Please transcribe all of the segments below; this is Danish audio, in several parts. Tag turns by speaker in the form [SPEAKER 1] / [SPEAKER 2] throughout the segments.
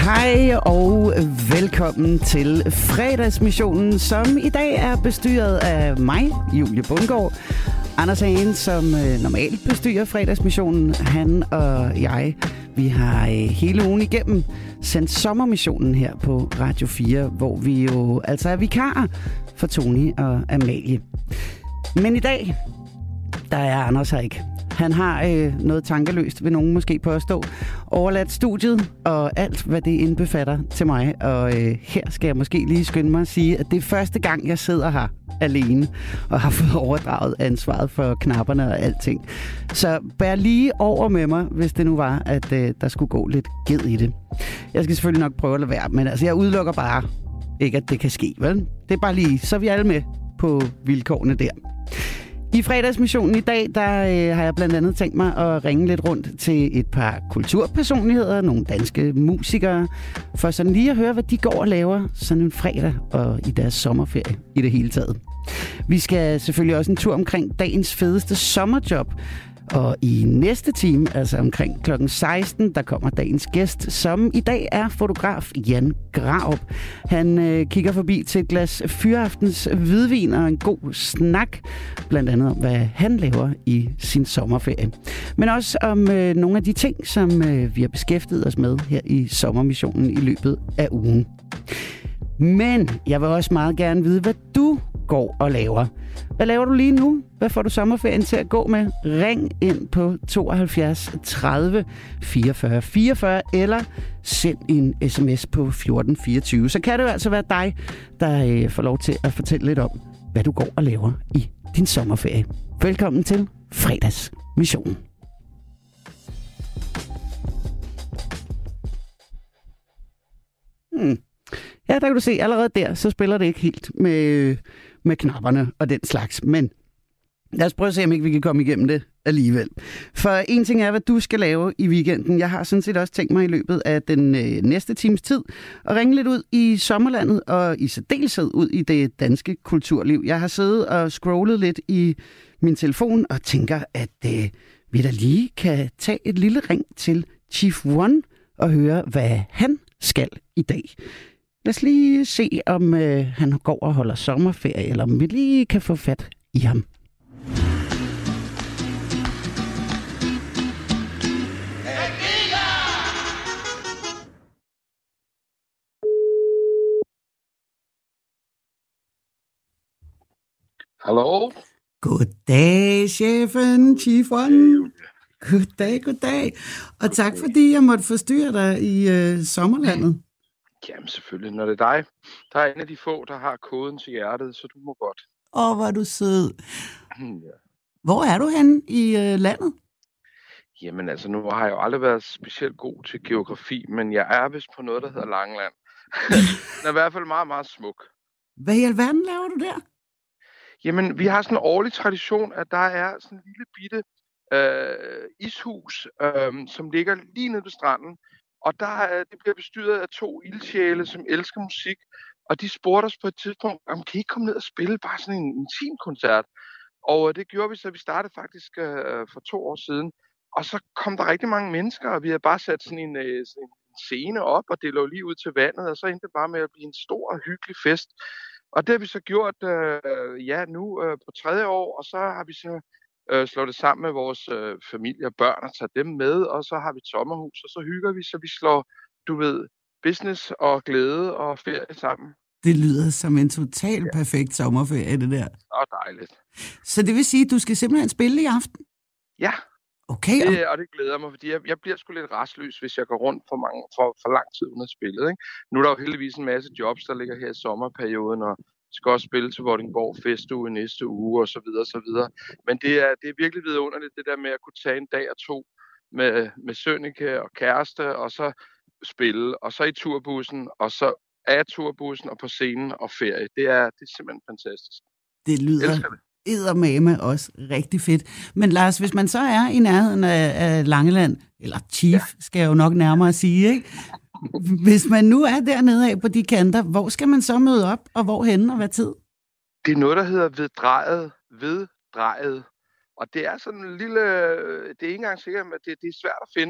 [SPEAKER 1] Hej og velkommen til fredagsmissionen, som i dag er bestyret af mig, Julie Bundgaard. Anders Hagen, som normalt bestyrer fredagsmissionen, han og jeg, vi har hele ugen igennem sendt sommermissionen her på Radio 4, hvor vi jo altså er vikarer for Tony og Amalie. Men i dag, der er Anders her ikke. Han har noget tankeløst, vil nogen måske påstå, overladt studiet og alt, hvad det indbefatter til mig. Og her skal jeg måske lige skynde mig at sige, at det er første gang, jeg sidder her alene og har fået overdraget ansvaret for knapperne og alting. Så bær lige over med mig, hvis det nu var, at der skulle gå lidt ged i det. Jeg skal selvfølgelig nok prøve at lade være, men altså, jeg udelukker bare ikke, at det kan ske, vel? Det er bare lige, så er vi alle med på vilkårene der. I fredagsmissionen i dag, der har jeg blandt andet tænkt mig at ringe lidt rundt til et par kulturpersonligheder, nogle danske musikere, for sådan lige at høre, hvad de går og laver sådan en fredag og i deres sommerferie i det hele taget. Vi skal selvfølgelig også en tur omkring dagens fedeste sommerjob, og i næste time, altså omkring klokken 16, der kommer dagens gæst, som i dag er fotograf Jan Grarup. Han kigger forbi til et glas fyraftens hvidvin og en god snak, blandt andet om, hvad han laver i sin sommerferie. Men også om nogle af de ting, som vi har beskæftiget os med her i sommermissionen i løbet af ugen. Men jeg vil også meget gerne vide, hvad du går og laver. Hvad laver du lige nu? Hvad får du sommerferien til at gå med? Ring ind på 72 30 44 44 eller send en sms på 1424. Så kan det jo altså være dig, der får lov til at fortælle lidt om, hvad du går og laver i din sommerferie. Velkommen til fredagsmissionen. Ja, der kan du se, allerede der, så spiller det ikke helt med knapperne og den slags. Men lad os prøve at se, om ikke vi kan komme igennem det alligevel. For en ting er, hvad du skal lave i weekenden. Jeg har sådan set også tænkt mig i løbet af den næste times tid at ringe lidt ud i sommerlandet og i særdeleshed ud i det danske kulturliv. Jeg har siddet og scrollet lidt i min telefon og tænker, at vi da lige kan tage et lille ring til Chief One og høre, hvad han skal i dag. Lad os lige se, om han går og holder sommerferie, eller om vi lige kan få fat i ham.
[SPEAKER 2] Hallo?
[SPEAKER 1] Goddag, chefen, Chief One. Goddag. Og tak, fordi jeg måtte forstyrre dig i sommerlandet.
[SPEAKER 2] Jamen selvfølgelig, når det er dig. Der er en af de få, der har koden til hjertet, så du må godt.
[SPEAKER 1] Hvor er du sød.
[SPEAKER 2] Ja.
[SPEAKER 1] Hvor er du henne i landet?
[SPEAKER 2] Jamen altså, nu har jeg jo aldrig været specielt god til geografi, men jeg er vist på noget, der hedder Langeland. Den er i hvert fald meget, meget smuk.
[SPEAKER 1] Hvad i alverden laver du der?
[SPEAKER 2] Jamen, vi har sådan en årlig tradition, at der er sådan en lille bitte ishus, som ligger lige nede ved stranden. Og det bliver bestyret af 2 ildsjæle, som elsker musik. Og de spurgte os på et tidspunkt, om kan I ikke komme ned og spille bare sådan en intim-koncert? Og det gjorde vi, så vi startede faktisk for 2 år siden. Og så kom der rigtig mange mennesker, og vi havde bare sat sådan en scene op, og det lå lige ud til vandet. Og så endte det bare med at blive en stor og hyggelig fest. Og det har vi så gjort nu på 3. år, og så har vi så slår det sammen med vores familie og børn og tager dem med, og så har vi et sommerhus, og så hygger vi, så vi slår, business og glæde og ferie sammen.
[SPEAKER 1] Det lyder som en total perfekt sommerferie, det der.
[SPEAKER 2] Så dejligt.
[SPEAKER 1] Så det vil sige, at du skal simpelthen spille i aften?
[SPEAKER 2] Ja.
[SPEAKER 1] Okay.
[SPEAKER 2] Og det glæder mig, fordi jeg bliver sgu lidt rastløs, hvis jeg går rundt for lang tid uden at spille. Ikke? Nu er der jo heldigvis en masse jobs, der ligger her i sommerperioden, og skal også spille til Vordingborg festuge næste uge og så videre og så videre. Men det er virkelig vidunderligt, det der med at kunne tage en dag og 2 med Sønneke og kæreste, og så spille, og så i turbussen, og så af turbussen og på scenen og ferie. Det er simpelthen fantastisk.
[SPEAKER 1] Det lyder eddermame også rigtig fedt. Men Lars, hvis man så er i nærheden af Langeland, eller Chief, skal jeg jo nok nærmere sige, ikke? Hvis man nu er dernede af på de kanter, hvor skal man så møde op, og hvorhenne og hvad tid?
[SPEAKER 2] Det er noget, der hedder Veddrejet. Og det er sådan en lille... Det er ikke engang sikkert, at det er svært at finde.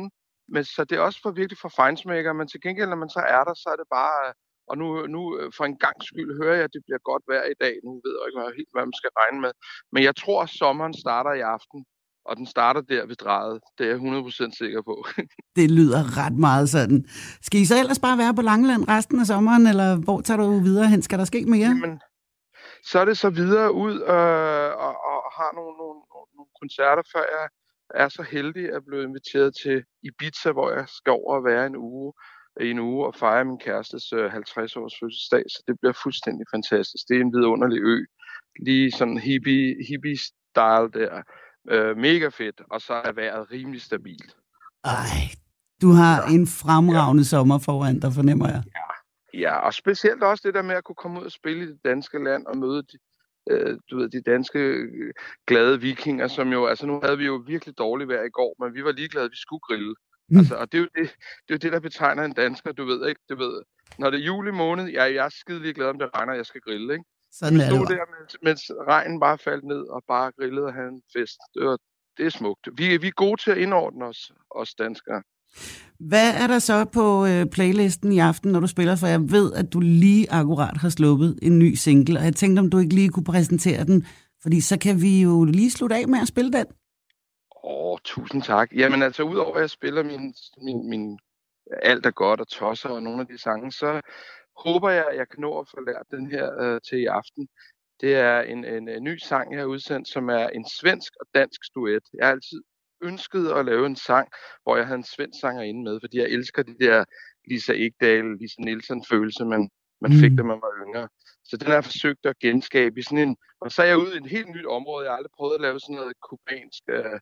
[SPEAKER 2] Men så det er også for virkelig for feinschmecker, men til gengæld, når man så er der, så er det bare... Og nu for en gang skyld hører jeg, at det bliver godt vejr i dag. Nu ved jeg ikke helt, hvad man skal regne med. Men jeg tror, at sommeren starter i aften, og den starter der ved drejet. Det er jeg 100% sikker på.
[SPEAKER 1] Det lyder ret meget sådan. Skal I så ellers bare være på Langeland resten af sommeren, eller hvor tager du videre hen? Skal der ske mere?
[SPEAKER 2] Jamen, så er det så videre ud og har nogle koncerter, før jeg er så heldig at blive inviteret til Ibiza, hvor jeg skal over og være en uge og fejre min kærestes 50-års fødselsdag, så det bliver fuldstændig fantastisk. Det er en vidunderlig ø. Lige sådan hippie-style der. Mega fedt, og så er vejret rimelig stabilt.
[SPEAKER 1] Ej, du har en fremragende sommer foran dig, fornemmer jeg.
[SPEAKER 2] Ja, og specielt også det der med at kunne komme ud og spille i det danske land og møde de danske glade vikinger, som jo, altså nu havde vi jo virkelig dårligt vejr i går, men vi var ligeglade, vi skulle grille. Altså, og det er jo det, der betegner en dansker, du ved ikke, når det er juli måned, jeg er skide glad, om det regner, jeg skal grille, ikke?
[SPEAKER 1] Sådan er det.
[SPEAKER 2] Stod der, mens regnen bare faldt ned, og bare grillede og havde en fest. Det er smukt. Vi er gode til at indordne os danskere.
[SPEAKER 1] Hvad er der så på playlisten i aften, når du spiller? For jeg ved, at du lige akkurat har sluppet en ny single, og jeg tænkte, om du ikke lige kunne præsentere den, fordi så kan vi jo lige slutte af med at spille den.
[SPEAKER 2] Tusind tak. Jamen altså, udover at jeg spiller min Alt er godt og Tosser og nogle af de sange, så håber jeg, at jeg kan nå at få lært den her til i aften. Det er en ny sang, jeg har udsendt, som er en svensk og dansk duet. Jeg har altid ønsket at lave en sang, hvor jeg havde en svensk sangerinde med, fordi jeg elsker de der Lisa Ekdahl, Lisa Nielsen-følelse, man fik, da man var yngre. Så den har jeg forsøgt at genskabe i sådan en... Og så er jeg ude i et helt nyt område. Jeg har aldrig prøvet at lave sådan noget kubansk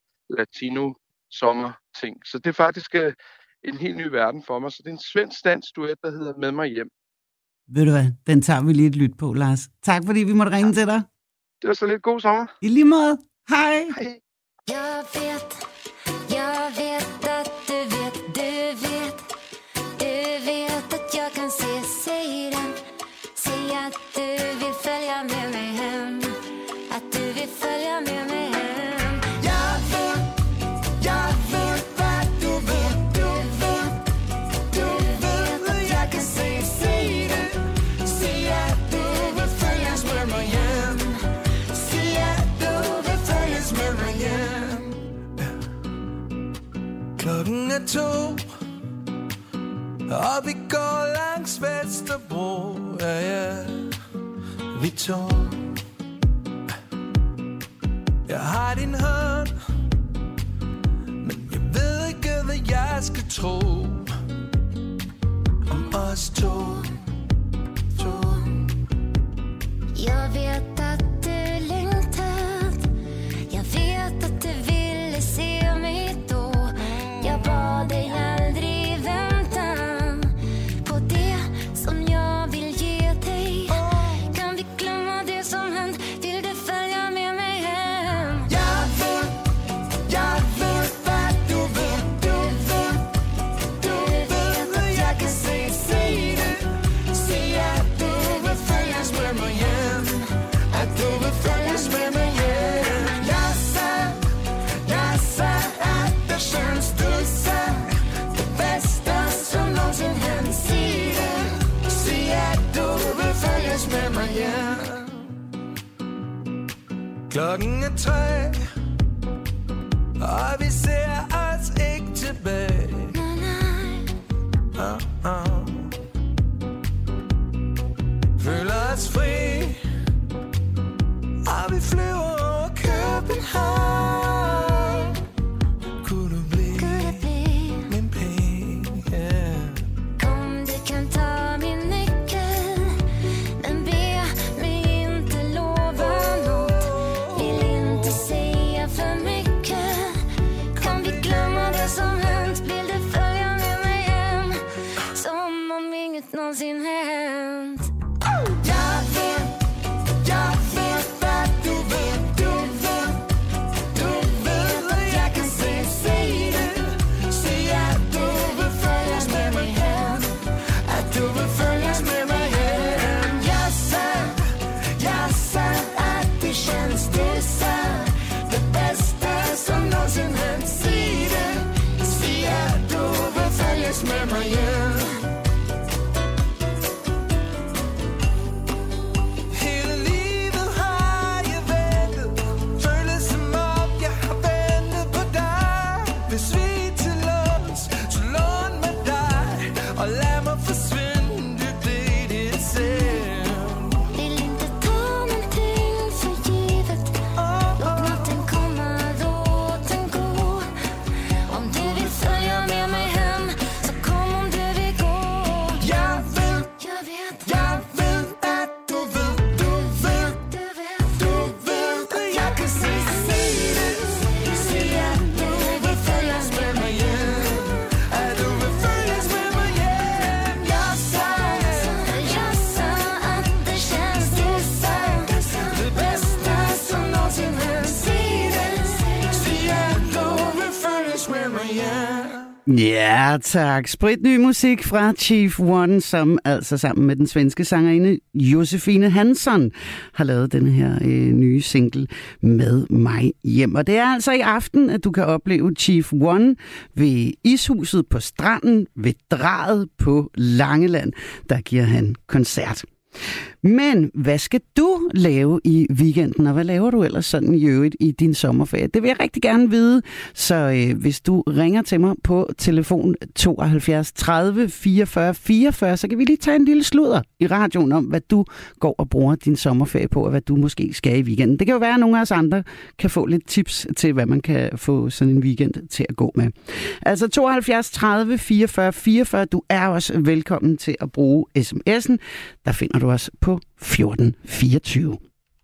[SPEAKER 2] latino-sommer-ting. Så det er faktisk en helt ny verden for mig. Så det er en svensk-dansk duet, der hedder Med mig hjem.
[SPEAKER 1] Ved du hvad? Den tager vi lige et lyt på, Lars. Tak, fordi vi måtte ringe til dig.
[SPEAKER 2] Det var så lidt god sommer.
[SPEAKER 1] I lige måde. Hej.
[SPEAKER 2] Hej.
[SPEAKER 3] Jag vet att du vet att jag kan säg att du vill följa med mig hem, att du vill följa med mig hem. Jag vet vad du vet att jag kan säg att du vill följas med mig hem, säg att du vill följas med mig hem.
[SPEAKER 4] Klokken er 2, og vi går langs Vesterbro, ja, vi to. Jeg har din hånd, men jeg ved ikke, hvad jeg skal tro om os to.
[SPEAKER 3] Jag vet att du längtat, jag vet att du ville se mig då. Jag bad dig aldrig vänta på det som jag vill ge dig. Kan vi glömma det som hänt, vill du följa med mig hem? Jag vet vad du vet att jag kan säg det, säg att du vill följas med mig hem, att du vill följas med mig hem. Jag sa att det känns det bästa som någonsin hänt. Säg att du vill följas med mig hem.
[SPEAKER 4] Klokken er 3, og vi ser os ikke tilbage. Føler os fri, og vi flyver over København. Kunne du blive min pige? Yeah.
[SPEAKER 3] Kom, du kan ta min nyckel, men be mig inte lova något. Vill inte säga
[SPEAKER 1] Ja, tak. Spritny musik fra Chief One, som altså sammen med den svenske sangerinde Josefine Hansson har lavet den her nye single Med mig hjem. Og det er altså i aften, at du kan opleve Chief One ved Ishuset på Stranden ved Draget på Langeland. Der giver han koncert. Men hvad skal du lave i weekenden, og hvad laver du ellers sådan i øvrigt i din sommerferie? Det vil jeg rigtig gerne vide, så hvis du ringer til mig på telefon 72 30 44 44, så kan vi lige tage en lille sludder i radioen om, hvad du går og bruger din sommerferie på, og hvad du måske skal i weekenden. Det kan jo være, at nogle af os andre kan få lidt tips til, hvad man kan få sådan en weekend til at gå med. Altså 72 30 44 44, du er også velkommen til at bruge sms'en. Der finder du os på 1424.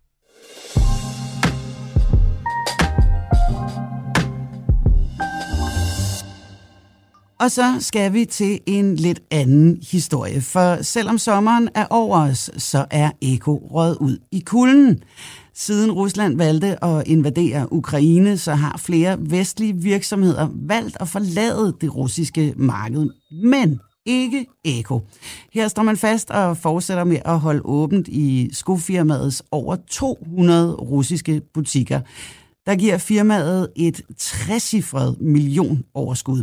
[SPEAKER 1] Og så skal vi til en lidt anden historie, for selvom sommeren er over os, så er Eko røget ud i kulden. Siden Rusland valgte at invadere Ukraine, så har flere vestlige virksomheder valgt at forlade det russiske marked. Men ikke Eko. Her står man fast og fortsætter med at holde åbent i skofirmaets over 200 russiske butikker. Der giver firmaet et 60-cifret millionoverskud.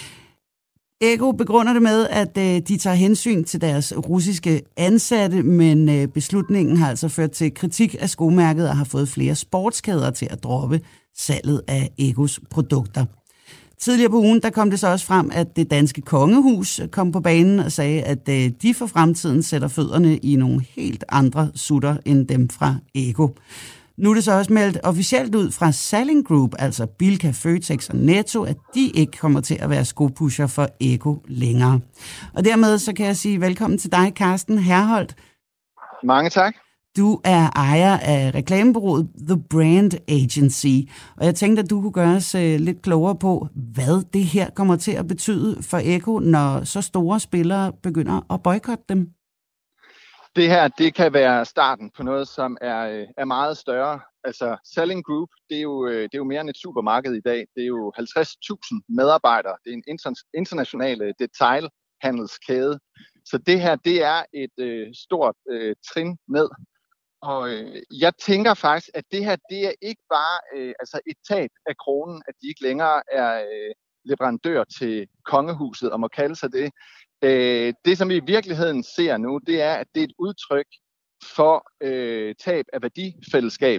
[SPEAKER 1] Eko begrunder det med, at de tager hensyn til deres russiske ansatte, men beslutningen har altså ført til kritik af skomærket og har fået flere sportskæder til at droppe salget af Ekos produkter. Tidligere på ugen, der kom det så også frem, at det danske kongehus kom på banen og sagde, at de for fremtiden sætter fødderne i nogle helt andre sutter end dem fra Eko. Nu er det så også meldt officielt ud fra Salling Group, altså Bilka, Føtex og Netto, at de ikke kommer til at være skopusher for Eko længere. Og dermed så kan jeg sige velkommen til dig, Carsten Herholdt.
[SPEAKER 5] Mange tak.
[SPEAKER 1] Du er ejer af reklamebureauet The Brand Agency, og jeg tænkte, at du kunne gøre os lidt klogere på, hvad det her kommer til at betyde for Eko, når så store spillere begynder at boykotte dem.
[SPEAKER 5] Det her, det kan være starten på noget, som er meget større. Altså Salling Group, det er jo mere end et supermarked i dag. Det er jo 50.000 medarbejdere. Det er en international detailhandelskæde. Så det her, det er et stort trin ned. Og jeg tænker faktisk, at det her, det er ikke bare altså et tab af kronen, at de ikke længere er leverandør til kongehuset, og må kalde sig det. Det, som vi i virkeligheden ser nu, det er, at det er et udtryk for tab af værdifællesskab.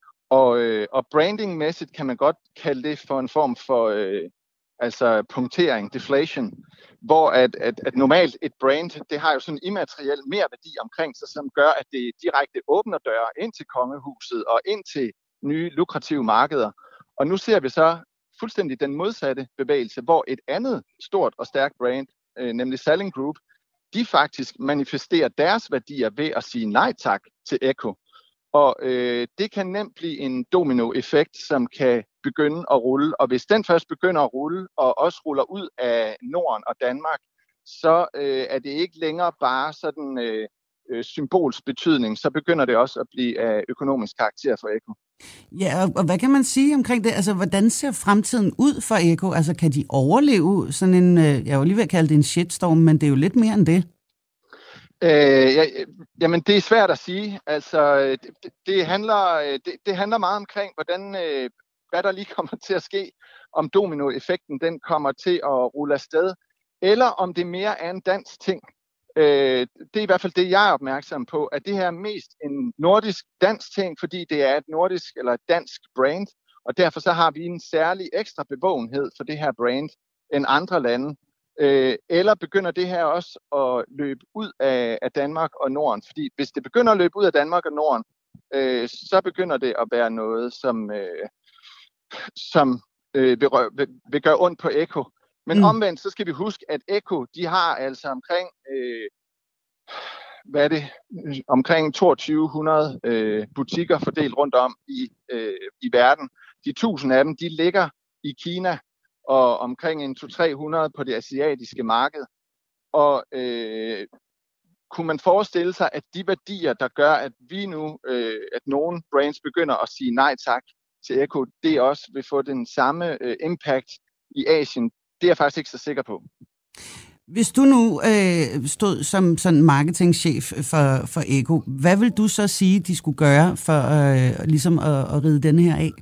[SPEAKER 5] Og brandingmæssigt kan man godt kalde det for en form for altså punktering, deflation, hvor at normalt et brand, det har jo sådan en immateriel merværdi omkring sig, som gør, at det direkte åbner døre ind til kongehuset og ind til nye lukrative markeder. Og nu ser vi så fuldstændig den modsatte bevægelse, hvor et andet stort og stærkt brand, nemlig Salling Group, de faktisk manifesterer deres værdier ved at sige nej tak til Eko. Og det kan nemt blive en dominoeffekt, som kan begynde at rulle. Og hvis den først begynder at rulle, og også ruller ud af Norden og Danmark, så er det ikke længere bare sådan symbolsk betydning. Så begynder det også at blive af økonomisk karakter for Eko.
[SPEAKER 1] Ja, og hvad kan man sige omkring det? Altså, hvordan ser fremtiden ud for Eko? Altså, kan de overleve sådan en, jeg var lige ved at kalde det en shitstorm, men det er jo lidt mere end det.
[SPEAKER 5] Jamen, det er svært at sige. Altså, det handler meget omkring, hvad der lige kommer til at ske, om dominoeffekten den kommer til at rulle afsted, eller om det mere er en dansk ting. Det er i hvert fald det, jeg er opmærksom på, at det her er mest en nordisk dansk ting, fordi det er et nordisk eller et dansk brand, og derfor så har vi en særlig ekstra bevågenhed for det her brand end andre lande. Eller begynder det her også at løbe ud af Danmark og Norden? Fordi hvis det begynder at løbe ud af Danmark og Norden, så begynder det at være noget, som vil gøre ondt på Eko. Men omvendt, så skal vi huske, at Eko, de har altså omkring 2200 butikker fordelt rundt om i verden. De 1000 af dem, de ligger i Kina, og omkring en 200-300 på det asiatiske marked. Og kunne man forestille sig, at de værdier, der gør, at vi nu, at nogle brands begynder at sige nej tak til Eko, det også vil få den samme impact i Asien, Det er jeg faktisk ikke så sikker på.
[SPEAKER 1] Hvis du nu stod som sådan marketingchef for Eko, hvad vil du så sige, de skulle gøre for ligesom at ride den her af?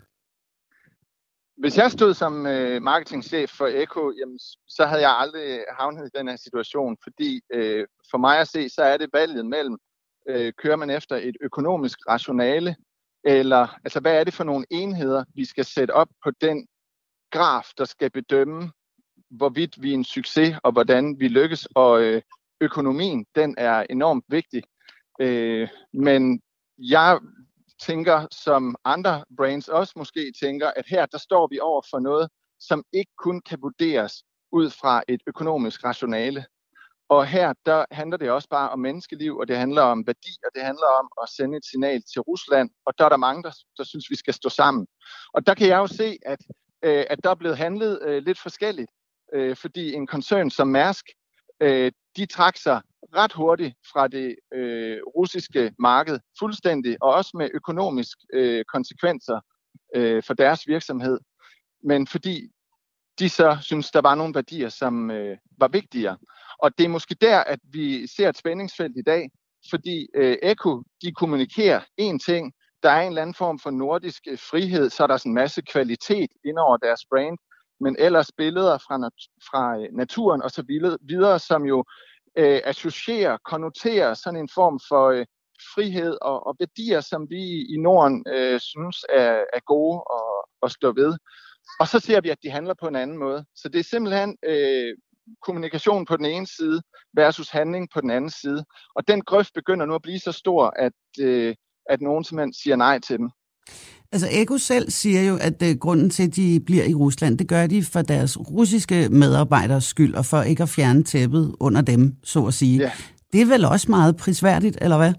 [SPEAKER 5] Hvis jeg stod som marketingchef for Eko, jamen, så havde jeg aldrig havnet i den her situation, fordi for mig at se, så er det valget mellem, kører man efter et økonomisk rationale, eller altså hvad er det for nogle enheder, vi skal sætte op på den graf, der skal bedømme, hvorvidt vi er en succes, og hvordan vi lykkes, og økonomien, den er enormt vigtig. Men jeg tænker, som andre brands også måske tænker, at her, der står vi over for noget, som ikke kun kan vurderes ud fra et økonomisk rationale. Og her, der handler det også bare om menneskeliv, og det handler om værdi, og det handler om at sende et signal til Rusland, og der er der mange, der synes, vi skal stå sammen. Og der kan jeg jo se, at der er blevet handlet lidt forskelligt. Fordi en koncern som Mærsk, de trak sig ret hurtigt fra det russiske marked fuldstændig, og også med økonomisk konsekvenser for deres virksomhed. Men fordi de så synes, der var nogle værdier, som var vigtigere. Og det er måske der, at vi ser et spændingsfelt i dag, fordi Eko, de kommunikerer én ting, der er en eller anden form for nordisk frihed, så er der sådan en masse kvalitet ind over deres brand, men ellers billeder fra naturen og så videre, som jo associerer, konnoterer sådan en form for frihed og værdier, som vi i Norden synes er gode at stå ved. Og så ser vi, at de handler på en anden måde. Så det er simpelthen kommunikation på den ene side versus handling på den anden side. Og den grøft begynder nu at blive så stor, at nogen simpelthen siger nej til dem.
[SPEAKER 1] Altså Eko selv siger jo, at grunden til, at de bliver i Rusland, det gør de for deres russiske medarbejderes skyld, og for ikke at fjerne tæppet under dem, så at sige. Ja. Det er vel også meget prisværdigt, eller hvad?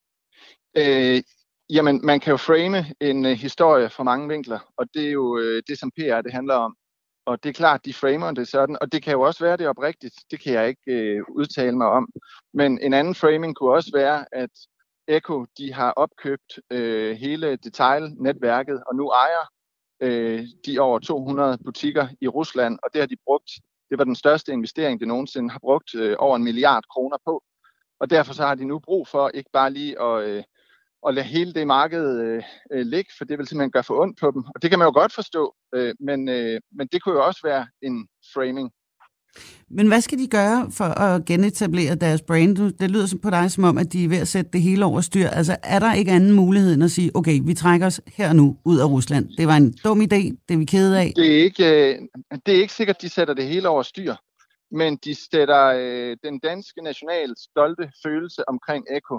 [SPEAKER 5] Jamen, man kan jo frame en historie fra mange vinkler, og det er jo det, som PR det handler om. Og det er klart, de framer det sådan, og det kan jo også være det oprigtigt. Det kan jeg ikke udtale mig om. Men en anden framing kunne også være, at Eko, de har opkøbt hele detailnetværket, og nu ejer de over 200 butikker i Rusland, og det har de brugt. Det var den største investering, de nogensinde har brugt over 1 milliard kroner på. Og derfor så har de nu brug for ikke bare lige at lade hele det marked ligge, for det vil simpelthen gøre for ondt på dem. Og det kan man jo godt forstå, men det kunne jo også være en framing.
[SPEAKER 1] Men hvad skal de gøre for at genetablere deres brand? Det lyder på dig som om, at de er ved at sætte det hele over styr. Altså er der ikke anden mulighed end at sige, okay, vi trækker os her nu ud af Rusland. Det var en dum idé, det er vi kede af.
[SPEAKER 5] Det er ikke sikkert, at de sætter det hele over styr. Men de sætter den danske nationale stolte følelse omkring Eko.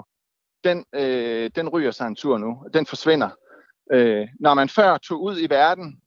[SPEAKER 5] Den ryger sig en tur nu. Den forsvinder. Når man før tog ud i verden,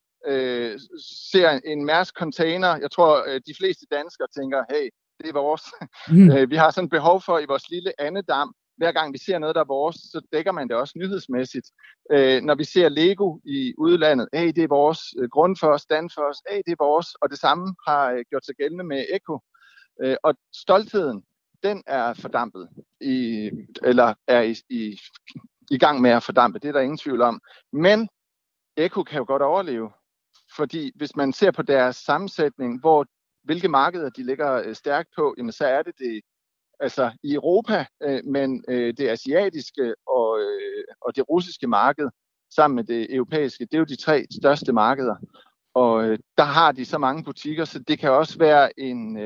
[SPEAKER 5] ser en Mærsk container, jeg tror, de fleste danskere tænker, hey, det er vores. Vi har sådan et behov for i vores lille andedam, hver gang vi ser noget, der er vores, så dækker man det også nyhedsmæssigt. Når vi ser Lego i udlandet, hey, det er vores. Grundfos, Danfoss, hey, det er vores. Og det samme har gjort sig gældende med Eko. Og stoltheden, den er fordampet, eller er i gang med at fordampe. Det er der ingen tvivl om. Men Eko kan jo godt overleve, fordi hvis man ser på deres sammensætning, hvilke markeder de ligger stærkt på, jamen så er det altså i Europa, men det asiatiske og det russiske marked sammen med det europæiske, det er jo de 3 største markeder. Og der har de så mange butikker, så det kan også være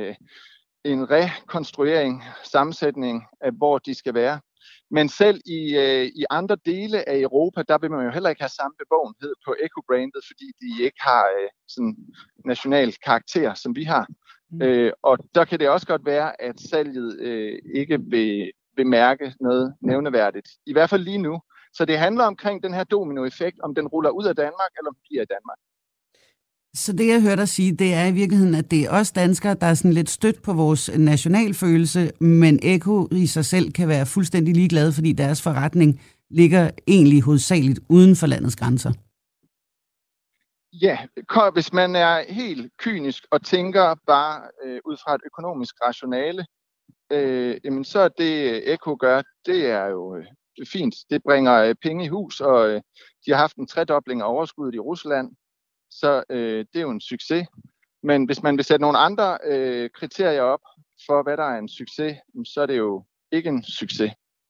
[SPEAKER 5] en rekonstruering, sammensætning af, hvor de skal være. Men selv i andre dele af Europa, der vil man jo heller ikke have samme bevågenhed på Eko-brandet, fordi de ikke har sådan national karakter, som vi har. Og der kan det også godt være, at salget ikke vil mærke noget nævneværdigt. I hvert fald lige nu. Så det handler omkring den her dominoeffekt, om den ruller ud af Danmark, eller om den bliver i Danmark.
[SPEAKER 1] Så det, jeg hørte dig sige, det er i virkeligheden, at det er os danskere, der er sådan lidt stødt på vores nationalfølelse, men Eko i sig selv kan være fuldstændig ligeglade, fordi deres forretning ligger egentlig hovedsageligt uden for landets grænser.
[SPEAKER 5] Ja, hvis man er helt kynisk og tænker bare ud fra et økonomisk rationale, jamen så det Eko gør, det er jo fint. Det bringer penge i hus, og de har haft en tredobling af overskuddet i Rusland. Så det er jo en succes. Men hvis man vil sætte nogle andre kriterier op for, hvad der er en succes, så er det jo ikke en succes.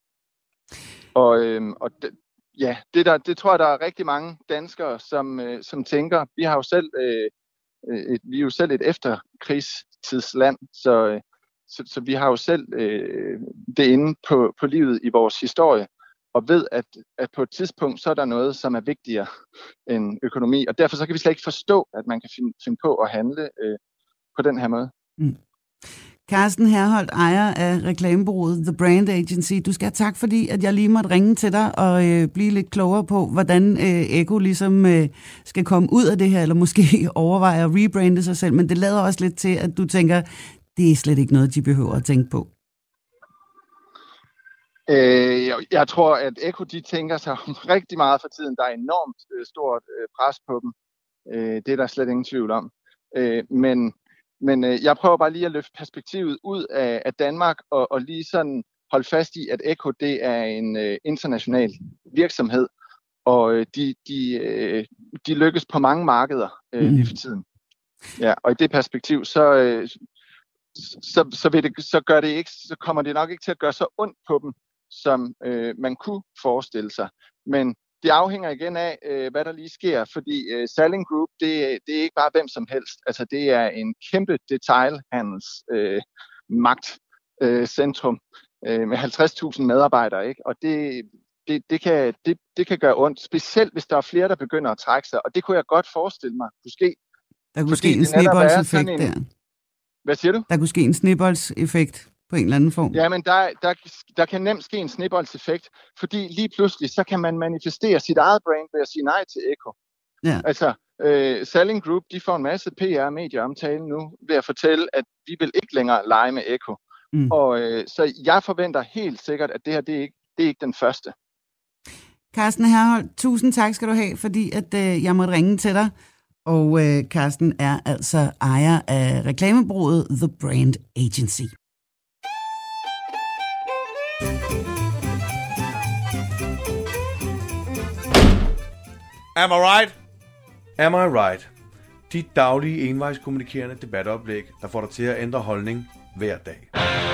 [SPEAKER 5] Det tror jeg, der er rigtig mange danskere, som tænker. Vi har jo selv, vi er jo selv et efterkrigstidsland, så vi har jo selv det inde på livet i vores historie, og ved, at på et tidspunkt, så er der noget, som er vigtigere end økonomi. Og derfor så kan vi slet ikke forstå, at man kan finde på at handle på den her måde.
[SPEAKER 1] Mm. Carsten Herholdt, ejer af reklamebureauet The Brand Agency. Du skal have tak, fordi at jeg lige måtte ringe til dig og blive lidt klogere på, hvordan Ekko ligesom skal komme ud af det her, eller måske overveje at rebrande sig selv. Men det lader også lidt til, at du tænker, det er slet ikke noget, de behøver at tænke på.
[SPEAKER 5] Jeg tror, at Ekko, de tænker sig rigtig meget for tiden. Der er enormt stort pres på dem. Det er der slet ingen tvivl om. Men jeg prøver bare lige at løfte perspektivet ud af Danmark og lige sådan holde fast i, at Ekko, det er en international virksomhed, og de lykkes på mange markeder lige for tiden. Ja, og i det perspektiv, så kommer det nok ikke til at gøre så ondt på dem, som man kunne forestille sig. Men det afhænger igen af, hvad der lige sker, fordi Salling Group, det er ikke bare hvem som helst. Altså, det er en kæmpe detailhandels magtcentrum med 50.000 medarbejdere, ikke? Og det kan gøre ondt, specielt hvis der er flere, der begynder at trække sig. Og det kunne jeg godt forestille mig, måske.
[SPEAKER 1] Der kunne ske en snibboldseffekt der.
[SPEAKER 5] Hvad siger du?
[SPEAKER 1] Der kunne ske en snibboldseffekt på en eller anden form.
[SPEAKER 5] Ja, men der kan nemt ske en snibboldseffekt, fordi lige pludselig, så kan man manifestere sit eget brand ved at sige nej til Ekko.
[SPEAKER 1] Ja.
[SPEAKER 5] Altså, Salling Group, de får en masse PR-medieomtale nu ved at fortælle, at vi vil ikke længere lege med Ekko. Mm. Og så jeg forventer helt sikkert, at det her, det er ikke den første.
[SPEAKER 1] Carsten Herholdt, tusind tak skal du have, fordi at jeg måtte ringe til dig. Og Carsten er altså ejer af reklamebureauet The Brand Agency.
[SPEAKER 6] Am I right? Am I right? De daglige envejskommunikerende debatoplæg, der får dig til at ændre holdning hver dag.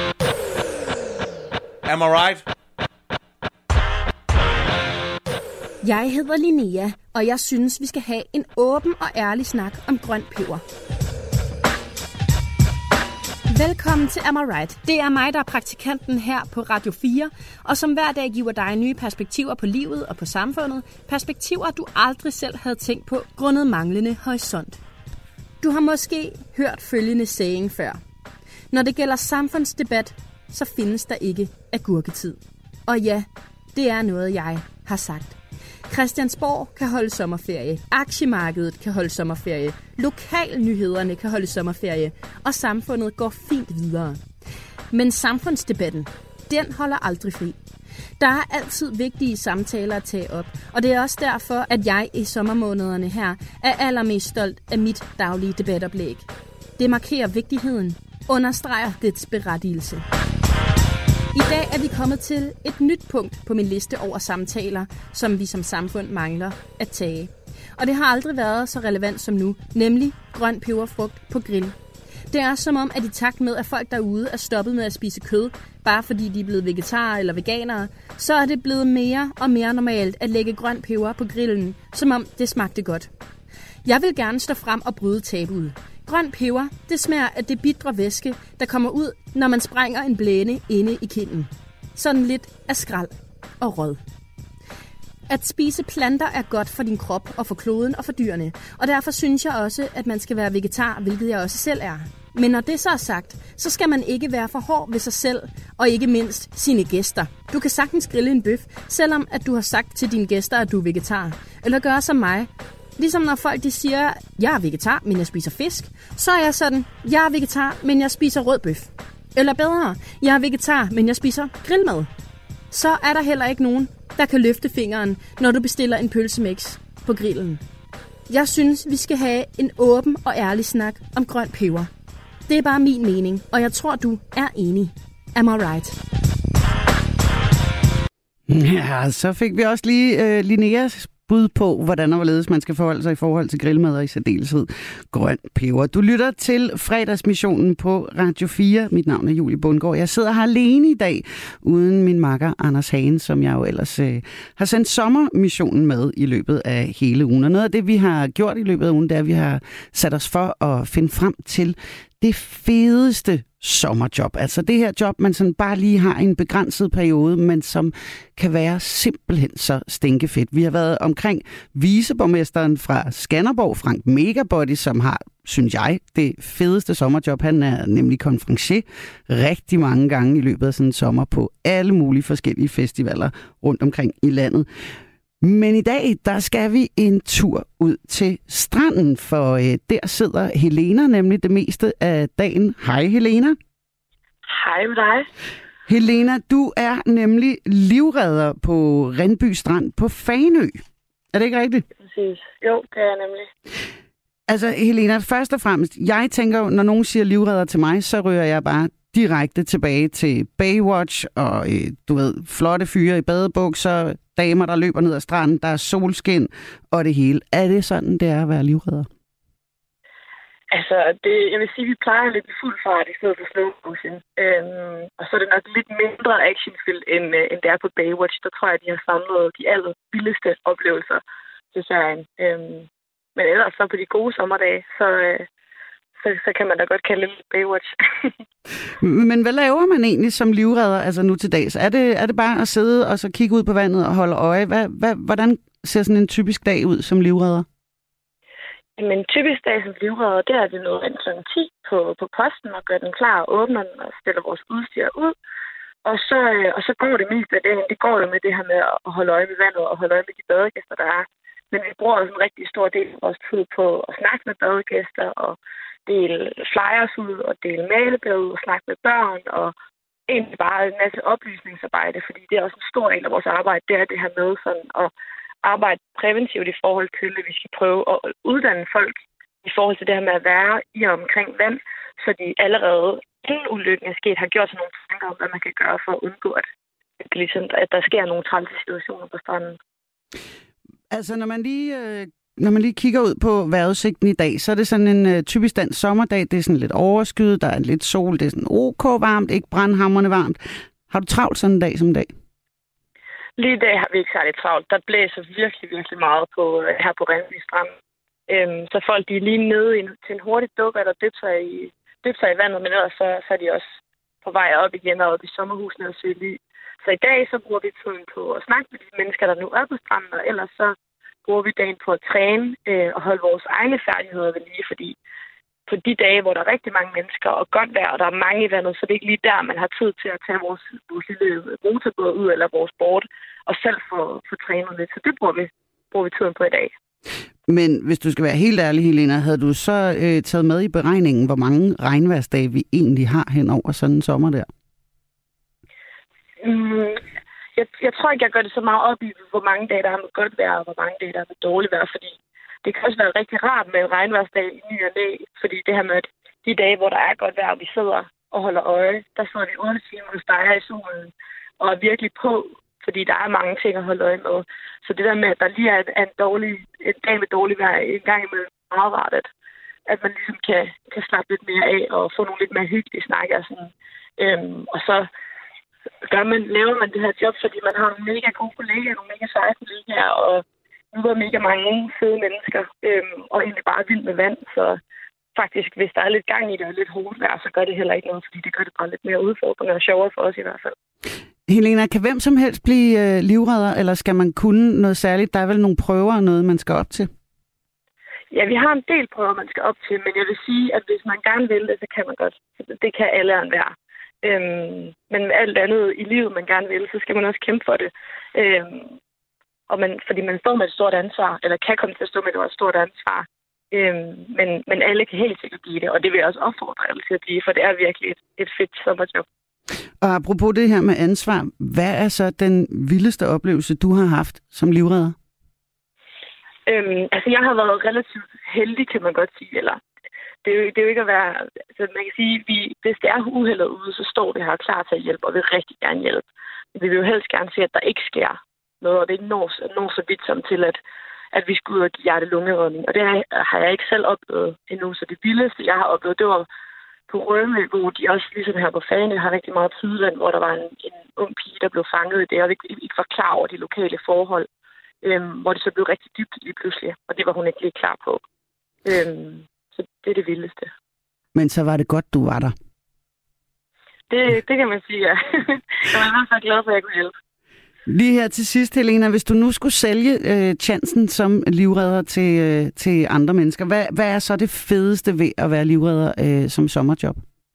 [SPEAKER 6] Am I right?
[SPEAKER 7] Jeg hedder Linnea, og jeg synes, vi skal have en åben og ærlig snak om grøn peber. Velkommen til Am I Right? Det er mig, der er praktikanten her på Radio 4, og som hver dag giver dig nye perspektiver på livet og på samfundet. Perspektiver, du aldrig selv havde tænkt på, grundet manglende horisont. Du har måske hørt følgende saying før. Når det gælder samfundsdebat, så findes der ikke agurketid. Og ja, det er noget, jeg har sagt. Christiansborg kan holde sommerferie, aktiemarkedet kan holde sommerferie, lokalnyhederne kan holde sommerferie, og samfundet går fint videre. Men samfundsdebatten, den holder aldrig fri. Der er altid vigtige samtaler at tage op, og det er også derfor, at jeg i sommermånederne her er allermest stolt af mit daglige debatoplæg. Det markerer vigtigheden, understreger dets berettigelse. I dag er vi kommet til et nyt punkt på min liste over samtaler, som vi som samfund mangler at tage. Og det har aldrig været så relevant som nu, nemlig grøn peberfrugt på grill. Det er som om, at i takt med, at folk derude er stoppet med at spise kød, bare fordi de er blevet vegetarer eller veganere, så er det blevet mere og mere normalt at lægge grøn peber på grillen, som om det smagte godt. Jeg vil gerne stå frem og bryde tabuet. Grøn peber, det smager af det bitre væske, der kommer ud, når man sprænger en blæne inde i kinden. Sådan lidt af skrald og rød. At spise planter er godt for din krop og for kloden og for dyrene, og derfor synes jeg også, at man skal være vegetar, hvilket jeg også selv er. Men når det så er sagt, så skal man ikke være for hård ved sig selv, og ikke mindst sine gæster. Du kan sagtens grille en bøf, selvom at du har sagt til dine gæster, at du er vegetar. Eller gøre som mig. Ligesom når folk de siger, jeg er vegetar, men jeg spiser fisk, så er jeg sådan, jeg er vegetar, men jeg spiser rød bøf. Eller bedre, jeg er vegetar, men jeg spiser grillmad. Så er der heller ikke nogen, der kan løfte fingeren, når du bestiller en pølsemix på grillen. Jeg synes, vi skal have en åben og ærlig snak om grøn peber. Det er bare min mening, og jeg tror, du er enig. Am I right?
[SPEAKER 1] Ja, så fik vi også lige Linneas bud på, hvordan og hvorledes man skal forholde sig i forhold til grillmad og i særdeleshed grøn peber. Du lytter til fredagsmissionen på Radio 4. Mit navn er Julie Bundgaard. Jeg sidder her alene i dag, uden min makker Anders Hagen, som jeg jo ellers har sendt sommermissionen med i løbet af hele ugen. Og noget af det, vi har gjort i løbet af ugen, det er, at vi har sat os for at finde frem til det fedeste sommerjob. Altså det her job, man sådan bare lige har en begrænset periode, men som kan være simpelthen så stinkefedt. Vi har været omkring viceborgmesteren fra Skanderborg, Frank Megabody, som har, synes jeg, det fedeste sommerjob. Han er nemlig konferencier rigtig mange gange i løbet af sådan en sommer på alle mulige forskellige festivaler rundt omkring i landet. Men i dag, der skal vi en tur ud til stranden, for der sidder Helena, nemlig det meste af dagen. Hej Helena.
[SPEAKER 8] Hej med dig.
[SPEAKER 1] Helena, du er nemlig livredder på Rindby Strand på Fanø. Er det ikke rigtigt?
[SPEAKER 8] Præcis. Jo, det er jeg nemlig.
[SPEAKER 1] Altså Helena, først og fremmest, jeg tænker jo, når nogen siger livredder til mig, så ryger jeg bare direkte tilbage til Baywatch og du ved, flotte fyre i badebukser, damer, der løber ned ad stranden, der er solskin og det hele. Er det sådan, det er at være livredder?
[SPEAKER 8] Altså, jeg vil sige, at vi plejer lidt i fuld fart i stedet for slow motion. Og så er det nok lidt mindre actionfyldt, end det er på Baywatch. Der tror jeg, at de har samlet de allervildeste oplevelser til serien. Men ellers så på de gode sommerdage, så kan man da godt kalde det Baywatch.
[SPEAKER 1] Men hvad laver man egentlig som livredder, altså nu til dags? Er det bare at sidde og så kigge ud på vandet og holde øje? Hvordan ser sådan en typisk dag ud som livredder?
[SPEAKER 8] Men typisk dag som livredder, det er det noget en kl. 10 på posten og gør den klar og åbner den og stiller vores udstyr ud. Og så går det mest af dagen. Det går jo med det her med at holde øje med vandet og holde øje med de badegæster, der er. Men vi bruger også en rigtig stor del af vores tid på at snakke med badegæster og dele flyers ud og dele mailblad og snakke med børn og egentlig bare en masse oplysningsarbejde, fordi det er også en stor del af vores arbejde, det er det her med sådan at arbejde præventivt i forhold til, at vi skal prøve at uddanne folk i forhold til det her med at være i og omkring vand, så de allerede inden ulykken er sket, har gjort sig nogle tanker om, hvad man kan gøre for at undgå, at der sker nogle trælse situationer på stranden.
[SPEAKER 1] Altså, når man lige kigger ud på vejrudsigten i dag, så er det sådan en typisk dansk sommerdag. Det er sådan lidt overskyet, der er lidt sol, det er sådan ok varmt, ikke brandhamrende varmt. Har du travlt sådan en dag som i dag?
[SPEAKER 8] Lige i dag har vi ikke særlig travlt. Der blæser virkelig, virkelig meget her på Rindby Strand. Så folk de er lige nede til en hurtig duk, eller dypper sig i vandet, men ellers så er de også på vej op igen og op i sommerhusene og søge ly. Så i dag så bruger vi tiden på at snakke med de mennesker, der nu er på stranden, og ellers så bruger vi dagen på at træne og holde vores egne færdigheder ved lige, fordi på de dage, hvor der er rigtig mange mennesker og godt vejr, og der er mange i vandet, så det er ikke lige der, man har tid til at tage vores lille motorbåd ud, eller vores board, og selv få trænet lidt. Så det bruger vi tiden på i dag.
[SPEAKER 1] Men hvis du skal være helt ærlig, Helena, havde du så taget med i beregningen, hvor mange regnværsdage vi egentlig har hen over sådan en sommer der?
[SPEAKER 8] Jeg tror ikke, jeg gør det så meget op i, hvor mange dage der er med godt vejr, og hvor mange dage der er med dårligt vejr, fordi det kan også være rigtig rart med en regnværsdag i ny og næ, fordi det her med de dage, hvor der er godt vejr, og vi sidder og holder øje, der sidder vi 8 timer hos dig i solen, og er virkelig på, fordi der er mange ting at holde øje med. Så det der med, at der lige er en dag med dårligt vejr en gang imellem, er meget rart, at man ligesom kan slappe lidt mere af og få nogle lidt mere hyggelige snakke og sådan. Og så laver man det her job, fordi man har nogle mega gode kollegaer, nogle mega seje kollegaer, og nu er mega mange fede mennesker, og egentlig bare vildt med vand, så faktisk, hvis der er lidt gang i det og lidt hårdt vejr, så gør det heller ikke noget, fordi det gør det bare lidt mere udfordrende og sjovere for os i hvert fald.
[SPEAKER 1] Helena, kan hvem som helst blive livredder, eller skal man kunne noget særligt? Der er vel nogle prøver og noget, man skal op til?
[SPEAKER 8] Ja, vi har en del prøver, man skal op til, men jeg vil sige, at hvis man gerne vil det, så kan man godt. Det kan alle og enhver. Men alt andet i livet, man gerne vil, så skal man også kæmpe for det. Fordi man står med et stort ansvar, eller kan komme til at stå med et stort ansvar. Men alle kan helt sikkert blive det, og det vil jeg også opfordre alle til at blive, for det er virkelig et fedt sommerjob.
[SPEAKER 1] Og apropos det her med ansvar, hvad er så den vildeste oplevelse, du har haft som livredder?
[SPEAKER 8] Altså, jeg har været relativt heldig, kan man godt sige, eller det er jo ikke at være... Altså, man kan sige, hvis det er uheldet ude, så står vi her klar til at hjælpe, og vil rigtig gerne hjælpe. Vi vil jo helst gerne se, at der ikke sker noget, og det ikke når så vidt som til, at vi skulle ud og give hjerte-lungeredning. Og det har jeg ikke selv oplevet endnu. Så det vildeste, jeg har oplevet, det var på Rømø, hvor de også ligesom her på Fanø har rigtig meget tidland, hvor der var en ung pige, der blev fanget i det, og ikke var klar over de lokale forhold. Hvor det så blev rigtig dybt lige pludselig, og det var hun ikke lige klar på. Så det er det vildeste.
[SPEAKER 1] Men så var det godt, du var der.
[SPEAKER 8] Det kan man sige, ja. Jeg var i hvert fald glad for, at jeg kunne hjælpe.
[SPEAKER 1] Lige her til sidst, Helena, hvis du nu skulle sælge chancen som livredder til andre mennesker, hvad er så det fedeste ved at være livredder som sommerjob?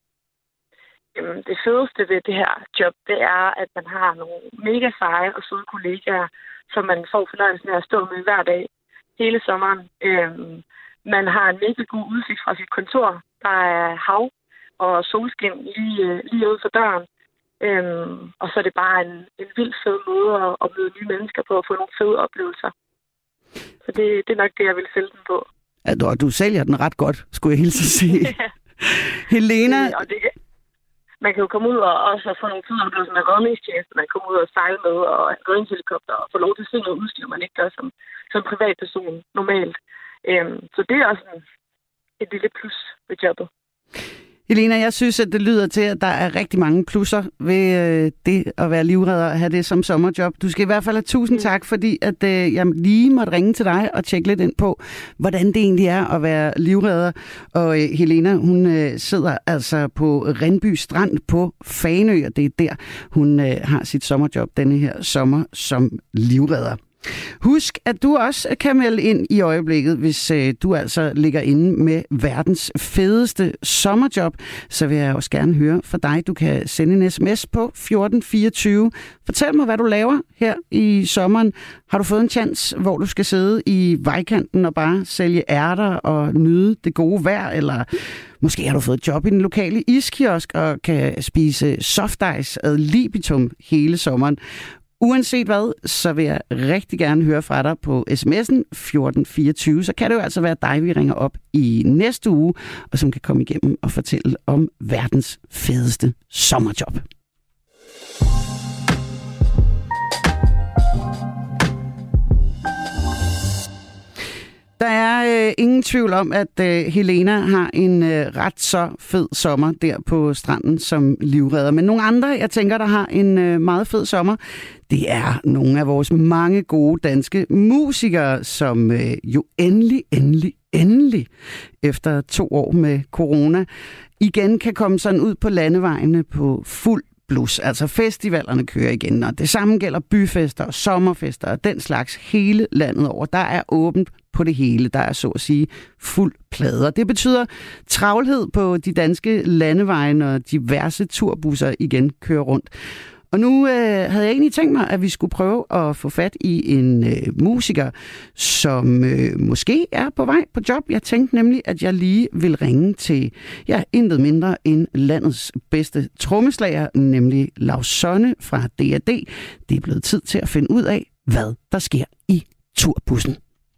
[SPEAKER 8] Jamen, det fedeste ved det her job, det er, at man har nogle mega seje og søde kollegaer, som man får fornøjelsen af at stå med hver dag hele sommeren. Man har en mega god udsigt fra sit kontor. Der er hav og solskin lige ude for døren. Og så er det bare en vildt fed måde at møde nye mennesker på og få nogle fede oplevelser. Så det er nok det, jeg vil sælge den på.
[SPEAKER 1] Ja, du sælger den ret godt, skulle jeg hilse at sige. Helena...
[SPEAKER 8] Man kan jo komme ud og også få nogle fede oplevelser med redningstjeneste. Man kan komme ud og sejle med og en redningshelikopter og få lov til at se noget udstyr, man ikke gør som privatperson normalt. Så det er også et lille plus ved jobbet.
[SPEAKER 1] Helena, jeg synes, at det lyder til, at der er rigtig mange plusser ved det at være livredder og have det som sommerjob. Du skal i hvert fald have tusind tak, fordi at jeg lige måtte ringe til dig og tjekke lidt ind på, hvordan det egentlig er at være livredder. Og Helena, hun sidder altså på Rindby Strand på Fanø, og det er der, hun har sit sommerjob denne her sommer som livredder. Husk, at du også kan melde ind i øjeblikket, hvis du altså ligger inde med verdens fedeste sommerjob, så vil jeg også gerne høre fra dig. Du kan sende en sms på 1424. Fortæl mig, hvad du laver her i sommeren. Har du fået en chance, hvor du skal sidde i vejkanten og bare sælge ærter og nyde det gode vejr, eller måske har du fået et job i den lokale iskiosk og kan spise soft ice ad libitum hele sommeren. Uanset hvad, så vil jeg rigtig gerne høre fra dig på sms'en 1424. Så kan det jo altså være dig, vi ringer op i næste uge, og som kan komme igennem og fortælle om verdens fedeste sommerjob. Der er ingen tvivl om, at Helena har en ret så fed sommer der på stranden som livredder. Men nogle andre, jeg tænker, der har en meget fed sommer, det er nogle af vores mange gode danske musikere, som jo endelig efter 2 år med corona igen kan komme sådan ud på landevejene på fuld blus. Altså festivalerne kører igen, og det samme gælder byfester og sommerfester og den slags hele landet over. Der er åbent på det hele. Der er så at sige fuld plade. Det betyder travlhed på de danske landeveje, når diverse turbusser igen kører rundt. Og nu havde jeg egentlig tænkt mig, at vi skulle prøve at få fat i en musiker, som måske er på vej på job. Jeg tænkte nemlig, at jeg lige vil ringe til intet mindre end landets bedste trommeslager, nemlig Laust Sonne fra D&D. Det er blevet tid til at finde ud af, hvad der sker i turbussen.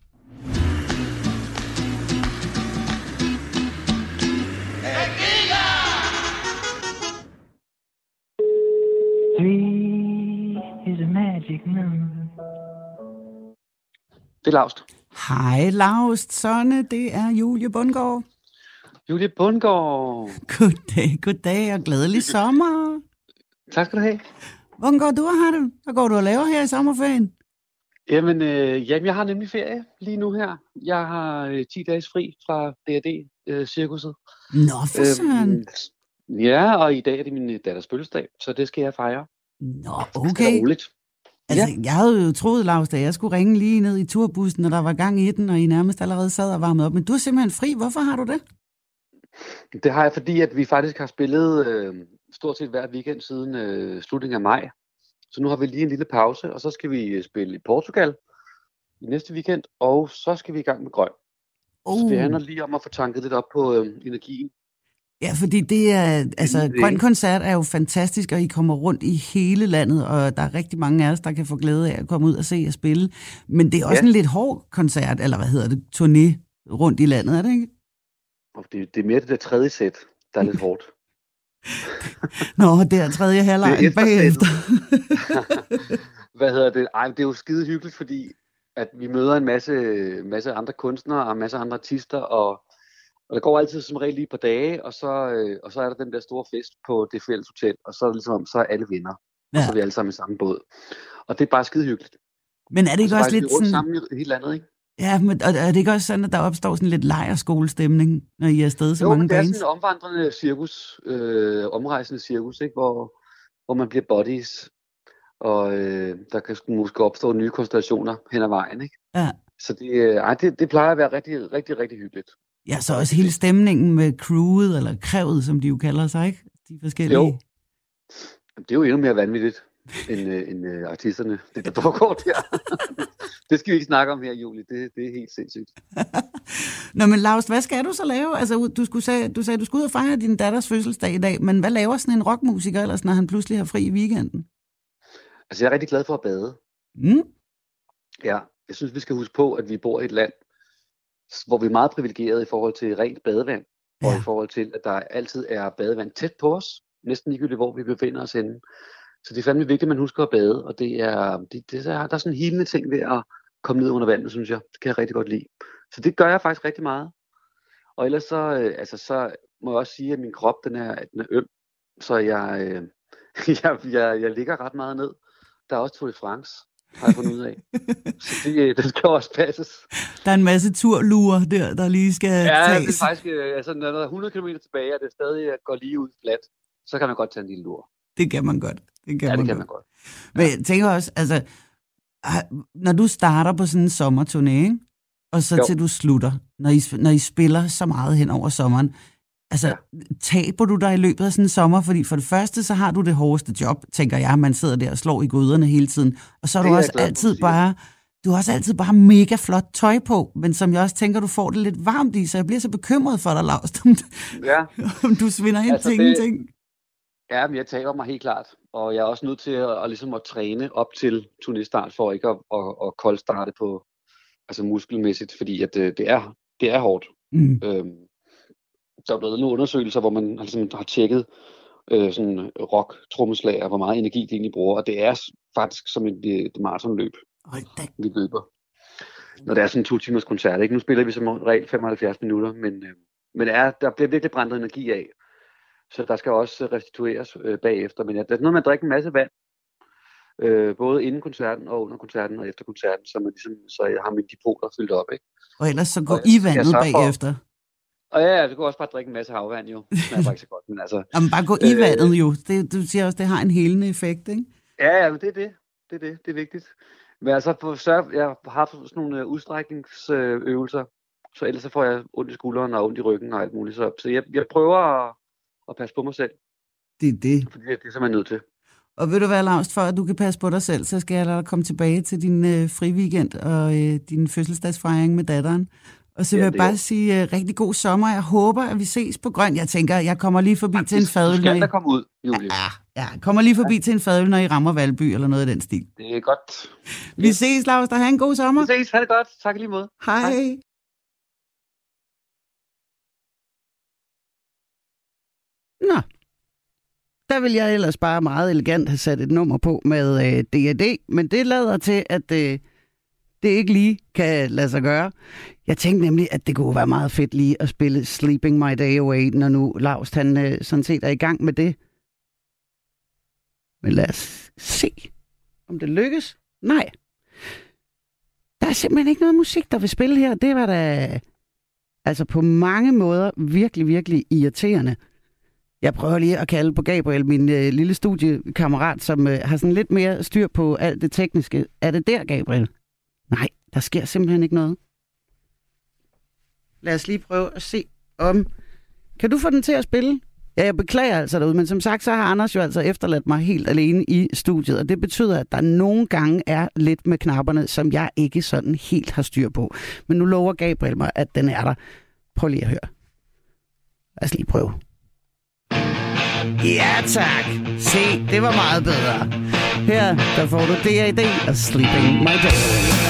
[SPEAKER 9] Det er Laust.
[SPEAKER 1] Hej Laust Sonne, det er Julie Bundgaard.
[SPEAKER 9] Julie Bundgaard.
[SPEAKER 1] Goddag og glædelig sommer.
[SPEAKER 9] Tak skal du have.
[SPEAKER 1] Hvordan går du og har det? Hvad går du og laver her i sommerferien?
[SPEAKER 9] Jamen, jeg har nemlig ferie lige nu her. Jeg har 10 dages fri fra D&D-cirkuset.
[SPEAKER 1] Nå, for søren.
[SPEAKER 9] Ja, og i dag er det min datters fødselsdag, så det skal jeg fejre.
[SPEAKER 1] Nå, okay. Altså, jeg havde jo troet, Laust, at jeg skulle ringe lige ned i turbussen, når der var gang i den, og I nærmest allerede sad og varmede op. Men du er simpelthen fri. Hvorfor har du det?
[SPEAKER 9] Det har jeg, fordi at vi faktisk har spillet stort set hver weekend siden slutningen af maj. Så nu har vi lige en lille pause, og så skal vi spille i Portugal i næste weekend, og så skal vi i gang med Grøn. Så det handler lige om at få tanket lidt op på energien.
[SPEAKER 1] Ja, fordi det er, altså, Grøn Koncert er jo fantastisk, og I kommer rundt i hele landet, og der er rigtig mange af os, der kan få glæde af at komme ud og se og spille. Men det er også en lidt hård koncert, eller hvad hedder det, turné rundt i landet, er det ikke?
[SPEAKER 9] Det er mere det der tredje sæt, der er lidt hårdt.
[SPEAKER 1] Nå, det er tredje halvleg bagefter.
[SPEAKER 9] Hvad hedder det? Ej, det er jo skide hyggeligt, fordi at vi møder en masse andre kunstnere og en masse andre artister, og der går altid som regel lige et par dage, og så er der den der store fest på det fælles hotel, og så er det ligesom, så er alle vinder, og så er vi alle sammen i samme båd. Og det er bare skide hyggeligt.
[SPEAKER 1] Men er det ikke også lidt sådan...
[SPEAKER 9] sammen i hele landet, ikke?
[SPEAKER 1] Ja, men er det ikke også sådan, at der opstår sådan lidt lejrskolestemning, når I er afsted så mange bands?
[SPEAKER 9] Jo, det er sådan en omvandrende cirkus, omrejsende cirkus, ikke? Hvor man bliver buddies, og der kan måske opstå nye konstellationer hen ad vejen, ikke?
[SPEAKER 1] Ja.
[SPEAKER 9] Så det plejer at være rigtig, rigtig, rigtig hyggeligt.
[SPEAKER 1] Ja, så også hele stemningen med crewet, eller krævet, som de jo kalder sig, ikke? De forskellige...
[SPEAKER 9] Jo. Det er jo endnu mere vanvittigt end artisterne, det der foregår der. Det skal vi ikke snakke om her, Julie. Det er helt sindssygt.
[SPEAKER 1] Nå, men Laust, hvad skal du så lave? Altså, du sagde, du skulle ud og fejre din datters fødselsdag i dag, men hvad laver sådan en rockmusiker ellers, når han pludselig har fri i weekenden?
[SPEAKER 9] Altså, jeg er rigtig glad for at bade.
[SPEAKER 1] Mm.
[SPEAKER 9] Ja, jeg synes, vi skal huske på, at vi bor i et land, hvor vi er meget privilegerede i forhold til rent badevand, og i forhold til, at der altid er badevand tæt på os, næsten ligegyldigt, hvor vi befinder os henne. Så det er fandme vigtigt, at man husker at bade, og der er sådan en helende ting ved at komme ned under vandet, synes jeg. Det kan jeg rigtig godt lide. Så det gør jeg faktisk rigtig meget. Og ellers så må jeg også sige, at min krop, den er øm, så jeg ligger ret meget ned. Der er også Tour de France, har jeg fundet ud af. Så det skal også passes.
[SPEAKER 1] Der er en masse turlurer der lige skal tages.
[SPEAKER 9] Ja, det er faktisk, når der er 100 km tilbage, og det stadig går lige ud flat, så kan man godt tage en lille lur.
[SPEAKER 1] Det kan man godt.
[SPEAKER 9] Det kan man godt.
[SPEAKER 1] Men jeg tænker også, altså, når du starter på sådan en sommerturné, ikke? Og så til du slutter, når I spiller så meget hen over sommeren, altså, taber du dig i løbet af sådan en sommer? Fordi for det første, så har du det hårdeste job, tænker jeg, man sidder der og slår i grydderne hele tiden. Og så er du også altid bare mega flot tøj på, men som jeg også tænker, du får det lidt varmt i, så jeg bliver så bekymret for dig, Laust, om du svinder ind til ingenting.
[SPEAKER 9] Ja, men jeg taber mig helt klart, og jeg er også nødt til at træne op til turnéstart for ikke at koldstarte på, altså muskelmæssigt, fordi at det er hårdt. Mm. Der er blevet nogle undersøgelser, hvor man har tjekket sådan rock-trommeslager, hvor meget energi de egentlig bruger, og det er faktisk som et maratonløb, vi løber. Når det er sådan en 2 timers koncert, ikke? Nu spiller vi som regel 75 minutter, men der bliver virkelig brændt energi af. Så der skal også restitueres bagefter. Men det er noget med at drikke en masse vand, både inden koncerten og under koncerten og efter koncerten, så jeg har mine depoter fyldt op, ikke?
[SPEAKER 1] Og ellers så går i vandet bagefter.
[SPEAKER 9] Og ja, det går også bare drikke en masse havvand, jo. Det smager bare ikke så godt, men altså...
[SPEAKER 1] Jamen, bare gå i vandet, jo. Du siger også, det har en helende effekt, ikke?
[SPEAKER 9] Ja, men det er det. Det er vigtigt. Men altså, jeg har haft sådan nogle udstrækningsøvelser, så ellers så får jeg ondt i skulderen og ondt i ryggen og alt muligt. Så jeg prøver at passe på mig selv.
[SPEAKER 1] Det er det.
[SPEAKER 9] Fordi det er som jeg er nødt til.
[SPEAKER 1] Og vil du være, Laust, for at du kan passe på dig selv, så skal jeg lade dig komme tilbage til din friweekend og din fødselsdagsfejring med datteren. Og så vil jeg bare sige rigtig god sommer. Jeg håber, at vi ses på Grøn. Jeg tænker, jeg kommer lige forbi til en fadøl.
[SPEAKER 9] Skal der komme ud, Julie?
[SPEAKER 1] Ja, kommer lige forbi til en fadøl, når I rammer Valby eller noget af den stil.
[SPEAKER 9] Det er godt.
[SPEAKER 1] Vi ses, Laust, og have en god sommer.
[SPEAKER 9] Vi ses, ha' det godt. Tak lige måde.
[SPEAKER 1] Hej. Nå, der vil jeg ellers bare meget elegant have sat et nummer på med D&D, men det lader til, at det ikke lige kan lade sig gøre. Jeg tænkte nemlig, at det kunne være meget fedt lige at spille Sleeping My Day Away, når nu Laust han sådan set er i gang med det. Men lad os se, om det lykkes. Nej, der er simpelthen ikke noget musik, der vil spille her. Det var da altså på mange måder virkelig, virkelig irriterende. Jeg prøver lige at kalde på Gabriel, min lille studiekammerat, som har sådan lidt mere styr på alt det tekniske. Er det der, Gabriel? Nej, der sker simpelthen ikke noget. Lad os lige prøve at se om... Kan du få den til at spille? Ja, jeg beklager altså derude, men som sagt, så har Anders jo altså efterladt mig helt alene i studiet, og det betyder, at der nogle gange er lidt med knapperne, som jeg ikke sådan helt har styr på. Men nu lover Gabriel mig, at den er der. Prøv lige at høre. Lad os lige prøve. Ja, tak. Se, det var meget bedre. Her, der får du D&D og Sleeping My Day Away.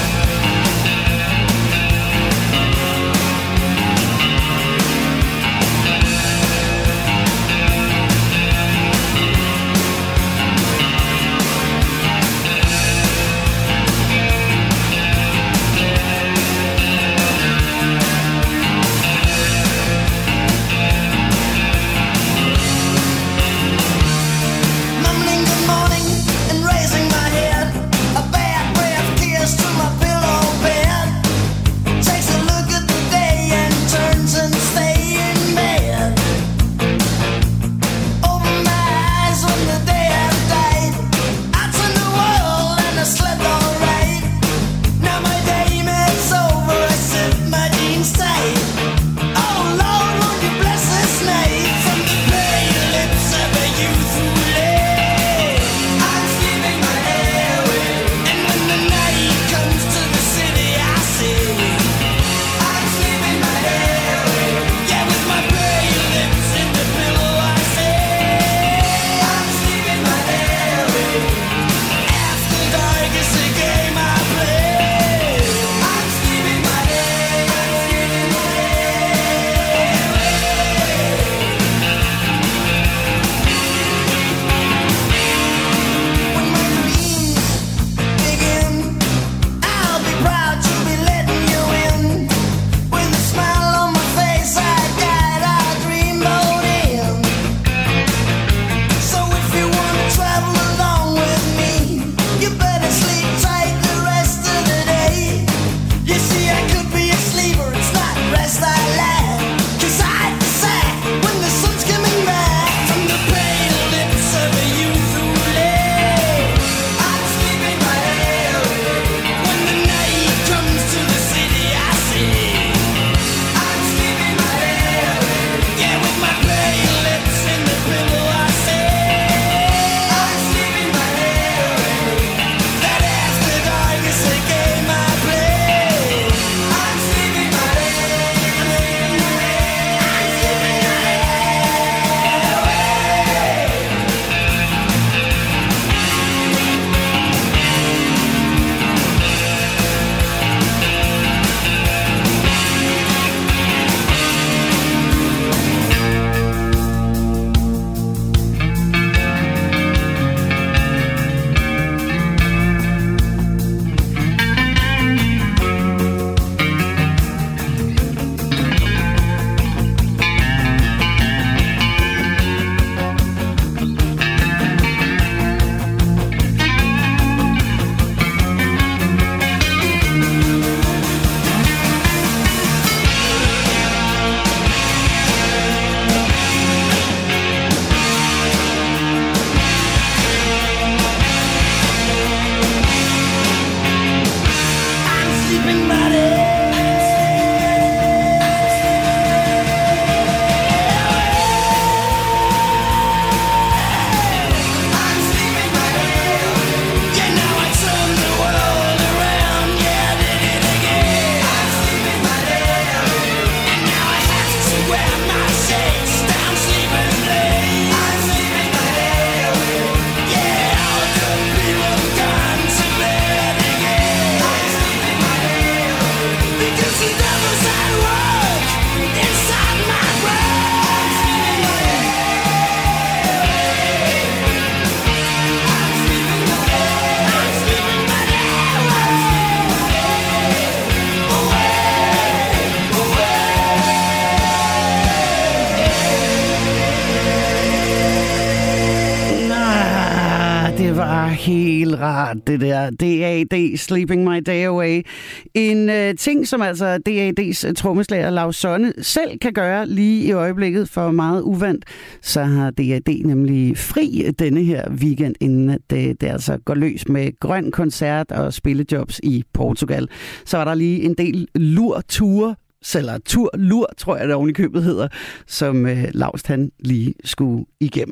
[SPEAKER 1] bare helt rart, det der. D.A.D. Sleeping My Day Away. En ting, som altså D.A.D.'s trommeslager Laus Sonne selv kan gøre lige i øjeblikket for meget uvandt, så har D.A.D. nemlig fri denne her weekend, inden at det altså går løs med grøn koncert og spillejobs i Portugal. Så var der lige en del lur-ture, eller tur-lur, tror jeg det oven i købet hedder, som Laus han lige skulle igennem.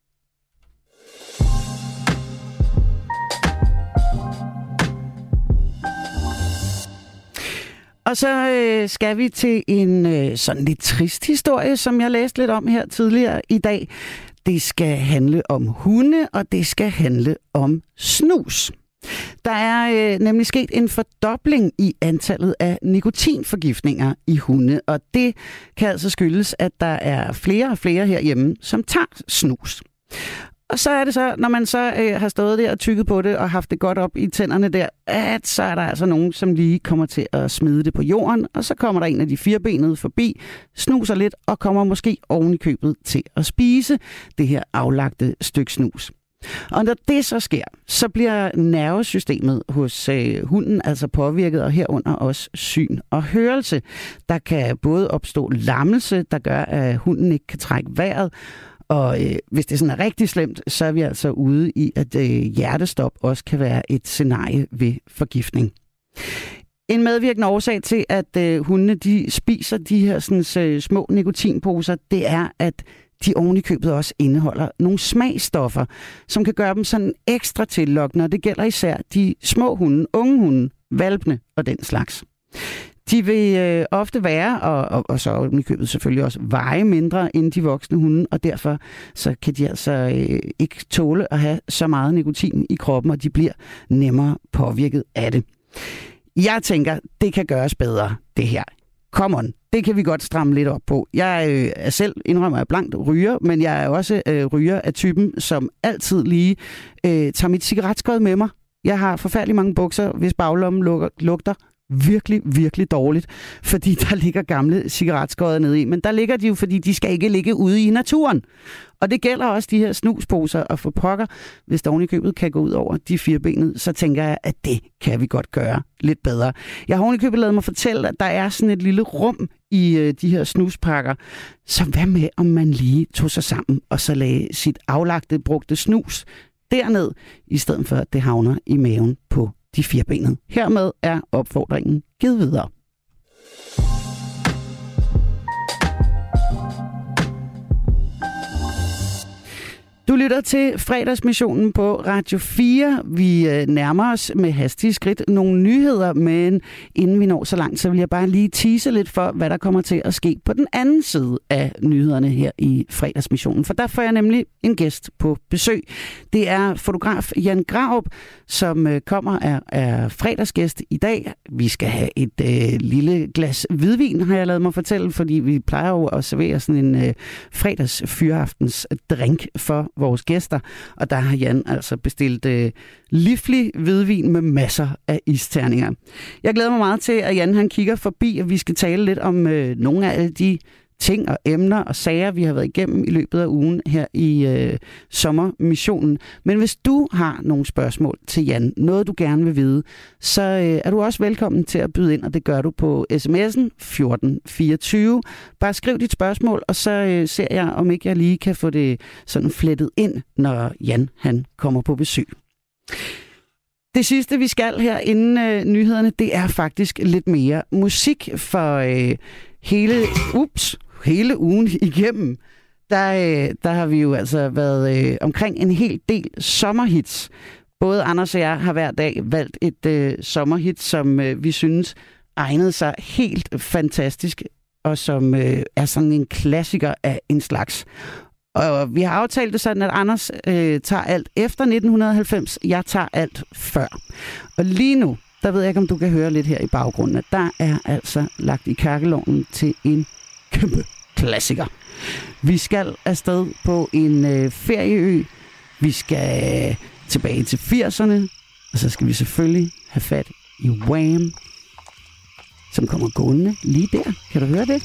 [SPEAKER 1] Og så skal vi til en sådan lidt trist historie, som jeg læste lidt om her tidligere i dag. Det skal handle om hunde, og det skal handle om snus. Der er nemlig sket en fordobling i antallet af nikotinforgiftninger i hunde, og det kan altså skyldes, at der er flere og flere herhjemme, som tager snus. Og så er det så, når man så har stået der og tykket på det og haft det godt op i tænderne der, at så er der altså nogen, som lige kommer til at smide det på jorden, og så kommer der en af de firbenede forbi, snuser lidt og kommer måske oven i købet til at spise det her aflagte stykke snus. Og når det så sker, så bliver nervesystemet hos hunden altså påvirket, og herunder også syn og hørelse. Der kan både opstå lammelse, der gør, at hunden ikke kan trække vejret, og hvis det sådan er rigtig slemt, så er vi altså ude i, at hjertestop også kan være et scenarie ved forgiftning. En medvirkende årsag til, at hundene de spiser de her sådan, små nikotinposer, det er, at de oven i købet også indeholder nogle smagstoffer, som kan gøre dem sådan ekstra tillokkende, og det gælder især de små hunde, unge hunde, hvalpene og den slags. De vil ofte være, og så oven i købet selvfølgelig også veje mindre end de voksne hunde, og derfor så kan de altså ikke tåle at have så meget nikotin i kroppen, og de bliver nemmere påvirket af det. Jeg tænker, det kan gøres bedre, det her. Come on, det kan vi godt stramme lidt op på. Jeg er selv, indrømmer jeg, blankt ryger, men jeg er også ryger af typen, som altid lige tager mit cigaretskod med mig. Jeg har forfærdelig mange bukser, hvis baglommen lugter virkelig, virkelig dårligt, fordi der ligger gamle cigaretskodder nede i. Men der ligger de jo, fordi de skal ikke ligge ude i naturen. Og det gælder også de her snusposer, og for pokker, hvis der oven i købet kan gå ud over de firbenede, så tænker jeg, at det kan vi godt gøre lidt bedre. Jeg har oven i købet ladet mig fortælle, at der er sådan et lille rum i de her snuspakker. Så hvad med, om man lige tog sig sammen, og så lagde sit aflagte, brugte snus derned, i stedet for at det havner i maven på de firbenede. Hermed er opfordringen givet videre. Du lytter til fredagsmissionen på Radio 4. Vi nærmer os med hastige skridt nogle nyheder, men inden vi når så langt, så vil jeg bare lige tease lidt for, hvad der kommer til at ske på den anden side af nyhederne her i fredagsmissionen. For der får jeg nemlig en gæst på besøg. Det er fotograf Jan Grarup, som kommer af fredagsgæst i dag. Vi skal have et lille glas hvidvin, har jeg ladet mig fortælle, fordi vi plejer jo at servere sådan en fredagsfyraftens drink for vores gæster, og der har Jan altså bestilt livlig hvidvin med masser af isterninger. Jeg glæder mig meget til, at Jan han kigger forbi, og vi skal tale lidt om nogle af alle de ting og emner og sager, vi har været igennem i løbet af ugen her i sommermissionen. Men hvis du har nogle spørgsmål til Jan, noget du gerne vil vide, så er du også velkommen til at byde ind, og det gør du på sms'en 1424. Bare skriv dit spørgsmål, og så ser jeg, om ikke jeg lige kan få det sådan flettet ind, når Jan han kommer på besøg. Det sidste, vi skal her inden nyhederne, det er faktisk lidt mere musik for hele ugen igennem. Der har vi jo altså været omkring en hel del sommerhits. Både Anders og jeg har hver dag valgt et sommerhit, som vi synes egnede sig helt fantastisk, og som er sådan en klassiker af en slags. Og vi har aftalt det sådan, at Anders tager alt efter 1990, jeg tager alt før. Og lige nu, der ved jeg ikke, om du kan høre lidt her i baggrunden, at der er altså lagt i kakkelovnen til en kæmpe klassiker. Vi skal afsted på en ferieø. Vi skal tilbage til 80'erne, og så skal vi selvfølgelig have fat i Wham, som kommer gående lige der. Kan du høre det?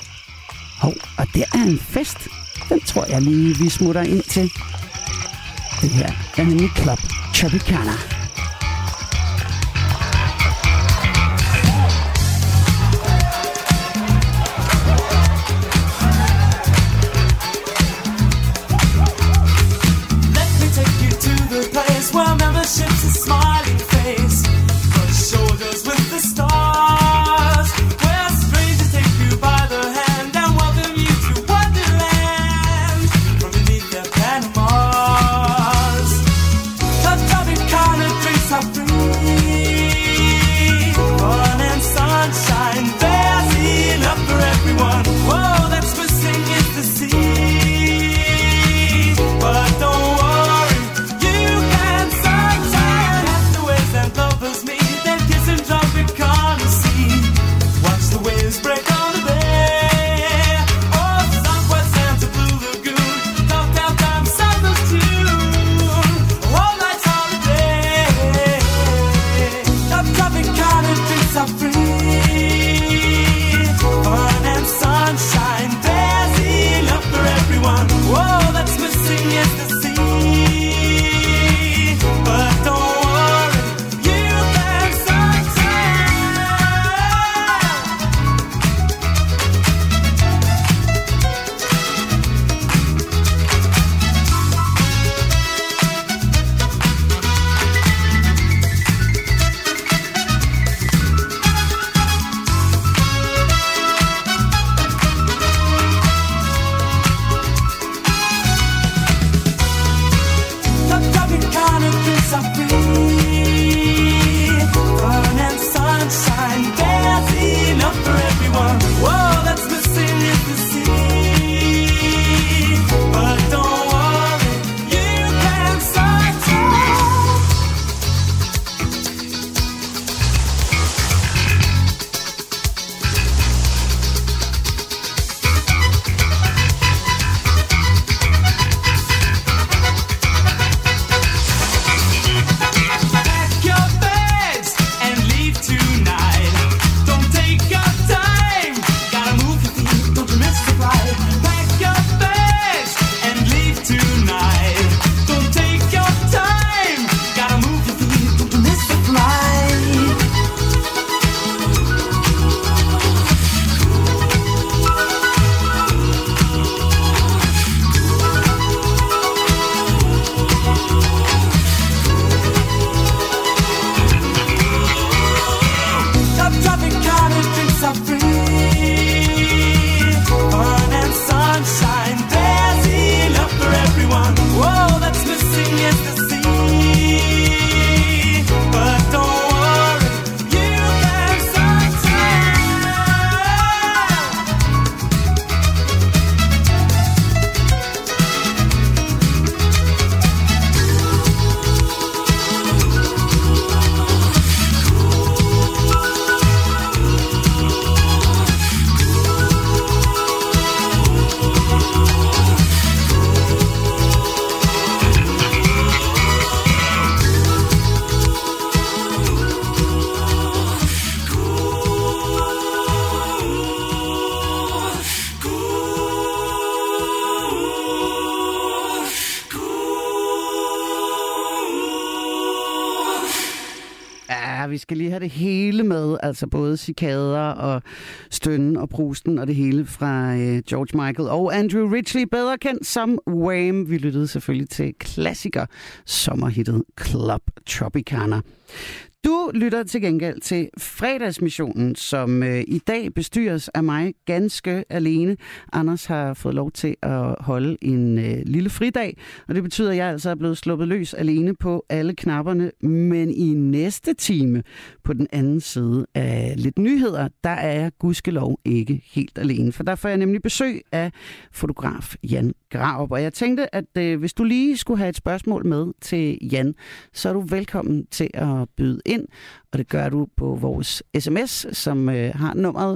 [SPEAKER 1] Og der er en fest. Den tror jeg lige, vi smutter ind til. Det her er nemlig Club Tropicana.
[SPEAKER 4] Well, membership's a smiling face, but shoulders with the stars, where strangers take you by the hand and welcome you to Wonderland from beneath their Panamas. The Tropicana drinks are free, fun and sunshine, there's enough for everyone. Whoa, that's missing is the sea, but don't worry. Lovers meet, then kiss and drop it, can't see. Watch the waves break on the bay. Oh, Southwest Santa Blue Lagoon, talk down time, Southern's tune. All night's holiday. The Tropicana drinks are free. Fun and sunshine, there's enough for everyone. Whoa, that's missing is the sea. But don't
[SPEAKER 1] vi skal lige have det hele med, altså både cikader og stønnen og prusten og det hele fra George Michael og Andrew Ridgeley, bedre kendt som Wham. Vi lyttede selvfølgelig til klassiker sommerhittet Club Tropicana. Du lytter til gengæld til fredagsmissionen, som i dag bestyres af mig ganske alene. Anders har fået lov til at holde en lille fridag, og det betyder, at jeg altså er blevet sluppet løs alene på alle knapperne. Men i næste time, på den anden side af lidt nyheder, der er jeg gudskelov ikke helt alene. For der får jeg nemlig besøg af fotograf Jan Grarup. Og jeg tænkte, at hvis du lige skulle have et spørgsmål med til Jan, så er du velkommen til at byde ind. Og det gør du på vores sms, som har nummeret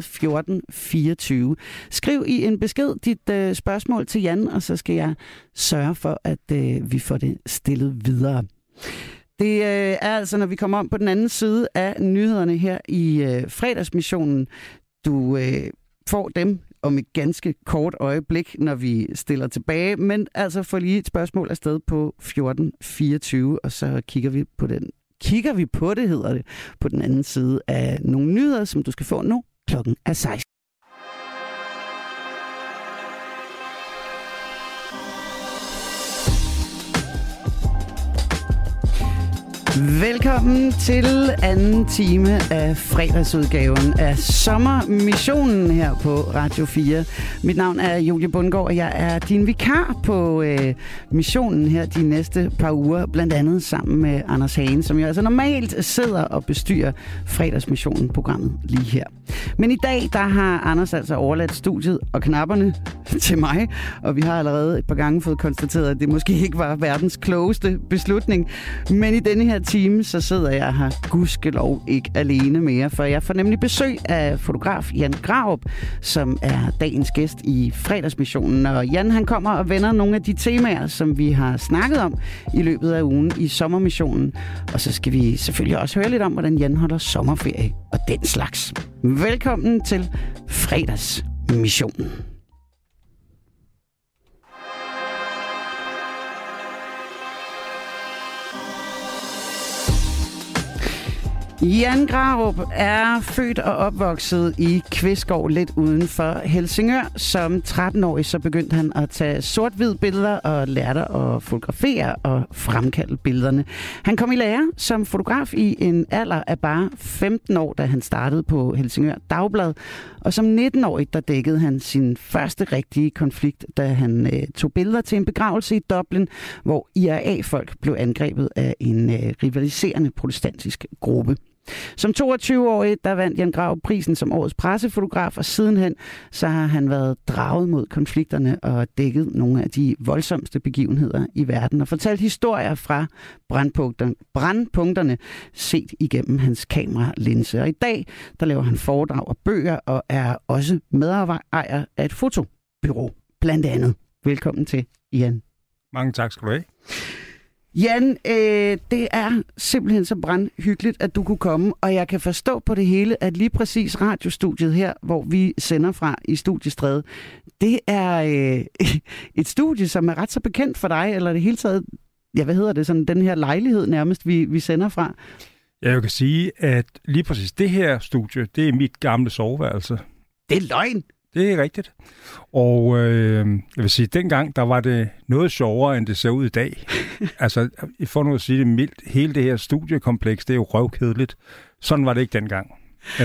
[SPEAKER 1] 1424. Skriv i en besked dit spørgsmål til Jan, og så skal jeg sørge for, at vi får det stillet videre. Det er altså, når vi kommer om på den anden side af nyhederne her i fredagsmissionen. Du får dem om et ganske kort øjeblik, når vi stiller tilbage. Men altså få lige et spørgsmål afsted på 1424, og så kigger vi på det, hedder det, på den anden side af nogle nyheder, som du skal få nu. Klokken er 16. Velkommen til anden time af fredagsudgaven af Sommermissionen her på Radio 4. Mit navn er Julie Bundgaard, og jeg er din vikar på missionen her de næste par uger, blandt andet sammen med Anders Hagen, som jo altså normalt sidder og bestyrer fredagsmissionen-programmet lige her. Men i dag, der har Anders altså overladt studiet og knapperne til mig, og vi har allerede et par gange fået konstateret, at det måske ikke var verdens klogeste beslutning. Men i denne her time, så sidder jeg her gudskelov ikke alene mere, for jeg får nemlig besøg af fotograf Jan Grarup, som er dagens gæst i fredagsmissionen. Og Jan, han kommer og vender nogle af de temaer, som vi har snakket om i løbet af ugen i sommermissionen. Og så skal vi selvfølgelig også høre lidt om, hvordan Jan holder sommerferie og den slags. Velkommen til fredagsmissionen. Jan Grarup er født og opvokset i Kvistgård lidt uden for Helsingør. Som 13-årig så begyndte han at tage sort-hvid billeder og lærte at fotografere og fremkalde billederne. Han kom i lære som fotograf i en alder af bare 15 år, da han startede på Helsingør Dagblad. Og som 19-årig, der dækkede han sin første rigtige konflikt, da han tog billeder til en begravelse i Dublin, hvor IRA-folk blev angrebet af en rivaliserende protestantisk gruppe. Som 22-årig, der vandt Jan Grarup prisen som årets pressefotograf, og sidenhen så har han været draget mod konflikterne og dækket nogle af de voldsomste begivenheder i verden og fortalt historier fra brandpunkterne set igennem hans kameralinse. Og i dag, der laver han foredrag og bøger og er også medejer af et fotobyrå, blandt andet. Velkommen til, Jan.
[SPEAKER 10] Mange tak skal du have.
[SPEAKER 1] Jan, det er simpelthen så brandhyggeligt, at du kunne komme, og jeg kan forstå på det hele, at lige præcis radiostudiet her, hvor vi sender fra i Studiestræde, det er et studie, som er ret så bekendt for dig, eller det hele taget, ja, hvad hedder det, sådan den her lejlighed nærmest, vi sender fra.
[SPEAKER 10] Jeg kan sige, at lige præcis det her studie, det er mit gamle soveværelse.
[SPEAKER 1] Det er løgn!
[SPEAKER 10] Det er rigtigt. Og jeg vil sige, dengang, der var det noget sjovere, end det ser ud i dag. Altså, for nu at sige det mildt, hele det her studiekompleks, det er jo røvkedeligt. Sådan var det ikke dengang.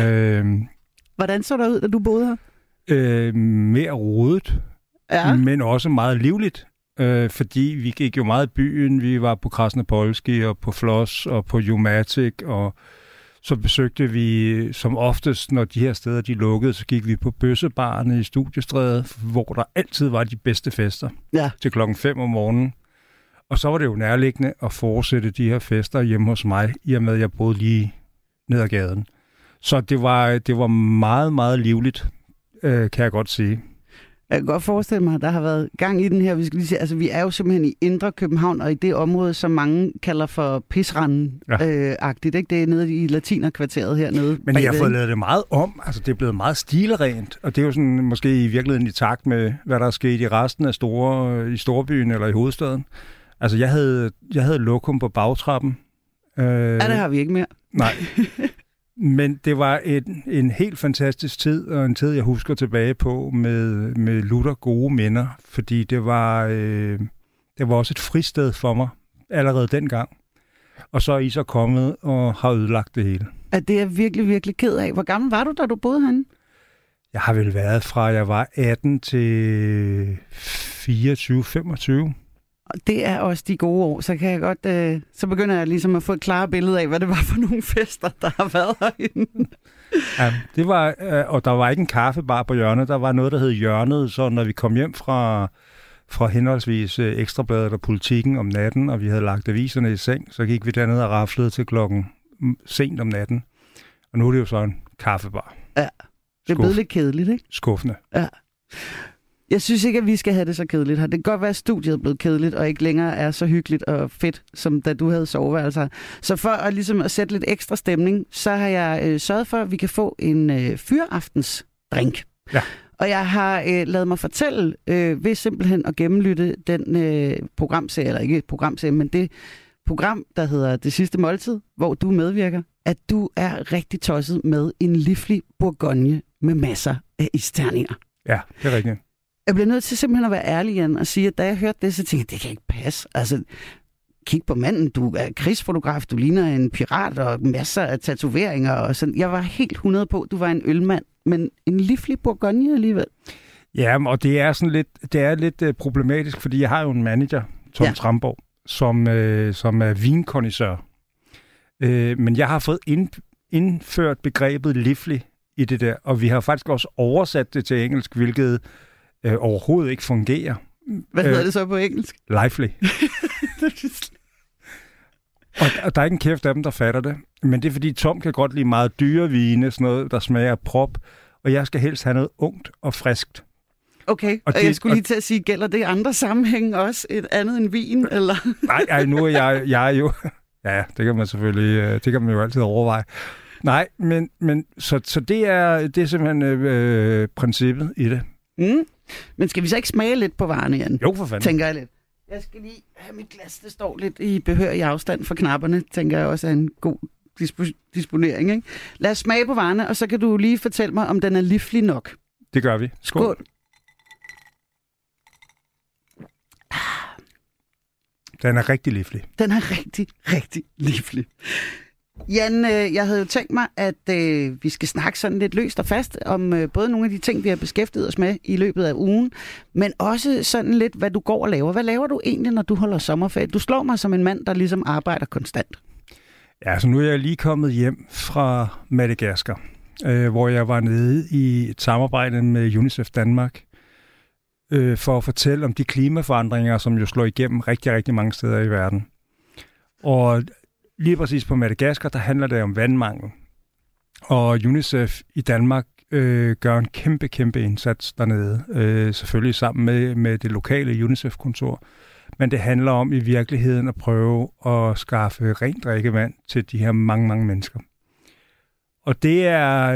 [SPEAKER 1] Hvordan så det ud, da du boede her?
[SPEAKER 10] Mere rodet,
[SPEAKER 1] ja. Men
[SPEAKER 10] også meget livligt. Fordi vi gik jo meget i byen. Vi var på Krasnopolski og på Floss og på Umatic, og så besøgte vi som oftest, når de her steder de lukkede, så gik vi på bøssebarne i Studiestræde, hvor der altid var de bedste fester til 5:00 om morgenen. Og så var det jo nærliggende at fortsætte de her fester hjemme hos mig, i og med at jeg boede lige ned ad gaden. Så det var meget, meget livligt, kan jeg godt sige.
[SPEAKER 1] Jeg kan godt forestille mig, at der har været gang i den her. Vi skal lige sige, altså vi er jo simpelthen i Indre København, og i det område, som mange kalder for pisranden-agtigt, ikke? Det er nede i latinerkvarteret hernede.
[SPEAKER 10] Men jeg har fået lavet det meget om. Altså det er blevet meget stilrent, og det er jo sådan måske i virkeligheden i takt med, hvad der er sket i resten af i storbyen eller i hovedstaden. Altså jeg havde lokum på bagtrappen.
[SPEAKER 1] Det har vi ikke mere.
[SPEAKER 10] Nej. Men det var en helt fantastisk tid, og en tid, jeg husker tilbage på med lutter gode minder, fordi det var også et fristed for mig allerede dengang. Og så er I så kommet og har ødelagt det hele.
[SPEAKER 1] Det er jeg virkelig, virkelig ked af. Hvor gammel var du, da du boede herinde?
[SPEAKER 10] Jeg har vel været fra, jeg var 18 til 24-25.
[SPEAKER 1] Det er også de gode år, så kan jeg godt, så begynder jeg ligesom at få et klart billede af, hvad det var for nogle fester, der har været herinde.
[SPEAKER 10] Ja, det var, og der var ikke en kaffebar på hjørnet, der var noget, der hed Hjørnet, så når vi kom hjem fra henholdsvis Ekstrabladet og Politikken om natten, og vi havde lagt aviserne i seng, så gik vi derned og raflede til klokken sent om natten. Og nu er det jo så en kaffebar.
[SPEAKER 1] Ja, det er blevet lidt kedeligt, ikke?
[SPEAKER 10] Skuffende.
[SPEAKER 1] Ja. Jeg synes ikke, at vi skal have det så kedeligt her. Det kan godt være, at studiet er blevet kedeligt, og ikke længere er så hyggeligt og fedt, som da du havde soveværelser. Så for at sætte lidt ekstra stemning, så har jeg sørget for, at vi kan få en fyraftensdrink.
[SPEAKER 10] Ja.
[SPEAKER 1] Og jeg har lavet mig fortælle ved simpelthen at gennemlytte den programserie, eller ikke programserie, men det program, der hedder Det Sidste Måltid, hvor du medvirker, at du er rigtig tosset med en livlig bourgogne med masser af isterninger.
[SPEAKER 10] Ja, det er rigtigt.
[SPEAKER 1] Jeg bliver nødt til simpelthen at være ærlig igen og sige, at da jeg hørte det, så tænkte jeg, det kan ikke passe. Altså, kig på manden, du er krigsfotograf, du ligner en pirat og masser af tatoveringer og sådan. Jeg var helt 100 på, at du var en ølmand, men en livlig bourgogne alligevel.
[SPEAKER 10] Ja, og det er lidt problematisk, fordi jeg har jo en manager, Tom Tramborg, som er vinkondisør. Men jeg har fået indført begrebet livlig i det der, og vi har faktisk også oversat det til engelsk, hvilket overhovedet ikke fungerer.
[SPEAKER 1] Hvad hedder det så på engelsk?
[SPEAKER 10] Lively. Og der er ikke en kæft af dem, der fatter det. Men det er fordi, Tom kan godt lide meget dyre vine, sådan noget, der smager af prop, og jeg skal helst have noget ungt og friskt.
[SPEAKER 1] Okay, og jeg skulle lige til at sige, gælder det i andre sammenhæng også et andet end vin, eller? Nej,
[SPEAKER 10] nu er jeg jo... Ja, det kan man selvfølgelig... Det kan man jo altid overveje. Nej, men så det er simpelthen princippet i det.
[SPEAKER 1] Mm. Men skal vi så ikke smage lidt på varerne, Jan?
[SPEAKER 10] Jo, for fanden.
[SPEAKER 1] Tænker jeg lidt. Jeg skal lige have mit glas, det står lidt i behørig afstand for knapperne, tænker jeg også er en god disponering, ikke? Lad os smage på varerne, og så kan du lige fortælle mig, om den er livlig nok.
[SPEAKER 10] Det gør vi. Skål. Den er rigtig livlig.
[SPEAKER 1] Den er rigtig, rigtig livlig. Jan, jeg havde jo tænkt mig, at vi skal snakke sådan lidt løst og fast om både nogle af de ting, vi har beskæftiget os med i løbet af ugen, men også sådan lidt, hvad du går og laver. Hvad laver du egentlig, når du holder sommerferie? Du slår mig som en mand, der ligesom arbejder konstant.
[SPEAKER 10] Ja, så nu er jeg lige kommet hjem fra Madagaskar, hvor jeg var nede i et samarbejde med UNICEF Danmark, for at fortælle om de klimaforandringer, som jo slår igennem rigtig, rigtig mange steder i verden. Og lige præcis på Madagaskar, der handler det om vandmangel. Og UNICEF i Danmark gør en kæmpe, kæmpe indsats dernede. Selvfølgelig sammen med det lokale UNICEF-kontor. Men det handler om i virkeligheden at prøve at skaffe rent drikkevand til de her mange, mange mennesker. Og det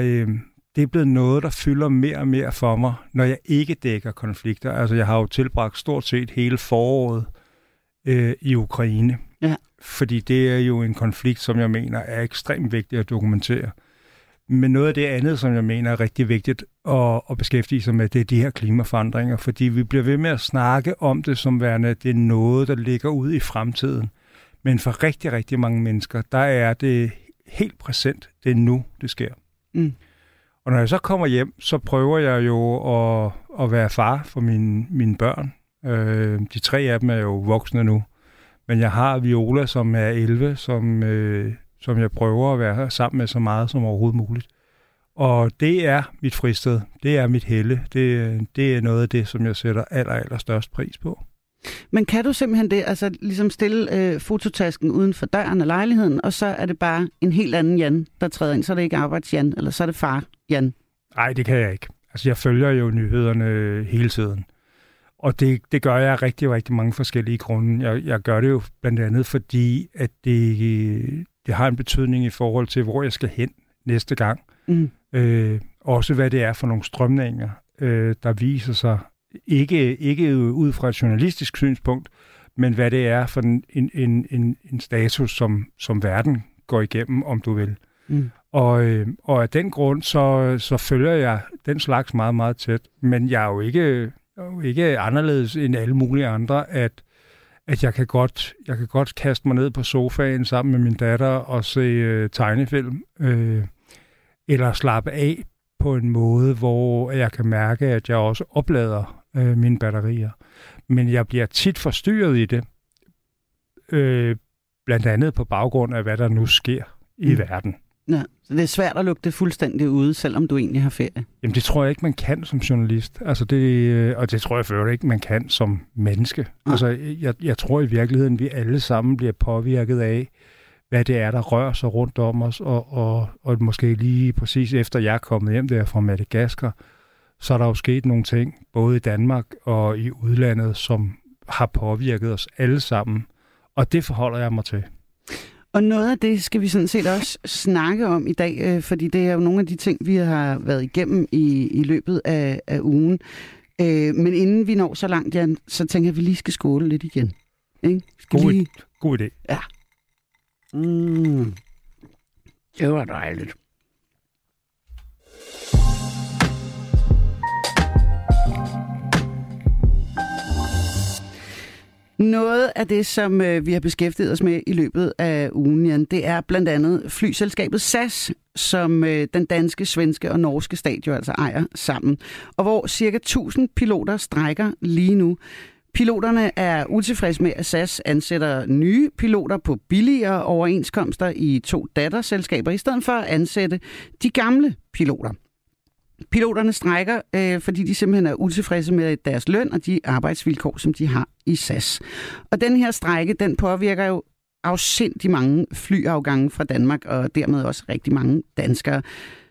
[SPEAKER 10] er blevet noget, der fylder mere og mere for mig, når jeg ikke dækker konflikter. Altså, jeg har jo tilbragt stort set hele foråret i Ukraine. Ja. Fordi det er jo en konflikt, som jeg mener er ekstremt vigtig at dokumentere. Men noget af det andet, som jeg mener er rigtig vigtigt at beskæftige sig med, det er de her klimaforandringer. Fordi vi bliver ved med at snakke om det som værende, det er noget, der ligger ude i fremtiden. Men for rigtig, rigtig mange mennesker, der er det helt præsent. Det er nu, det sker. Mm. Og når jeg så kommer hjem, så prøver jeg jo at være far for mine børn. De 3 af dem er jo voksne nu. Men jeg har Viola, som er 11, som jeg prøver at være sammen med så meget som overhovedet muligt. Og det er mit fristed. Det er mit helle. Det er noget af det, som jeg sætter allerstørst pris på.
[SPEAKER 1] Men kan du simpelthen det, altså ligesom stille fototasken uden for døren af lejligheden, og så er det bare en helt anden Jan, der træder ind? Så er det ikke arbejds-Jan, eller så er det far-Jan? Nej,
[SPEAKER 10] det kan jeg ikke. Altså, jeg følger jo nyhederne hele tiden. Og det gør jeg rigtig, rigtig mange forskellige grunde. Jeg gør det jo blandt andet, fordi at det har en betydning i forhold til, hvor jeg skal hen næste gang. Mm. Også hvad det er for nogle strømninger, der viser sig. Ikke ud fra et journalistisk synspunkt, men hvad det er for en status, som verden går igennem, om du vil. Mm. Og af den grund, så følger jeg den slags meget, meget tæt. Men jeg er jo ikke anderledes end alle mulige andre, at jeg kan godt kaste mig ned på sofaen sammen med min datter og se tegnefilm, eller slappe af på en måde, hvor jeg kan mærke, at jeg også oplader mine batterier. Men jeg bliver tit forstyrret i det, blandt andet på baggrund af, hvad der nu sker i verden.
[SPEAKER 1] Ja, så det er svært at lukke det fuldstændig ude, selvom du egentlig har ferie?
[SPEAKER 10] Jamen, det tror jeg ikke, man kan som journalist. Altså og det tror jeg for ikke, man kan som menneske. Ja. Altså, jeg tror i virkeligheden, vi alle sammen bliver påvirket af, hvad det er, der rører sig rundt om os, og måske lige præcis efter jeg er kommet hjem der fra Madagaskar, så er der jo sket nogle ting, både i Danmark og i udlandet, som har påvirket os alle sammen. Og det forholder jeg mig til.
[SPEAKER 1] Og noget af det skal vi sådan set også snakke om i dag, fordi det er jo nogle af de ting, vi har været igennem i løbet af ugen. Men inden vi når så langt, Jan, så tænker jeg, at vi lige skal skåle lidt igen. Ikke?
[SPEAKER 10] God idé.
[SPEAKER 1] Ja. Det var dejligt. Noget af det, som vi har beskæftiget os med i løbet af ugen, Jan, det er blandt andet flyselskabet SAS, som den danske, svenske og norske stat jo altså ejer sammen, og hvor cirka 1000 piloter strejker lige nu. Piloterne er utilfredse med, at SAS ansætter nye piloter på billigere overenskomster i 2 datterselskaber, i stedet for at ansætte de gamle piloter. Piloterne strejker, fordi de simpelthen er utilfredse med deres løn og de arbejdsvilkår, som de har i SAS. Og den her strejke, den påvirker jo afsindig mange flyafgange fra Danmark, og dermed også rigtig mange danskere.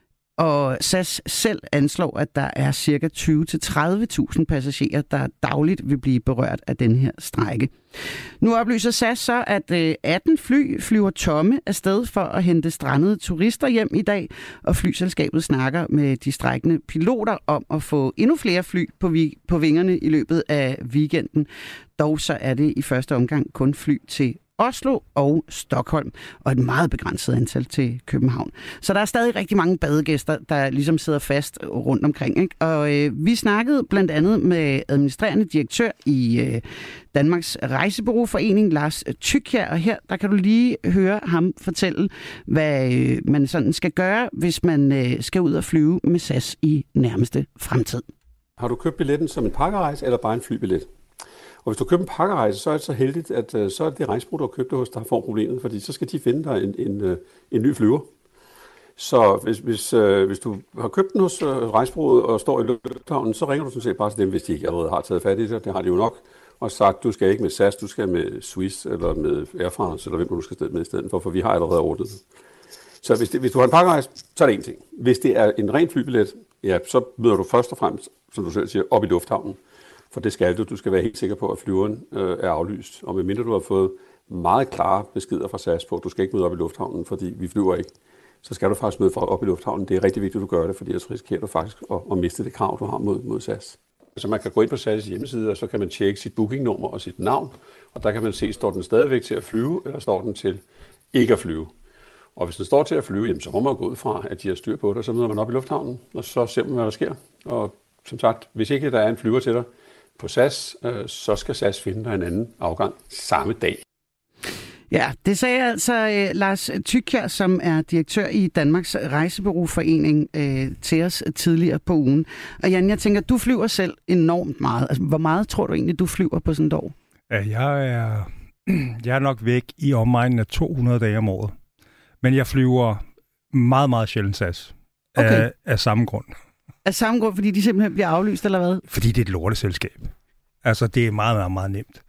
[SPEAKER 1] Og SAS selv anslår, at der er ca. 20-30.000 passagerer, der dagligt vil blive berørt af den her strejke. Nu oplyser SAS så, at 18 fly flyver tomme afsted for at hente strandede turister hjem i dag, og flyselskabet snakker med de strejkende piloter om at få endnu flere fly på vingerne i løbet af weekenden. Dog så er det i første omgang kun fly til Oslo og Stockholm, og et meget begrænset antal til København. Så der er stadig rigtig mange badegæster, der ligesom sidder fast rundt omkring. Ikke? Og vi snakkede blandt andet med administrerende direktør i Danmarks Rejsebureauforening, Lars Thykier, og her der kan du lige høre ham fortælle, hvad man sådan skal gøre, hvis man skal ud og flyve med SAS i nærmeste fremtid.
[SPEAKER 11] Har du købt billetten som en pakkerejse eller bare en flybillet? Og hvis du køber en pakkerejse, så er det så heldigt, at så er det rejsebureau, du har købt det hos, der får problemet, fordi så skal de finde dig en ny flyver. Så hvis du har købt den hos rejsebureauet og står i lufthavnen, så ringer du sådan set bare til dem, hvis de ikke allerede har taget fat i det. Det har de jo nok. Og sagt, du skal ikke med SAS, du skal med Swiss eller med Air France, eller hvem du skal med i stedet for vi har allerede ordnet det. Så hvis du har en pakkerejse, så er det en ting. Hvis det er en ren flybillet, ja, så møder du først og fremmest, som du selv siger, op i lufthavnen. For det skal du. Du skal være helt sikker på, at flyveren er aflyst. Og medmindre du har fået meget klare beskeder fra SAS på, at du skal ikke møde op i lufthavnen, fordi vi flyver ikke, så skal du faktisk møde op i lufthavnen. Det er rigtig vigtigt, at du gør det, fordi ellers risikerer du faktisk at miste det krav, du har mod SAS. Så man kan gå ind på SAS' hjemmeside, og så kan man tjekke sit bookingnummer og sit navn. Og der kan man se, står den stadigvæk til at flyve, eller står den til ikke at flyve. Og hvis den står til at flyve, jamen, så må man gå ud fra, at de har styr på det, og så møder man op i lufthavnen, og så ser man, hvad der sker. Og som sagt, hvis ikke der er en flyver til dig på SAS, så skal SAS finde dig en anden afgang samme dag.
[SPEAKER 1] Ja, det sagde altså Lars Thykier, som er direktør i Danmarks Rejsebureauforening, til os tidligere på ugen. Og Jan, jeg tænker, du flyver selv enormt meget. Altså, hvor meget tror du egentlig, du flyver på sådan et år?
[SPEAKER 10] Ja, jeg er nok væk i omegnen af 200 dage om året. Men jeg flyver meget, meget sjældent SAS. Okay. Af samme grund.
[SPEAKER 1] Af samme grund, fordi de simpelthen bliver aflyst, eller hvad?
[SPEAKER 10] Fordi det er et lorteselskab. Altså, det er meget, meget, meget nemt.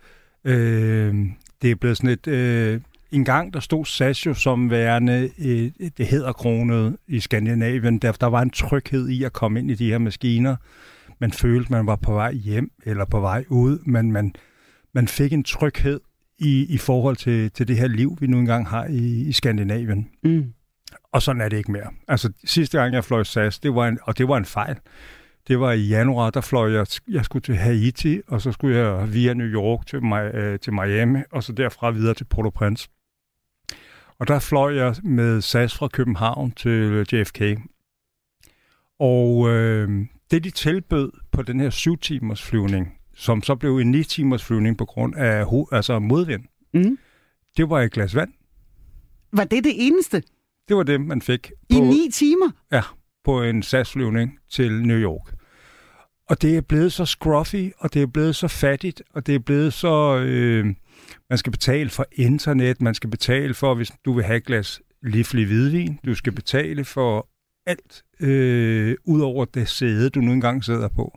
[SPEAKER 10] Det er blevet sådan et... en gang, der stod SAS jo som værende det hæderkronet i Skandinavien. Der var en tryghed i at komme ind i de her maskiner. Man følte, man var på vej hjem eller på vej ud, men man fik en tryghed i forhold til det her liv, vi nu engang har i Skandinavien. Mm. Og sådan er det ikke mere. Altså, sidste gang, jeg fløj SAS, det var en fejl. Det var i januar, der fløj jeg skulle til Haiti, og så skulle jeg via New York til Miami, og så derfra videre til Port-au-Prince. Og der fløj jeg med SAS fra København til JFK. Og det, de tilbød på den her 7-timers flyvning, som så blev en 9-timers flyvning på grund af modvind, det var et glas vand.
[SPEAKER 1] Var det det eneste? Det
[SPEAKER 10] var det, man fik.
[SPEAKER 1] I 9 timer?
[SPEAKER 10] Ja, på en SAS-flyvning til New York. Og det er blevet så scruffy, og det er blevet så fattigt, og det er blevet så... man skal betale for internet, man skal betale for, hvis du vil have et glas livlig hvidvin, du skal betale for alt, ud over det sæde, du nu engang sidder på.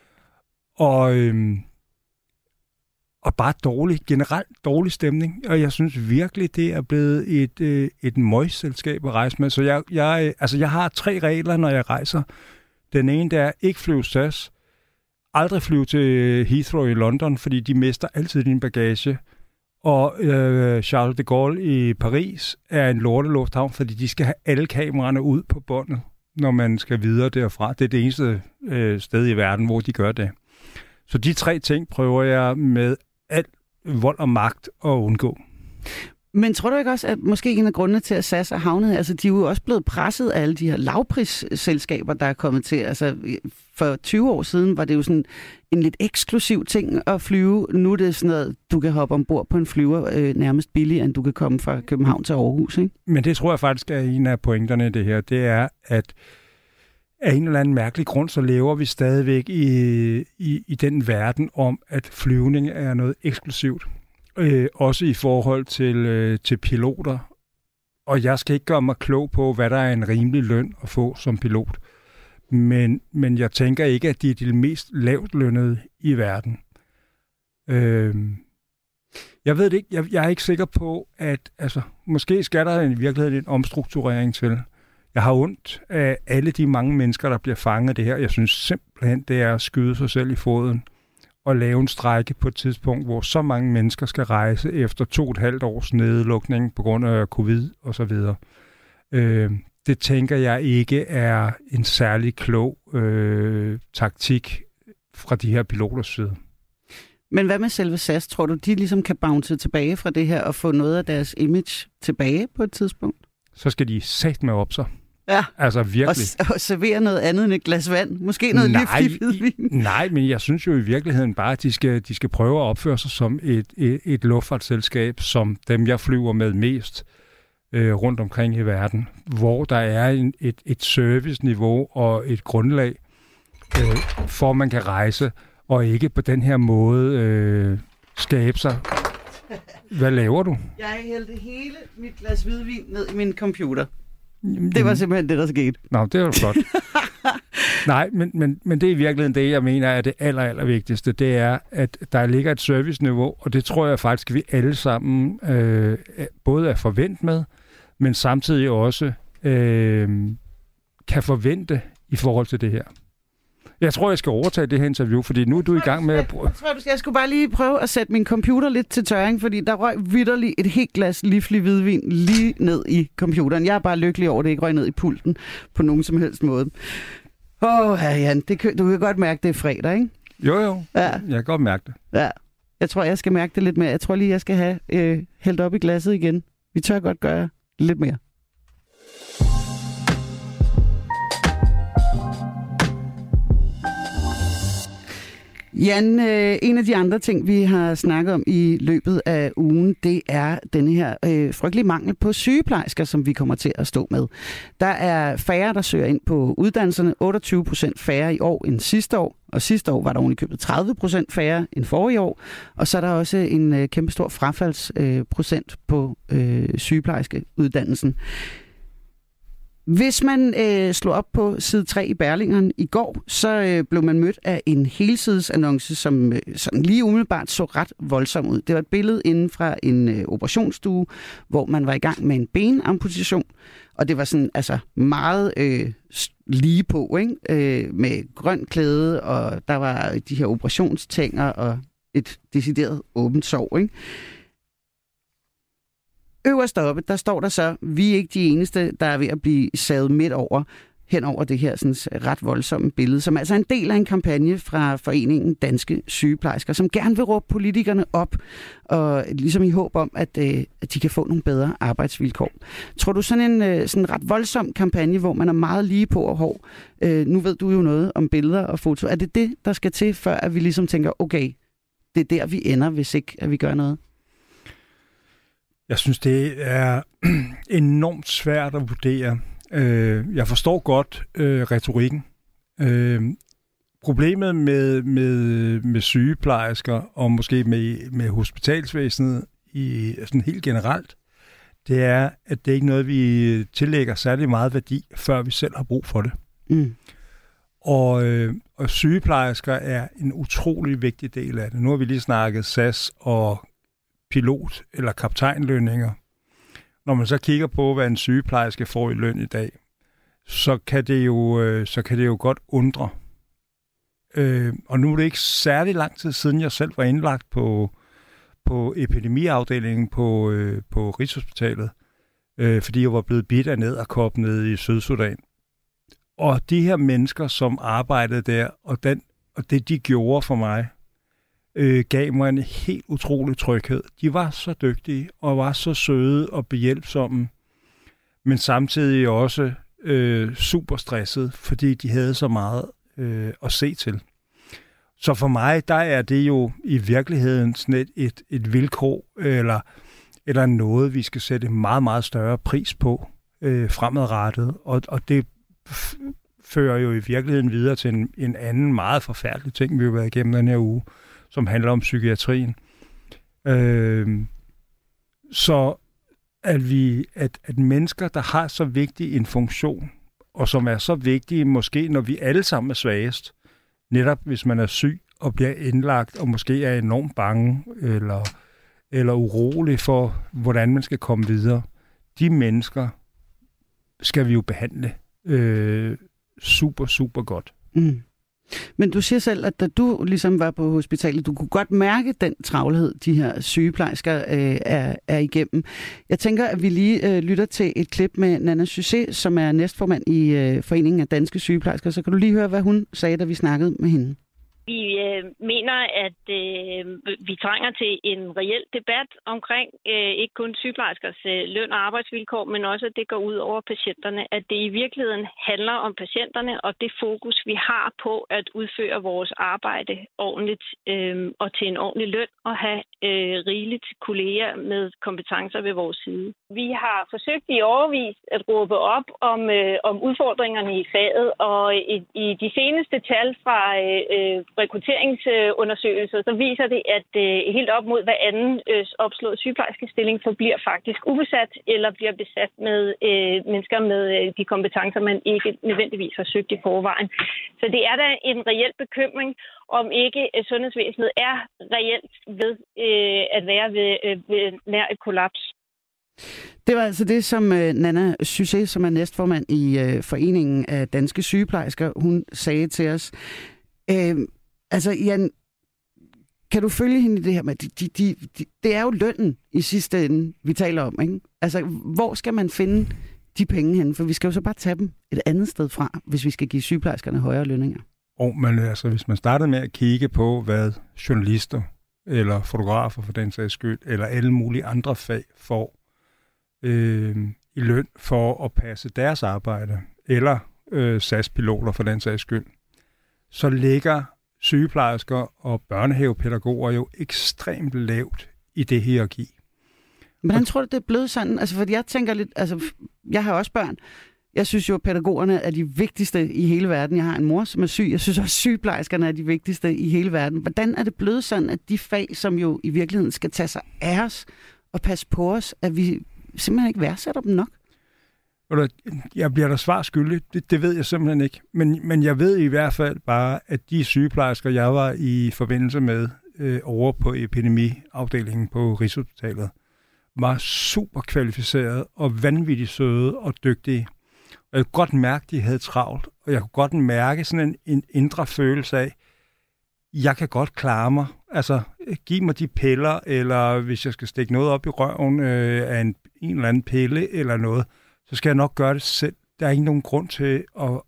[SPEAKER 10] Og bare generelt dårlig stemning, og jeg synes virkelig, det er blevet et møgselskab at rejse med. Så jeg har 3 regler, når jeg rejser. Den ene, der er ikke flyve SAS, aldrig flyve til Heathrow i London, fordi de mister altid din bagage, Og Charles de Gaulle i Paris er en lortelufthavn, fordi de skal have alle kameraerne ud på båndet, når man skal videre derfra. Det er det eneste sted i verden, hvor de gør det. Så de 3 ting prøver jeg med al vold og magt at undgå.
[SPEAKER 1] Men tror du ikke også, at måske en af grundene til, at SAS er havnet, altså de er jo også blevet presset af alle de her lavprisselskaber, der er kommet til. Altså for 20 år siden var det jo sådan en lidt eksklusiv ting at flyve. Nu er det sådan noget, du kan hoppe ombord på en flyver nærmest billigere, end du kan komme fra København til Aarhus, ikke?
[SPEAKER 10] Men det tror jeg faktisk er en af pointerne i det her. Det er, at af en eller anden mærkelig grund, så lever vi stadigvæk i den verden om, at flyvning er noget eksklusivt. Også i forhold til piloter. Og jeg skal ikke gøre mig klog på, hvad der er en rimelig løn at få som pilot. Men jeg tænker ikke, at de er de mest lavt lønnede i verden. Jeg ved det ikke. Jeg er ikke sikker på, at måske skal der i virkeligheden en omstrukturering til. Jeg har ondt af alle de mange mennesker, der bliver fanget af det her. Jeg synes simpelthen, det er at skyde sig selv i foden og lave en strejke på et tidspunkt, hvor så mange mennesker skal rejse efter 2,5 års nedlukning på grund af covid og så videre. Det tænker jeg ikke er en særlig klog taktik fra de her piloters side.
[SPEAKER 1] Men hvad med selve SAS? Tror du, de ligesom kan bounce tilbage fra det her og få noget af deres image tilbage på et tidspunkt?
[SPEAKER 10] Så skal de satme op sig.
[SPEAKER 1] Ja,
[SPEAKER 10] altså virkelig.
[SPEAKER 1] Og servere noget andet end et glas vand. Måske noget livlig hvidvin.
[SPEAKER 10] Nej, men jeg synes jo i virkeligheden bare, at de skal prøve at opføre sig som et luftfartsselskab, som dem, jeg flyver med mest rundt omkring i verden, hvor der er et serviceniveau og et grundlag, for at man kan rejse, og ikke på den her måde skabe sig. Hvad laver du?
[SPEAKER 1] Jeg hældte hele mit glas hvidvin ned i min computer. Det var simpelthen det, der skete.
[SPEAKER 10] Nå, det var flot. Nej, men det er i virkeligheden det, jeg mener er det aller vigtigste. Det er, at der ligger et serviceniveau, og det tror jeg faktisk, vi alle sammen både er forventet med, men samtidig også kan forvente i forhold til det her. Jeg tror, jeg skal overtage det her interview, fordi nu er du i gang med at...
[SPEAKER 1] Jeg skulle bare lige prøve at sætte min computer lidt til tørring, fordi der røg vitterligt et helt glas livlig hvidvin lige ned i computeren. Jeg er bare lykkelig over, det ikke røg ned i pulten på nogen som helst måde. Herre Jan, du kan godt mærke, det er fredag, ikke?
[SPEAKER 10] Jo.
[SPEAKER 1] Ja.
[SPEAKER 10] Jeg kan godt mærke det.
[SPEAKER 1] Ja. Jeg tror, jeg skal mærke det lidt mere. Jeg tror lige, jeg skal have hældt op i glasset igen. Vi tør godt gøre lidt mere. Jan, en af de andre ting, vi har snakket om i løbet af ugen, det er denne her frygtelige mangel på sygeplejersker, som vi kommer til at stå med. Der er færre, der søger ind på uddannelserne, 28% færre i år end sidste år, og sidste år var der ovenikøbet 30% færre end forrige år, og så er der også en kæmpestor frafaldsprocent på sygeplejerskeuddannelsen. Hvis man slog op på side 3 i Berlingeren i går, så blev man mødt af en helsidesannonce, som sådan lige umiddelbart så ret voldsom ud. Det var et billede inden fra en operationsstue, hvor man var i gang med en benamputation, og det var sådan meget lige på, ikke? Med grøn klæde, og der var de her operationstænger og et decideret åbent sår, ikke? Øverst oppe, der står der så, vi er ikke de eneste, der er ved at blive savet midt over, hen over det her sådan, ret voldsomme billede, som altså er en del af en kampagne fra Foreningen Danske Sygeplejersker, som gerne vil råbe politikerne op, og ligesom i håb om, at de kan få nogle bedre arbejdsvilkår. Tror du sådan en ret voldsom kampagne, hvor man er meget lige på og hård, nu ved du jo noget om billeder og foto, er det, der skal til, før at vi ligesom tænker, okay, det er der, vi ender, hvis ikke at vi gør noget?
[SPEAKER 10] Jeg synes, det er enormt svært at vurdere. Jeg forstår godt retorikken. Problemet med sygeplejersker og måske med hospitalsvæsenet sådan helt generelt, det er, at det ikke er noget, vi tillægger særlig meget værdi, før vi selv har brug for det. Mm. Og sygeplejersker er en utrolig vigtig del af det. Nu har vi lige snakket SAS og pilot- eller kaptajnlønninger. Når man så kigger på, hvad en sygeplejerske får i løn i dag, så kan det jo godt undre. Og nu er det ikke særlig lang tid siden, jeg selv var indlagt på på epidemiafdelingen på Rigshospitalet, fordi jeg var blevet bidt af ned nede i Sydsudan. Og de her mennesker, som arbejdede der, og det de gjorde for mig, gav mig en helt utrolig tryghed. De var så dygtige, og var så søde og behjælpsomme, men samtidig også super stressede, fordi de havde så meget at se til. Så for mig, der er det jo i virkeligheden sådan et vilkår, eller noget, vi skal sætte meget, meget større pris på fremadrettet. Og det fører jo i virkeligheden videre til en anden meget forfærdelig ting, vi har været igennem den her uge, som handler om psykiatrien. Så at mennesker, der har så vigtig en funktion, og som er så vigtige, måske når vi alle sammen er svagest, netop hvis man er syg og bliver indlagt, og måske er enormt bange, eller urolig for, hvordan man skal komme videre. De mennesker skal vi jo behandle super, super godt.
[SPEAKER 1] Mm. Men du siger selv, at da du ligesom var på hospitalet, du kunne godt mærke den travlhed, de her sygeplejersker er igennem. Jeg tænker, at vi lige lytter til et klip med Nana Sucé, som er næstformand i Foreningen af Danske Sygeplejersker. Så kan du lige høre, hvad hun sagde, da vi snakkede med hende.
[SPEAKER 12] Vi mener, at vi trænger til en reel debat omkring ikke kun sygeplejerskers løn og arbejdsvilkår, men også at det går ud over patienterne. At det i virkeligheden handler om patienterne og det fokus, vi har på at udføre vores arbejde ordentligt og til en ordentlig løn og have rigeligt kolleger med kompetencer ved vores side. Vi har forsøgt i årevis at råbe op om udfordringerne i faget, og i de seneste tal fra rekrutteringsundersøgelser, så viser det, at helt op mod hver anden opslået sygeplejerskestilling forbliver faktisk ubesat eller bliver besat med mennesker med de kompetencer, man ikke nødvendigvis har søgt i forvejen. Så det er da en reel bekymring, om ikke sundhedsvæsenet er reelt ved at være ved nær et kollaps.
[SPEAKER 1] Det var altså det, som Nana Sucé, som er næstformand i Foreningen af Danske Sygeplejersker, hun sagde til os. Altså, Jan, kan du følge hende i det her med, det er jo lønnen i sidste ende, vi taler om, ikke? Altså, hvor skal man finde de penge henne? For vi skal jo så bare tage dem et andet sted fra, hvis vi skal give sygeplejerskerne højere lønninger.
[SPEAKER 10] Men altså, hvis man startede med at kigge på, hvad journalister eller fotografer for den sags skyld, eller alle mulige andre fag får i løn for at passe deres arbejde, eller SAS-piloter for den sags skyld, så ligger sygeplejersker og børnehavepædagoger jo ekstremt lavt i det hierarki.
[SPEAKER 1] Hvordan tror du, det er blevet sådan? Altså, fordi jeg tænker lidt, altså, jeg har også børn. Jeg synes jo, at pædagogerne er de vigtigste i hele verden. Jeg har en mor, som er syg. Jeg synes også, at sygeplejerskerne er de vigtigste i hele verden. Hvordan er det blevet sådan, at de fag, som jo i virkeligheden skal tage sig af os og passe på os, at vi simpelthen ikke værdsætter dem nok?
[SPEAKER 10] Jeg bliver der svar skyldig. Det ved jeg simpelthen ikke. Men jeg ved i hvert fald bare, at de sygeplejersker, jeg var i forbindelse med over på epidemiafdelingen på Rigshospitalet, var super kvalificerede og vanvittigt søde og dygtige. Og jeg kunne godt mærke, at de havde travlt. Og jeg kunne godt mærke sådan en indre følelse af, jeg kan godt klare mig. Altså, giv mig de piller, eller hvis jeg skal stikke noget op i røven af en eller anden pille eller noget, så skal jeg nok gøre det selv. Der er ikke nogen grund til,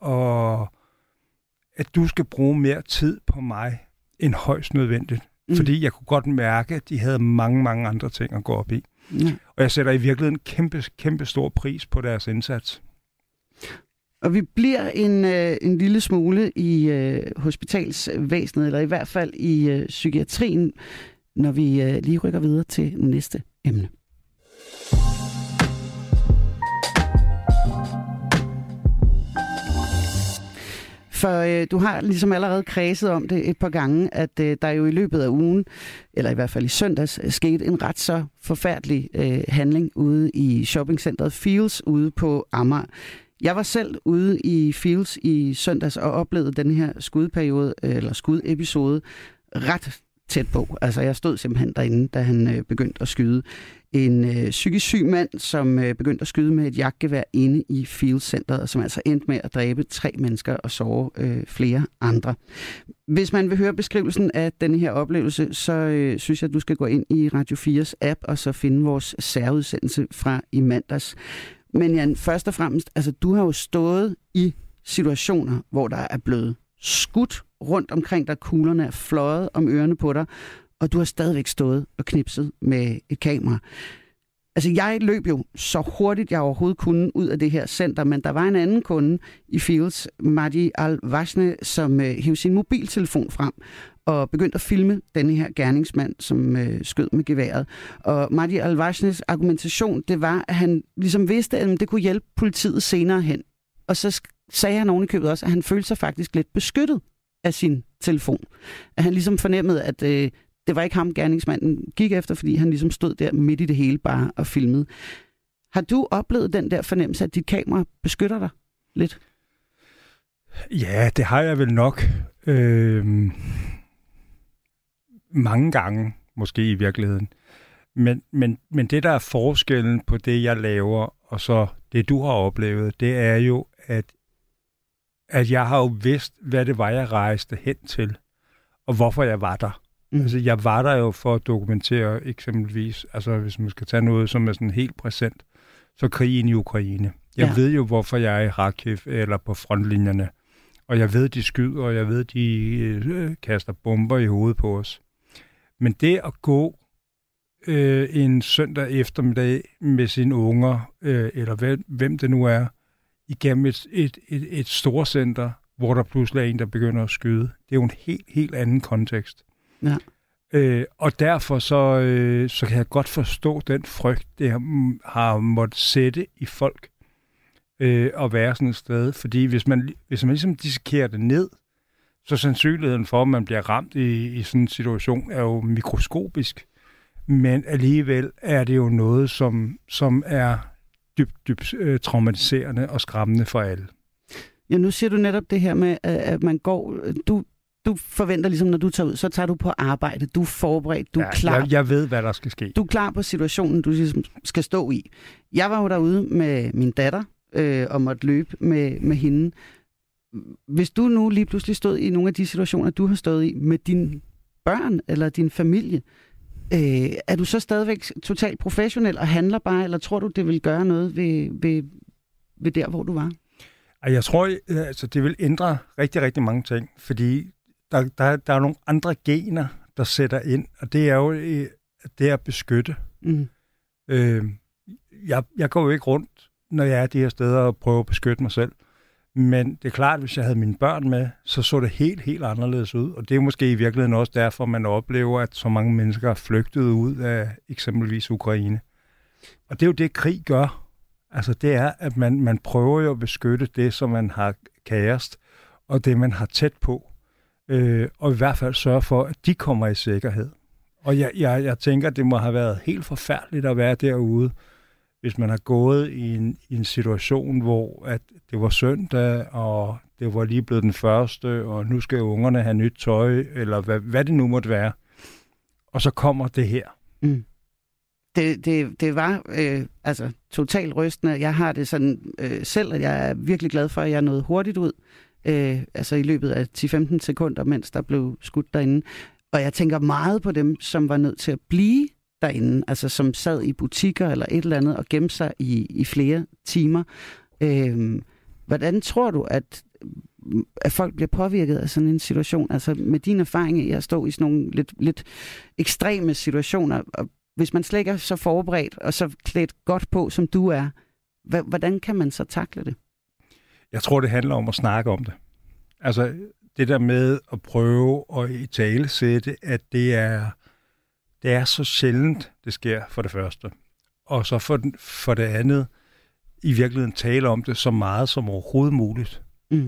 [SPEAKER 10] at du skal bruge mere tid på mig end højst nødvendigt. Fordi jeg kunne godt mærke, at de havde mange, mange andre ting at gå op i. Og jeg sætter i virkeligheden kæmpe stor pris på deres indsats.
[SPEAKER 1] Og vi bliver en lille smule i hospitalsvæsenet, eller i hvert fald i psykiatrien, når vi lige rykker videre til næste emne. For du har ligesom allerede kredset om det et par gange, at der jo i løbet af ugen, eller i hvert fald i søndags, skete en ret så forfærdelig handling ude i shoppingcentret Fields ude på Amager. Jeg var selv ude i Fields i søndags og oplevede den her skudepisode ret tæt på. Altså, jeg stod simpelthen derinde, da han begyndte at skyde. En psykisk syg mand, som begyndte at skyde med et jagtgevær inde i Fields Centeret, som altså endte med at dræbe 3 mennesker og såre flere andre. Hvis man vil høre beskrivelsen af denne her oplevelse, så synes jeg, at du skal gå ind i Radio 4's app og så finde vores særudsendelse fra i mandags. Men Jan, først og fremmest, altså du har jo stået i situationer, hvor der er blevet skudt rundt omkring dig, kuglerne er fløjet om ørerne på dig, og du har stadigvæk stået og knipset med et kamera. Altså, jeg løb jo så hurtigt, jeg overhovedet kunne ud af det her center, men der var en anden kunde i Fields, Mahdi Al-Washne, som hævde sin mobiltelefon frem og begyndte at filme denne her gerningsmand, som skød med geværet. Og Mahdi Al-Washnes argumentation, det var, at han ligesom vidste, at det kunne hjælpe politiet senere hen. Og så sagde han oven i købet også, at han følte sig faktisk lidt beskyttet af sin telefon. At han ligesom fornemmede, at det var ikke ham, gerningsmanden gik efter, fordi han ligesom stod der midt i det hele bare og filmede. Har du oplevet den der fornemmelse, at dit kamera beskytter dig lidt?
[SPEAKER 10] Ja, det har jeg vel nok. Mange gange, måske i virkeligheden. Men det, der er forskellen på det, jeg laver, og så det, du har oplevet, det er jo, at jeg har jo vidst, hvad det var, jeg rejste hen til, og hvorfor jeg var der. Altså, jeg var der jo for at dokumentere eksempelvis, altså hvis man skal tage noget, som er sådan helt præsent, så krigen i Ukraine. Jeg ved jo, hvorfor jeg er i Kharkiv eller på frontlinjerne, og jeg ved, de skyder, og jeg ved, de kaster bomber i hovedet på os. Men det at gå en søndag eftermiddag med sine unger, eller hvem det nu er, igennem et storcenter, hvor der pludselig er en, der begynder at skyde. Det er jo en helt anden kontekst.
[SPEAKER 1] Ja.
[SPEAKER 10] Og derfor så kan jeg godt forstå den frygt, det har måttet sætte i folk at være sådan et sted. Fordi hvis man ligesom dissekerer det ned, så sandsynligheden for, at man bliver ramt i sådan en situation, er jo mikroskopisk. Men alligevel er det jo noget, som er dybt traumatiserende og skræmmende for alle.
[SPEAKER 1] Ja, nu siger du netop det her med, at man går... Du forventer ligesom, når du tager ud, så tager du på arbejde, du er forberedt, du er klar.
[SPEAKER 10] Jeg ved, hvad der skal ske.
[SPEAKER 1] Du er klar på situationen, du ligesom skal stå i. Jeg var jo derude med min datter og måtte løbe med hende. Hvis du nu lige pludselig stod i nogle af de situationer, du har stået i med dine børn eller din familie, er du så stadigvæk totalt professionel og handler bare, eller tror du, det vil gøre noget ved der, hvor du var?
[SPEAKER 10] Jeg tror, altså, det vil ændre rigtig, rigtig mange ting, fordi der er nogle andre gener, der sætter ind, og det er jo det at beskytte. Jeg går jo ikke rundt, når jeg er de her steder og prøver at beskytte mig selv. Men det er klart, at hvis jeg havde mine børn med, så det helt anderledes ud. Og det er måske i virkeligheden også derfor, man oplever, at så mange mennesker er flygtet ud af eksempelvis Ukraine. Og det er jo det, krig gør. Altså det er, at man prøver jo at beskytte det, som man har kærest, og det, man har tæt på. Og i hvert fald sørge for, at de kommer i sikkerhed. Og jeg tænker, det må have været helt forfærdeligt at være derude, hvis man har gået i en situation, hvor at det var søndag, og det var lige blevet den første, og nu skal ungerne have nyt tøj, eller hvad det nu måtte være. Og så kommer det her.
[SPEAKER 1] Mm. Det var altså totalt rystende. Jeg har det sådan selv, at jeg er virkelig glad for, at jeg nåede hurtigt ud. Altså i løbet af 10-15 sekunder, mens der blev skudt derinde. Og jeg tænker meget på dem, som var nødt til at blive derinde, altså som sad i butikker eller et eller andet og gemte sig i flere timer. Hvordan tror du, at folk bliver påvirket af sådan en situation? Altså med din erfaring i at stå i sådan nogle lidt ekstreme situationer, og hvis man slet ikke er så forberedt og så klædt godt på, som du er, hvordan kan man så takle det?
[SPEAKER 10] Jeg tror, det handler om at snakke om det. Altså det der med at prøve at italesætte, at det er så sjældent, det sker for det første. Og så for det andet, i virkeligheden tale om det så meget som overhovedet muligt.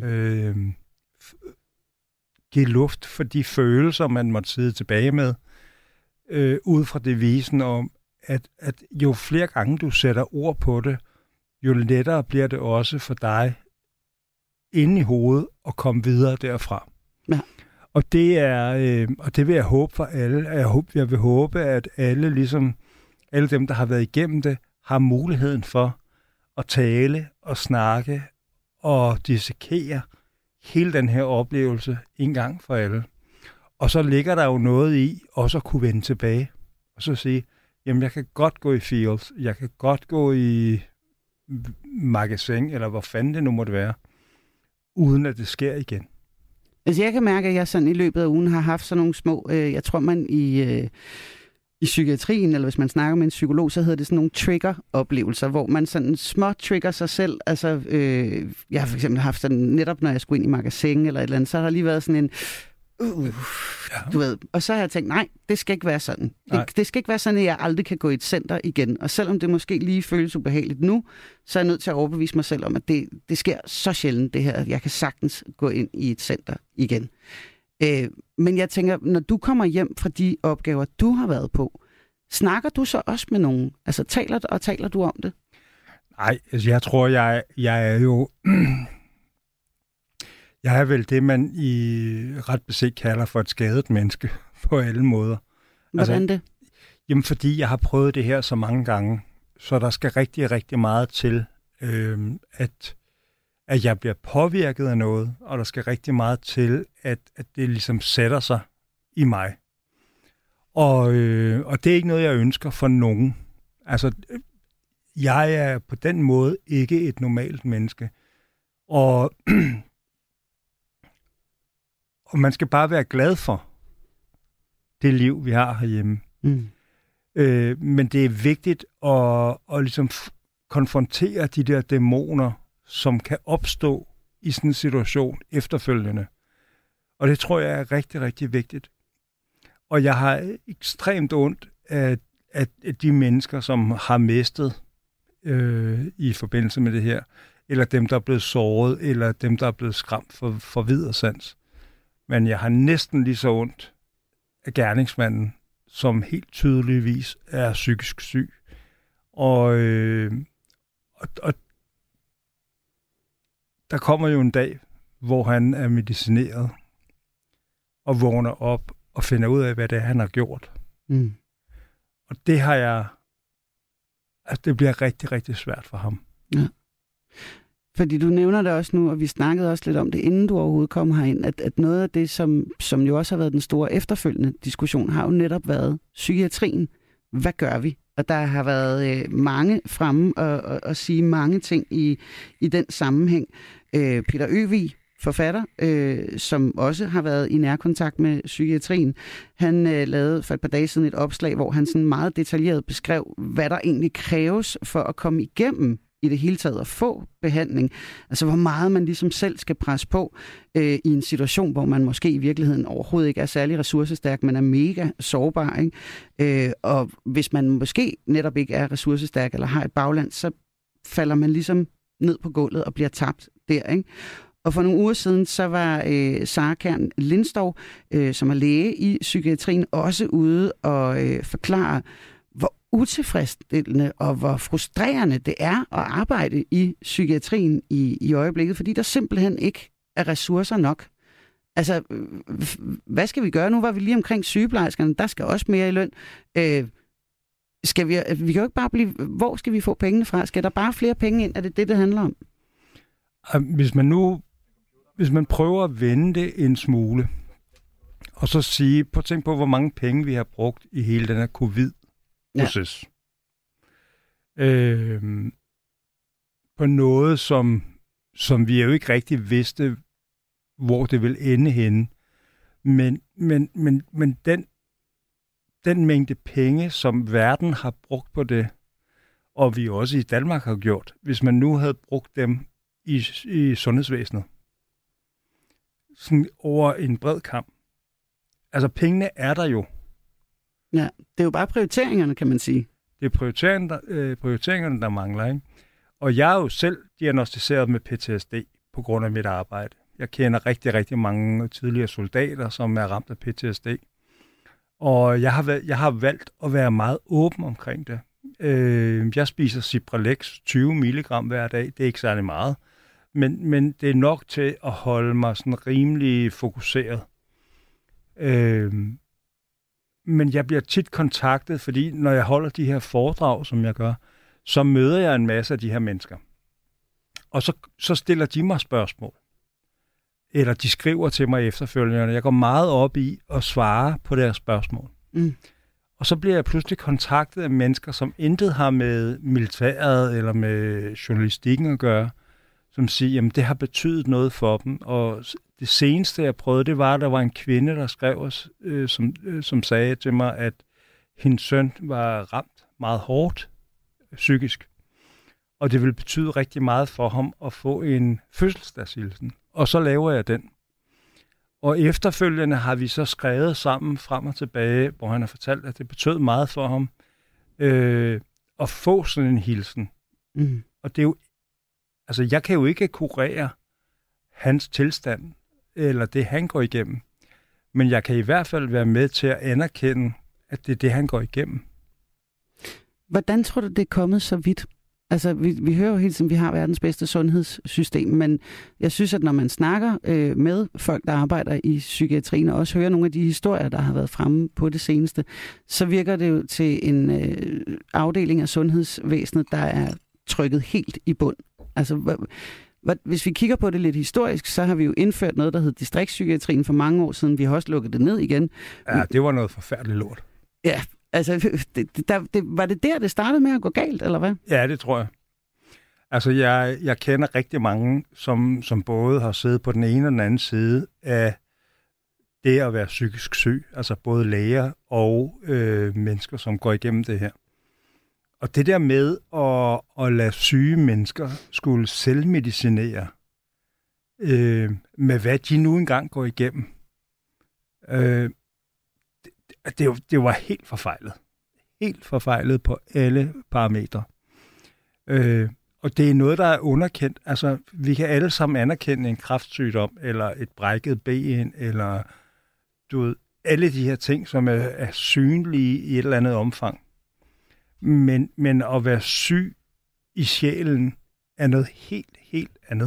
[SPEAKER 10] Give luft for de følelser, man måtte sidde tilbage med, ud fra devisen om, at jo flere gange du sætter ord på det, jo lettere bliver det også for dig inde i hovedet at komme videre derfra.
[SPEAKER 1] Ja.
[SPEAKER 10] Og det er, og det vil jeg håbe for alle. Jeg vil håbe, at alle, ligesom alle dem, der har været igennem det, har muligheden for at tale og snakke og dissekere hele den her oplevelse en gang for alle. Og så ligger der jo noget i også at kunne vende tilbage og så sige, jamen jeg kan godt gå i Fields, jeg kan godt gå i Magasin, eller hvor fanden det nu måtte være, uden at det sker igen.
[SPEAKER 1] Altså jeg kan mærke, at jeg sådan i løbet af ugen har haft sådan nogle små, jeg tror man i psykiatrien, eller hvis man snakker med en psykolog, så hedder det sådan nogle trigger-oplevelser, hvor man sådan små trigger sig selv. Altså jeg har for eksempel haft sådan, netop når jeg skulle ind i Magasin eller et eller andet, så har der lige været sådan en du ved. Og så har jeg tænkt, nej, det skal ikke være sådan. Det skal ikke være sådan, at jeg aldrig kan gå i et center igen. Og selvom det måske lige føles ubehageligt nu, så er jeg nødt til at overbevise mig selv om, at det sker så sjældent, det her, at jeg kan sagtens gå ind i et center igen. Men jeg tænker, når du kommer hjem fra de opgaver, du har været på, snakker du så også med nogen? Altså taler du om det?
[SPEAKER 10] Nej, altså jeg tror, jeg er jo... Jeg er vel det, man i ret beset kalder for et skadet menneske på alle måder.
[SPEAKER 1] Hvordan det?
[SPEAKER 10] Jamen, fordi jeg har prøvet det her så mange gange, så der skal rigtig, rigtig meget til, at jeg bliver påvirket af noget, og der skal rigtig meget til, at det ligesom sætter sig i mig. Og det er ikke noget, jeg ønsker for nogen. Altså, jeg er på den måde ikke et normalt menneske. Og man skal bare være glad for det liv, vi har herhjemme. Mm. Men det er vigtigt at ligesom konfrontere de der dæmoner, som kan opstå i sådan en situation efterfølgende. Og det tror jeg er rigtig, rigtig vigtigt. Og jeg har ekstremt ondt af de mennesker, som har mistet i forbindelse med det her, eller dem, der er blevet såret, eller dem, der er blevet skræmt for videresans. Men jeg har næsten lige så ondt af gerningsmanden, som helt tydeligvis er psykisk syg. Og der kommer jo en dag, hvor han er medicineret, og vågner op og finder ud af, hvad det er, han har gjort. Mm. Og det har jeg... Altså, det bliver rigtig, rigtig svært for ham.
[SPEAKER 1] Ja. Fordi du nævner det også nu, og vi snakkede også lidt om det, inden du overhovedet kom herind, at noget af det, som jo også har været den store efterfølgende diskussion, har jo netop været psykiatrien. Hvad gør vi? Og der har været mange fremme og sige mange ting i den sammenhæng. Peter Øvig, forfatter, som også har været i nærkontakt med psykiatrien, han lavede for et par dage siden et opslag, hvor han sådan meget detaljeret beskrev, hvad der egentlig kræves for at komme igennem i det hele taget at få behandling. Altså hvor meget man ligesom selv skal presse på i en situation, hvor man måske i virkeligheden overhovedet ikke er særlig ressourcestærk, men er mega sårbar. Ikke? Og hvis man måske netop ikke er ressourcestærk eller har et bagland, så falder man ligesom ned på gulvet og bliver tabt der. Ikke? Og for nogle uger siden, så var Sara Kern Lindskov, som er læge i psykiatrien, også ude og forklare, hvor utilfredsstillende og hvor frustrerende det er at arbejde i psykiatrien i øjeblikket, fordi der simpelthen ikke er ressourcer nok. Altså, hvad skal vi gøre? Nu var vi lige omkring sygeplejerskerne, der skal også mere i løn. Vi kan jo ikke bare blive... Hvor skal vi få pengene fra? Skal der bare flere penge ind? Er det handler om?
[SPEAKER 10] Hvis man prøver at vende det en smule, og så sige, tænk på, hvor mange penge vi har brugt i hele den her covid-proces. Ja. På noget, som vi jo ikke rigtig vidste, hvor det ville ende henne. Men den mængde penge, som verden har brugt på det, og vi også i Danmark har gjort, hvis man nu havde brugt dem i sundhedsvæsenet, sådan over en bred kamp. Altså, pengene er der jo.
[SPEAKER 1] Ja, det er jo bare prioriteringerne, kan man sige.
[SPEAKER 10] Det er prioriteringerne, der mangler, ikke? Og jeg er jo selv diagnosticeret med PTSD på grund af mit arbejde. Jeg kender rigtig, rigtig mange tidligere soldater, som er ramt af PTSD. Og jeg har valgt at være meget åben omkring det. Jeg spiser Cipralex 20 mg hver dag. Det er ikke særlig meget. Men det er nok til at holde mig sådan rimelig fokuseret. Men jeg bliver tit kontaktet, fordi når jeg holder de her foredrag, som jeg gør, så møder jeg en masse af de her mennesker. Og så stiller de mig spørgsmål. Eller de skriver til mig efterfølgende. Jeg går meget op i at svare på deres spørgsmål. Mm. Og så bliver jeg pludselig kontaktet af mennesker, som intet har med militæret eller med journalistikken at gøre, som siger, at det har betydet noget for dem. Og det seneste, jeg prøvede, det var, at der var en kvinde, der skrev, som sagde til mig, at hendes søn var ramt meget hårdt psykisk. Og det ville betyde rigtig meget for ham at få en fødselsdagshilsen. Og så laver jeg den. Og efterfølgende har vi så skrevet sammen frem og tilbage, hvor han har fortalt, at det betød meget for ham at få sådan en hilsen. Mm. Og det er jo, altså jeg kan jo ikke kurere hans tilstand, eller det han går igennem. Men jeg kan i hvert fald være med til at anerkende, at det er det, han går igennem.
[SPEAKER 1] Hvordan tror du, det er kommet så vidt? Altså, vi hører jo hele tiden, at vi har verdens bedste sundhedssystem, men jeg synes, at når man snakker med folk, der arbejder i psykiatrien, og også hører nogle af de historier, der har været fremme på det seneste, så virker det jo til en afdeling af sundhedsvæsenet, der er trykket helt i bund. Altså, hvis vi kigger på det lidt historisk, så har vi jo indført noget, der hed distriktspsykiatrien for mange år siden. Vi har også lukket det ned igen.
[SPEAKER 10] Ja, det var noget forfærdeligt lort.
[SPEAKER 1] Ja, altså, var det der, det startede med at gå galt, eller hvad?
[SPEAKER 10] Ja, det tror jeg. Altså, jeg kender rigtig mange, som både har siddet på den ene og den anden side af det at være psykisk syg. Altså både læger og mennesker, som går igennem det her. Og det der med at lade syge mennesker skulle selvmedicinere med hvad de nu engang går igennem, det var helt forfejlet. Helt forfejlet på alle parametre. Og det er noget, der er underkendt. Altså, vi kan alle sammen anerkende en kræftsygdom, eller et brækket ben, eller du ved, alle de her ting, som er synlige i et eller andet omfang. Men at være syg i sjælen er noget helt, helt andet.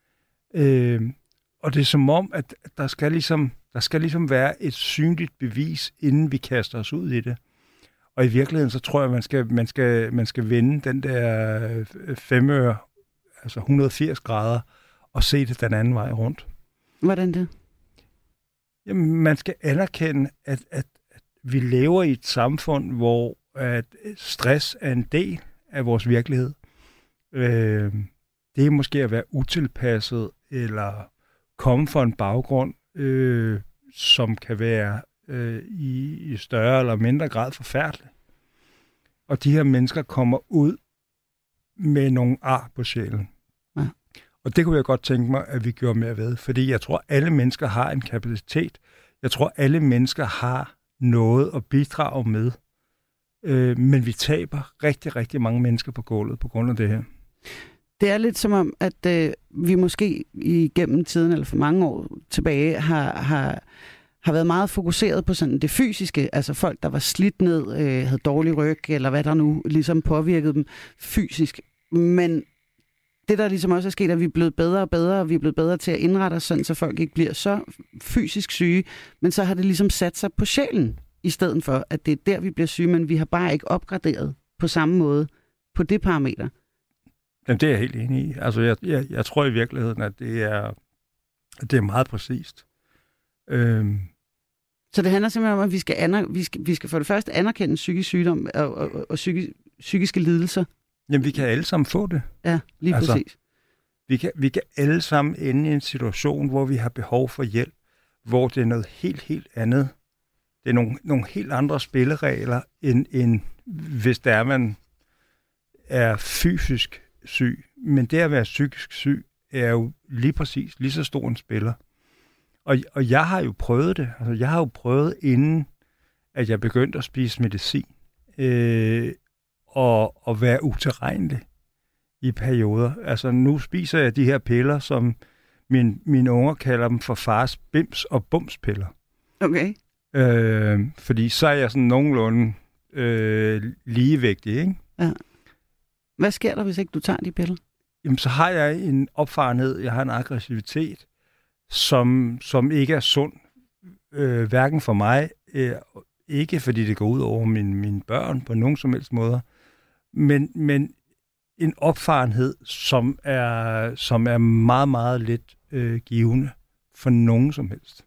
[SPEAKER 10] Og det er som om, at der skal ligesom være et synligt bevis, inden vi kaster os ud i det. Og i virkeligheden, så tror jeg, man skal vende den der 5 øre, altså 180 grader, og se det den anden vej rundt.
[SPEAKER 1] Hvordan det?
[SPEAKER 10] Jamen, man skal anerkende, at vi lever i et samfund, hvor at stress er en del af vores virkelighed. Det er måske at være utilpasset, eller komme fra en baggrund, som kan være i større eller mindre grad forfærdelig. Og de her mennesker kommer ud med nogle ar på sjælen. Ja. Og det kunne jeg godt tænke mig, at vi gjorde mere ved. Fordi jeg tror, alle mennesker har en kapacitet. Jeg tror, alle mennesker har noget at bidrage med. Men vi taber rigtig, rigtig mange mennesker på gulvet på grund af det her.
[SPEAKER 1] Det er lidt som om, at vi måske igennem tiden, eller for mange år tilbage, har været meget fokuseret på sådan det fysiske. Altså folk, der var slidt ned, havde dårlig ryg, eller hvad der nu ligesom påvirkede dem fysisk. Men det, der ligesom også er sket, at vi er blevet bedre og bedre, og vi er blevet bedre til at indrette os sådan, så folk ikke bliver så fysisk syge. Men så har det ligesom sat sig på sjælen, i stedet for, at det er der, vi bliver syge, men vi har bare ikke opgraderet på samme måde på det parameter.
[SPEAKER 10] Jamen, det er jeg helt enig i. Altså, jeg tror i virkeligheden, at det er meget præcist.
[SPEAKER 1] Så det handler simpelthen om, at vi skal for det første anerkende psykisk sygdom og psykiske lidelser.
[SPEAKER 10] Jamen, vi kan alle sammen få det.
[SPEAKER 1] Ja, lige præcis.
[SPEAKER 10] Vi kan alle sammen ende i en situation, hvor vi har behov for hjælp, hvor det er noget helt, helt andet. Det er nogle helt andre spilleregler, end hvis der man er fysisk syg. Men det at være psykisk syg er jo lige præcis lige så stor en spiller. Og jeg har jo prøvet det. Altså, jeg har jo prøvet, inden at jeg begyndte at spise medicin, og være utilregnelig i perioder. Altså, nu spiser jeg de her piller, som mine unger kalder dem for fars bims- og bumspiller.
[SPEAKER 1] Okay.
[SPEAKER 10] Fordi så er jeg sådan nogenlunde ligevægtig, ikke?
[SPEAKER 1] Ja. Hvad sker der, hvis ikke du tager de piller?
[SPEAKER 10] Jamen, så har jeg en opfarenhed, jeg har en aggressivitet, som ikke er sund hverken for mig, ikke fordi det går ud over mine børn på nogen som helst måder, men en opfarenhed, som er meget, meget lidt givende for nogen som helst.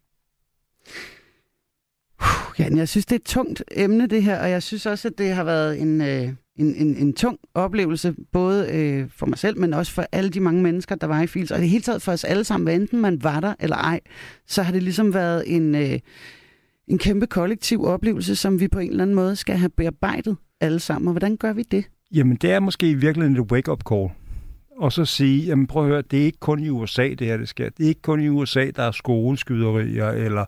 [SPEAKER 1] Jan, jeg synes, det er et tungt emne, det her, og jeg synes også, at det har været en tung oplevelse, både for mig selv, men også for alle de mange mennesker, der var i Field's. Og i det hele taget for os alle sammen, hvad enten man var der eller ej, så har det ligesom været en kæmpe kollektiv oplevelse, som vi på en eller anden måde skal have bearbejdet alle sammen. Og hvordan gør vi det?
[SPEAKER 10] Jamen, det er måske i virkeligheden et wake-up call. Og så sige, jamen prøv at høre, det er ikke kun i USA, det her, det sker. Det er ikke kun i USA, der er skoleskyderier, eller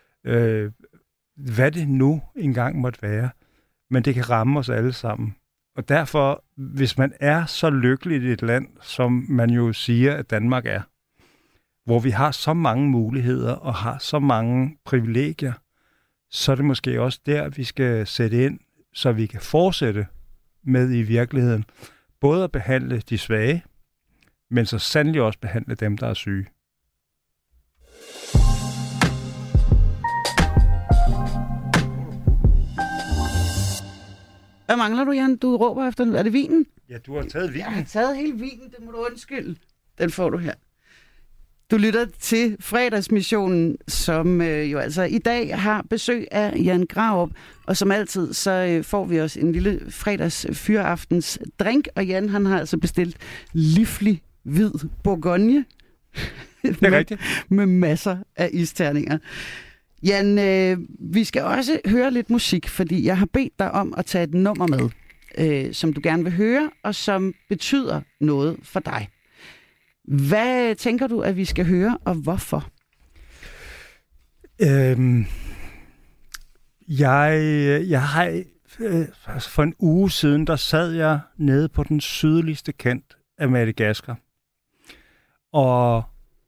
[SPEAKER 10] hvad det nu engang måtte være. Men det kan ramme os alle sammen. Og derfor, hvis man er så lykkelig i et land, som man jo siger, at Danmark er, hvor vi har så mange muligheder og har så mange privilegier, så er det måske også der, vi skal sætte ind, så vi kan fortsætte med i virkeligheden. Både at behandle de svage, men så sandelig også behandle dem, der er syge.
[SPEAKER 1] Hvad mangler du, Jan? Du råber efter... Er det vinen?
[SPEAKER 10] Ja, du har taget vinen.
[SPEAKER 1] Jeg har taget hele vinen, det må du undskylde. Den får du her. Du lytter til fredagsmissionen, som jo altså i dag har besøg af Jan Grarup. Og som altid, så får vi os en lille fredagsfyraftens drink. Og Jan, han har altså bestilt livlig hvid bourgogne.
[SPEAKER 10] Det er rigtigt.
[SPEAKER 1] Med masser af isterninger. Jan, vi skal også høre lidt musik, fordi jeg har bedt dig om at tage et nummer med, som du gerne vil høre, og som betyder noget for dig. Hvad tænker du, at vi skal høre, og hvorfor?
[SPEAKER 10] Jeg har for en uge siden, der sad jeg nede på den sydligste kant af Madagaskar. Og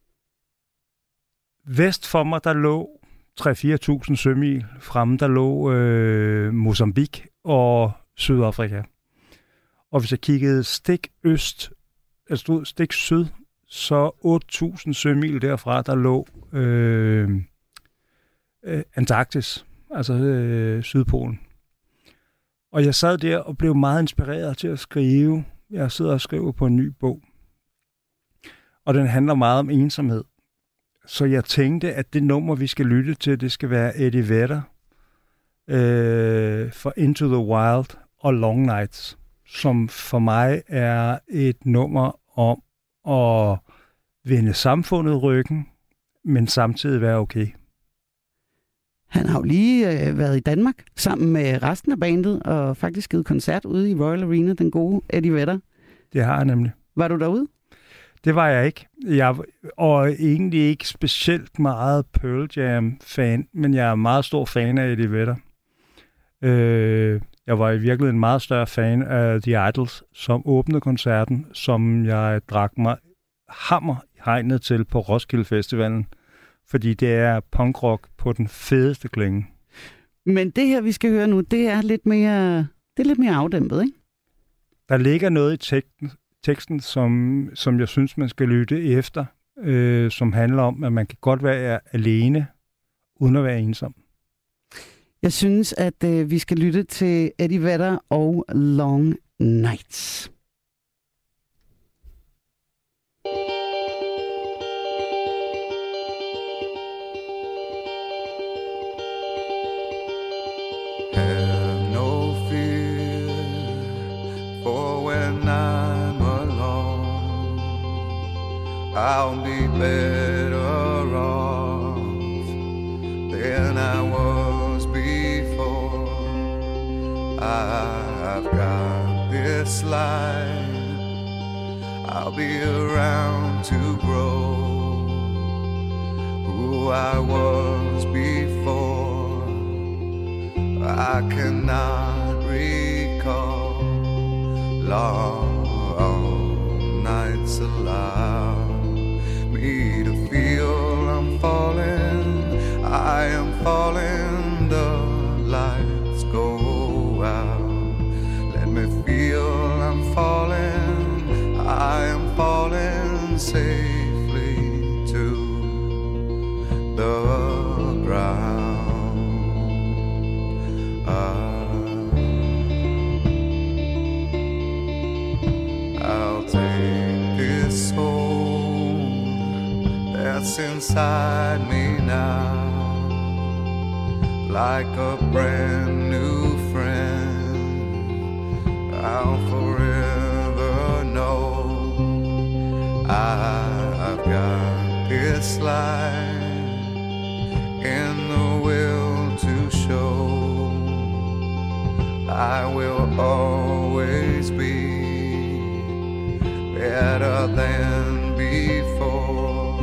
[SPEAKER 10] vest for mig, der lå 3-4.000 sømil fremme, der lå Mozambique og Sydafrika. Og hvis jeg kiggede stik syd, så 8.000 sømil derfra, der lå Antarktis, altså Sydpolen. Og jeg sad der og blev meget inspireret til at skrive. Jeg sidder og skriver på en ny bog. Og den handler meget om ensomhed. Så jeg tænkte, at det nummer, vi skal lytte til, det skal være Eddie Vedder for Into the Wild og Long Nights, som for mig er et nummer om at vende samfundet ryggen, men samtidig være okay.
[SPEAKER 1] Han har jo lige været i Danmark sammen med resten af bandet og faktisk givet koncert ude i Royal Arena, den gode Eddie Vedder.
[SPEAKER 10] Det har jeg nemlig.
[SPEAKER 1] Var du derude? Det
[SPEAKER 10] var jeg ikke. Og egentlig ikke specielt meget Pearl Jam-fan, men jeg er meget stor fan af Eddie Vedder. Jeg var i virkeligheden en meget større fan af The Idols, som åbnede koncerten, som jeg drak mig hammer i hegnet til på Roskilde Festivalen, fordi det er punkrock på den fedeste klinge.
[SPEAKER 1] Men det her, vi skal høre nu, det er lidt mere afdæmpet, ikke?
[SPEAKER 10] Der ligger noget i teksten, som jeg synes, man skal lytte efter, som handler om, at man kan godt være alene, uden at være ensom.
[SPEAKER 1] Jeg synes, at vi skal lytte til Eddie Vedder og Long Nights.
[SPEAKER 3] Have no fear for when I'm alone. I'll be better off than I was before. I've got this life. I'll be around to grow who I was before. I cannot recall long nights allow me to feel I'm falling. I am falling, the lights go out. Let me feel I'm falling. I am falling safely to the ground.
[SPEAKER 13] lives inside me now, like a brand new friend. I'll forever know I've got this life in the will to show. I will always be better than before.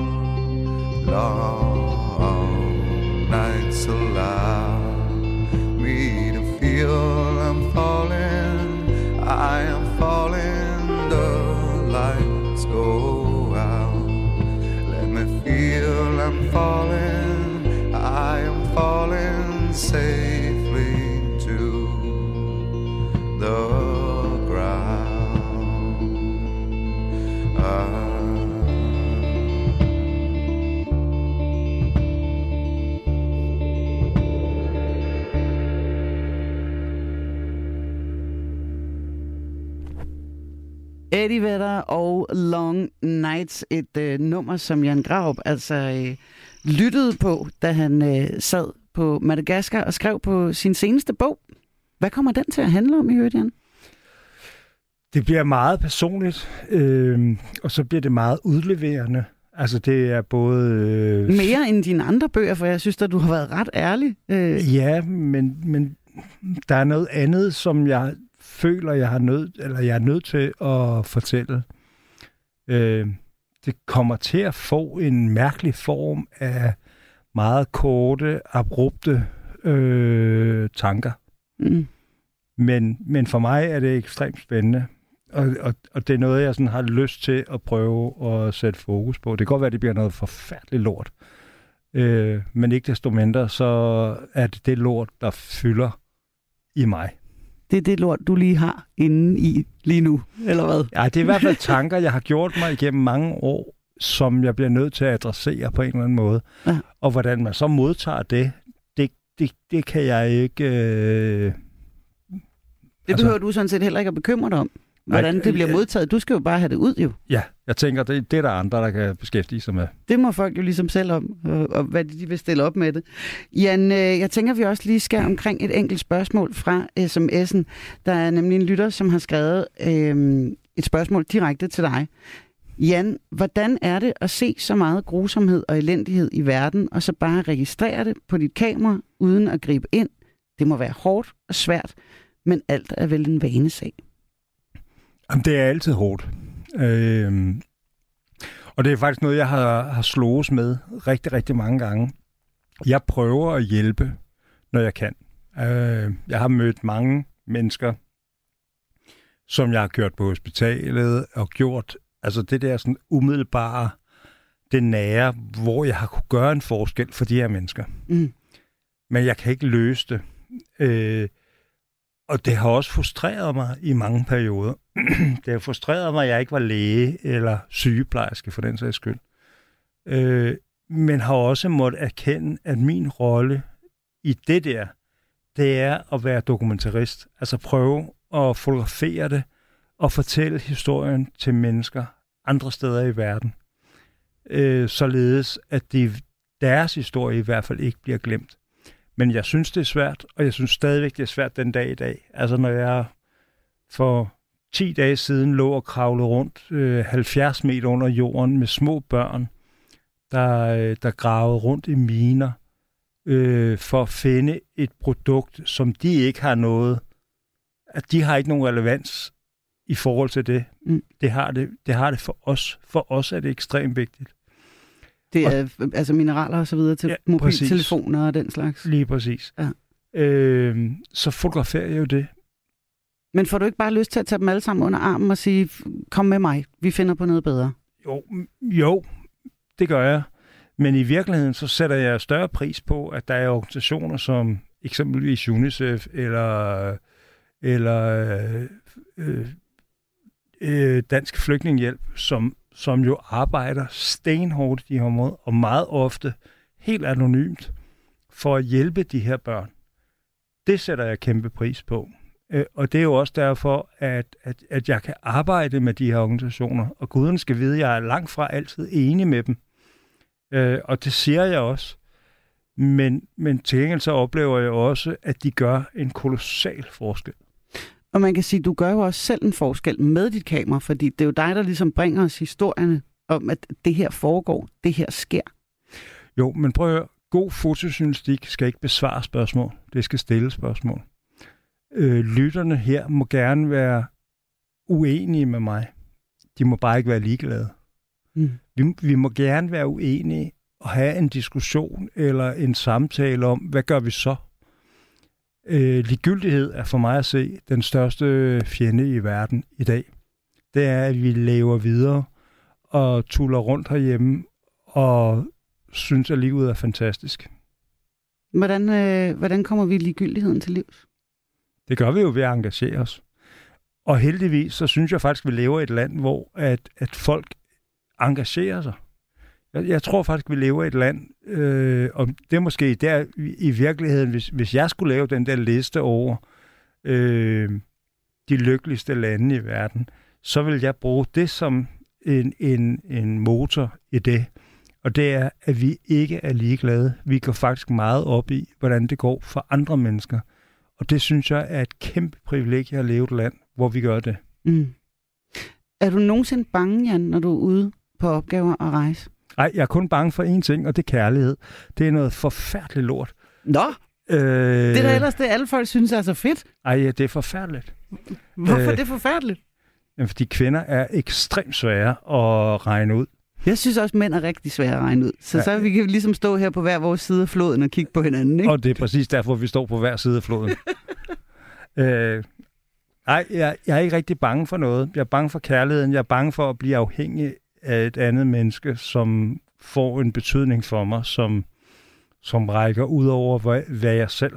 [SPEAKER 13] Long nights allow me to feel I'm falling. I am falling. The lights go out. Let me feel I'm falling. I am falling safely to the ground.
[SPEAKER 1] Eddie Vedder og Long Nights, et nummer, som Jan Graup lyttede på, da han sad på Madagaskar og skrev på sin seneste bog. Hvad kommer den til at handle om i øvrigt, Jan?
[SPEAKER 10] Det bliver meget personligt, og så bliver det meget udleverende. Altså det er både...
[SPEAKER 1] Mere end dine andre bøger, for jeg synes at du har været ret ærlig.
[SPEAKER 10] Ja, men der er noget andet, som jeg føler, jeg er nødt til at fortælle. Det kommer til at få en mærkelig form af meget korte, abrupte tanker. Mm. Men for mig er det ekstremt spændende. Og det er noget, jeg sådan har lyst til at prøve at sætte fokus på. Det kan godt være, at det bliver noget forfærdeligt lort. Men ikke desto mindre, så er det lort, der fylder i mig.
[SPEAKER 1] Det er det lort, du lige har inde i lige nu, eller hvad?
[SPEAKER 10] Ja, det er i hvert fald tanker, jeg har gjort mig igennem mange år, som jeg bliver nødt til at adressere på en eller anden måde. Ja. Og hvordan man så modtager det kan jeg ikke...
[SPEAKER 1] Det behøver du sådan set heller ikke at bekymre dig om, hvordan det bliver modtaget. Du skal jo bare have det ud, jo.
[SPEAKER 10] Ja, jeg tænker, det er der andre, der kan beskæftige sig med.
[SPEAKER 1] Det må folk jo ligesom selv om, og hvad de vil stille op med det. Jan, jeg tænker, vi også lige skal omkring et enkelt spørgsmål fra sms'en. Der er nemlig en lytter, som har skrevet et spørgsmål direkte til dig. Jan, hvordan er det at se så meget grusomhed og elendighed i verden, og så bare registrere det på dit kamera, uden at gribe ind? Det må være hårdt og svært, men alt er vel en vanesag.
[SPEAKER 10] Jamen, det er altid hårdt. Og det er faktisk noget, jeg har slået med rigtig, rigtig mange gange. Jeg prøver at hjælpe, når jeg kan. Jeg har mødt mange mennesker, som jeg har kørt på hospitalet og gjort altså det der sådan umiddelbare, det nære, hvor jeg har kunne gøre en forskel for de her mennesker. Mm. Men jeg kan ikke løse det. Og det har også frustreret mig i mange perioder. Det har frustreret mig, at jeg ikke var læge eller sygeplejerske for den sags skyld. Men har også måttet erkende, at min rolle i det der, det er at være dokumentarist. Altså prøve at fotografere det og fortælle historien til mennesker andre steder i verden. Således, at deres historie i hvert fald ikke bliver glemt. Men jeg synes, det er svært, og jeg synes stadigvæk, det er svært den dag i dag. Altså når jeg for 10 dage siden lå og kravlede rundt 70 meter under jorden med små børn, der gravede rundt i miner for at finde et produkt, som de ikke har noget, at de har ikke nogen relevans i forhold til det. Mm. Det har det for os. For os er det ekstremt vigtigt.
[SPEAKER 1] Det er altså mineraler og så videre til mobiltelefoner og den slags.
[SPEAKER 10] Lige præcis. Ja. Så fotograferer jeg jo det.
[SPEAKER 1] Men får du ikke bare lyst til at tage dem alle sammen under armen og sige, kom med mig, vi finder på noget bedre?
[SPEAKER 10] Jo, det gør jeg. Men i virkeligheden så sætter jeg større pris på, at der er organisationer som eksempelvis UNICEF eller Dansk Flygtningehjælp, som jo arbejder stenhårdt i de her områder, og meget ofte helt anonymt for at hjælpe de her børn. Det sætter jeg kæmpe pris på. Og det er jo også derfor, at jeg kan arbejde med de her organisationer, og guderne skal vide, at jeg er langt fra altid enig med dem. Og det siger jeg også. Men til gengæld så oplever jeg også, at de gør en kolossal forskel.
[SPEAKER 1] Og man kan sige, at du gør jo også selv en forskel med dit kamera, fordi det er jo dig, der ligesom bringer os historierne om, at det her foregår, det her sker.
[SPEAKER 10] Jo, men prøv at høre. God fotojournalistik skal ikke besvare spørgsmål. Det skal stille spørgsmål. Lytterne her må gerne være uenige med mig. De må bare ikke være ligeglade. Vi må gerne være uenige og have en diskussion eller en samtale om, hvad gør vi så? Ligegyldighed er for mig at se den største fjende i verden i dag. Det er, at vi lever videre og tuller rundt herhjemme og synes, at livet er fantastisk.
[SPEAKER 1] Hvordan kommer vi ligegyldigheden til livs?
[SPEAKER 10] Det gør vi jo ved at engagere os. Og heldigvis, så synes jeg faktisk, at vi lever i et land, hvor at folk engagerer sig. Jeg tror faktisk, vi lever i et land, og det er måske der i virkeligheden, hvis jeg skulle lave den der liste over de lykkeligste lande i verden, så vil jeg bruge det som en motor i det. Og det er, at vi ikke er ligeglade. Vi går faktisk meget op i, hvordan det går for andre mennesker. Og det synes jeg er et kæmpe privilegie at leve i et land, hvor vi gør det.
[SPEAKER 1] Er du nogensinde bange, Jan, når du er ude på opgaver og rejse?
[SPEAKER 10] Nej, jeg er kun bange for én ting, og det er kærlighed. Det er noget forfærdeligt lort.
[SPEAKER 1] Nå! Det er da ellers det, alle folk synes er så fedt.
[SPEAKER 10] Ej, ja, det er forfærdeligt.
[SPEAKER 1] Hvorfor er det forfærdeligt?
[SPEAKER 10] Jamen, fordi kvinder er ekstremt svære at regne ud.
[SPEAKER 1] Jeg synes også, at mænd er rigtig svære at regne ud. Så vi kan ligesom stå her på hver vores side af floden og kigge på hinanden, ikke?
[SPEAKER 10] Og det er præcis derfor, vi står på hver side af floden. Nej, jeg er ikke rigtig bange for noget. Jeg er bange for kærligheden. Jeg er bange for at blive afhængig af et andet menneske, som får en betydning for mig, som rækker ud over, hvad jeg selv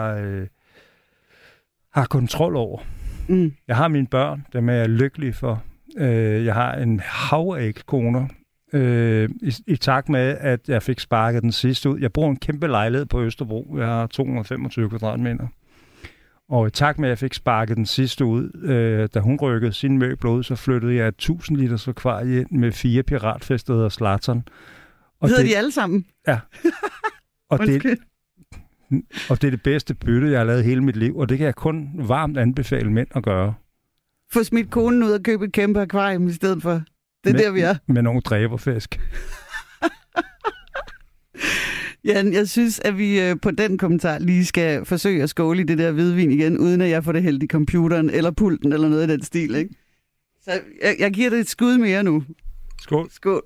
[SPEAKER 10] har kontrol over. Jeg har mine børn, dem er jeg lykkelig for. Jeg har en hav af koner. I takt med, at jeg fik sparket den sidste ud. Jeg bor en kæmpe lejlighed på Østerbro. Jeg har 225 kvadratmeter. Og i takt med, at jeg fik sparket den sidste ud, da hun rykkede sin møbler ud, så flyttede jeg 1000 liters akvarie ind med 4 piratfæstede og Zlatan.
[SPEAKER 1] Hedder de alle sammen?
[SPEAKER 10] Ja. Og det er det bedste bytte, jeg har lavet hele mit liv, og det kan jeg kun varmt anbefale mænd at gøre.
[SPEAKER 1] Få smidt konen ud og købe et kæmpe akvarium i stedet for. Det er der, vi er.
[SPEAKER 10] Med nogle dræberfisk.
[SPEAKER 1] Jan, jeg synes, at vi på den kommentar lige skal forsøge at skåle i det der hvidvin igen, uden at jeg får det hældt i computeren eller pulten eller noget i den stil, ikke? Så jeg giver det et skud mere nu.
[SPEAKER 10] Skål.
[SPEAKER 1] Skål.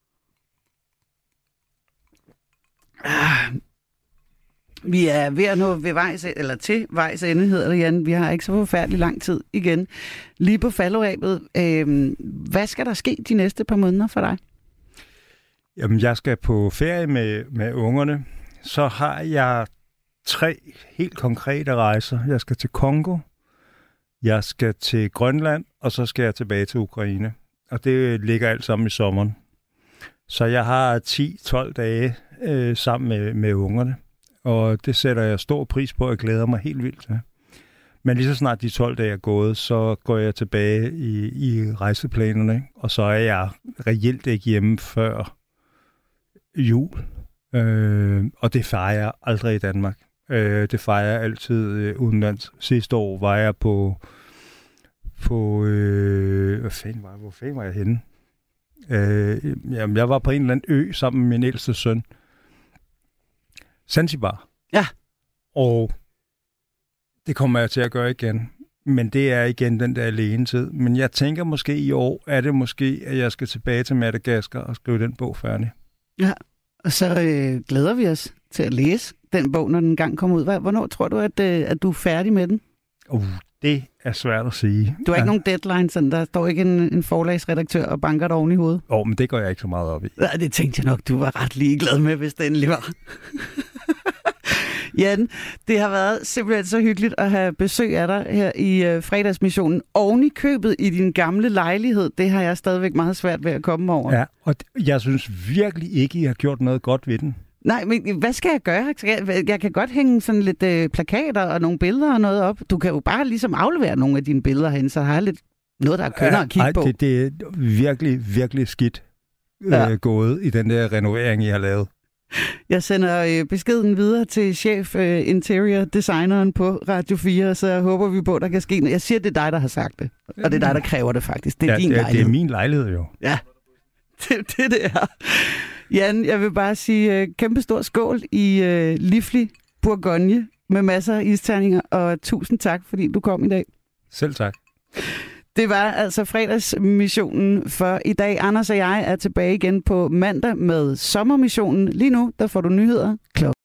[SPEAKER 1] Vi er ved at nå ved til vejs ende, hedder det, Jan. Vi har ikke så forfærdelig lang tid igen. Lige på falderæbet. Hvad skal der ske de næste par måneder for dig?
[SPEAKER 10] Jamen, jeg skal på ferie med ungerne. Så har jeg 3 helt konkrete rejser. Jeg skal til Kongo, jeg skal til Grønland, og så skal jeg tilbage til Ukraine. Og det ligger alt sammen i sommeren. Så jeg har 10-12 dage sammen med ungerne. Og det sætter jeg stor pris på, og jeg glæder mig helt vildt til. Men lige så snart de 12 dage er gået, så går jeg tilbage i rejseplanerne, ikke? Og så er jeg reelt ikke hjemme før jul. Og det fejrer jeg aldrig i Danmark. Det fejrer jeg altid udenlands. Sidste år var jeg på hvor fanden var jeg henne? Jamen, jeg var på en eller anden ø sammen med min ældste søn. Zanzibar.
[SPEAKER 1] Ja.
[SPEAKER 10] Og det kommer jeg til at gøre igen. Men det er igen den der alenetid. Men jeg tænker måske i år, er det måske, at jeg skal tilbage til Madagaskar og skrive den bog færdig.
[SPEAKER 1] Ja, og så glæder vi os til at læse den bog, når den engang kommer ud. Hvornår tror du, at du er færdig med den?
[SPEAKER 10] Det er svært at sige.
[SPEAKER 1] Du har ikke nogen deadline, sådan der står ikke en forlagsredaktør og banker dig oven i hovedet?
[SPEAKER 10] Men det går jeg ikke så meget op i.
[SPEAKER 1] Ja, det tænkte jeg nok, du var ret ligeglad med, hvis det endelig var. Jan, det har været simpelthen så hyggeligt at have besøg af dig her i fredagsmissionen. Oven i købet i din gamle lejlighed, det har jeg stadigvæk meget svært ved at komme over.
[SPEAKER 10] Ja, og jeg synes virkelig ikke, I har gjort noget godt ved den.
[SPEAKER 1] Nej, men hvad skal jeg gøre? Jeg kan godt hænge sådan lidt plakater og nogle billeder og noget op. Du kan jo bare ligesom aflevere nogle af dine billeder hen, så har jeg lidt noget, der er kønner at kigge på.
[SPEAKER 10] Det er virkelig, virkelig skidt. gået i den der renovering, I har lavet.
[SPEAKER 1] Jeg sender beskeden videre til chef interior designeren på Radio 4, så jeg håber vi på, der kan ske noget. Jeg siger, det er dig, der har sagt det, og det er dig, der kræver det faktisk. Det er din lejlighed.
[SPEAKER 10] Det er min lejlighed jo.
[SPEAKER 1] Ja, det er. Jan, jeg vil bare sige kæmpe stor skål i livlig Bourgogne med masser af isterninger, og tusind tak, fordi du kom i dag.
[SPEAKER 10] Selv tak.
[SPEAKER 1] Det var altså fredagsmissionen for i dag. Anders og jeg er tilbage igen på mandag med sommermissionen. Lige nu, der får du nyheder klokken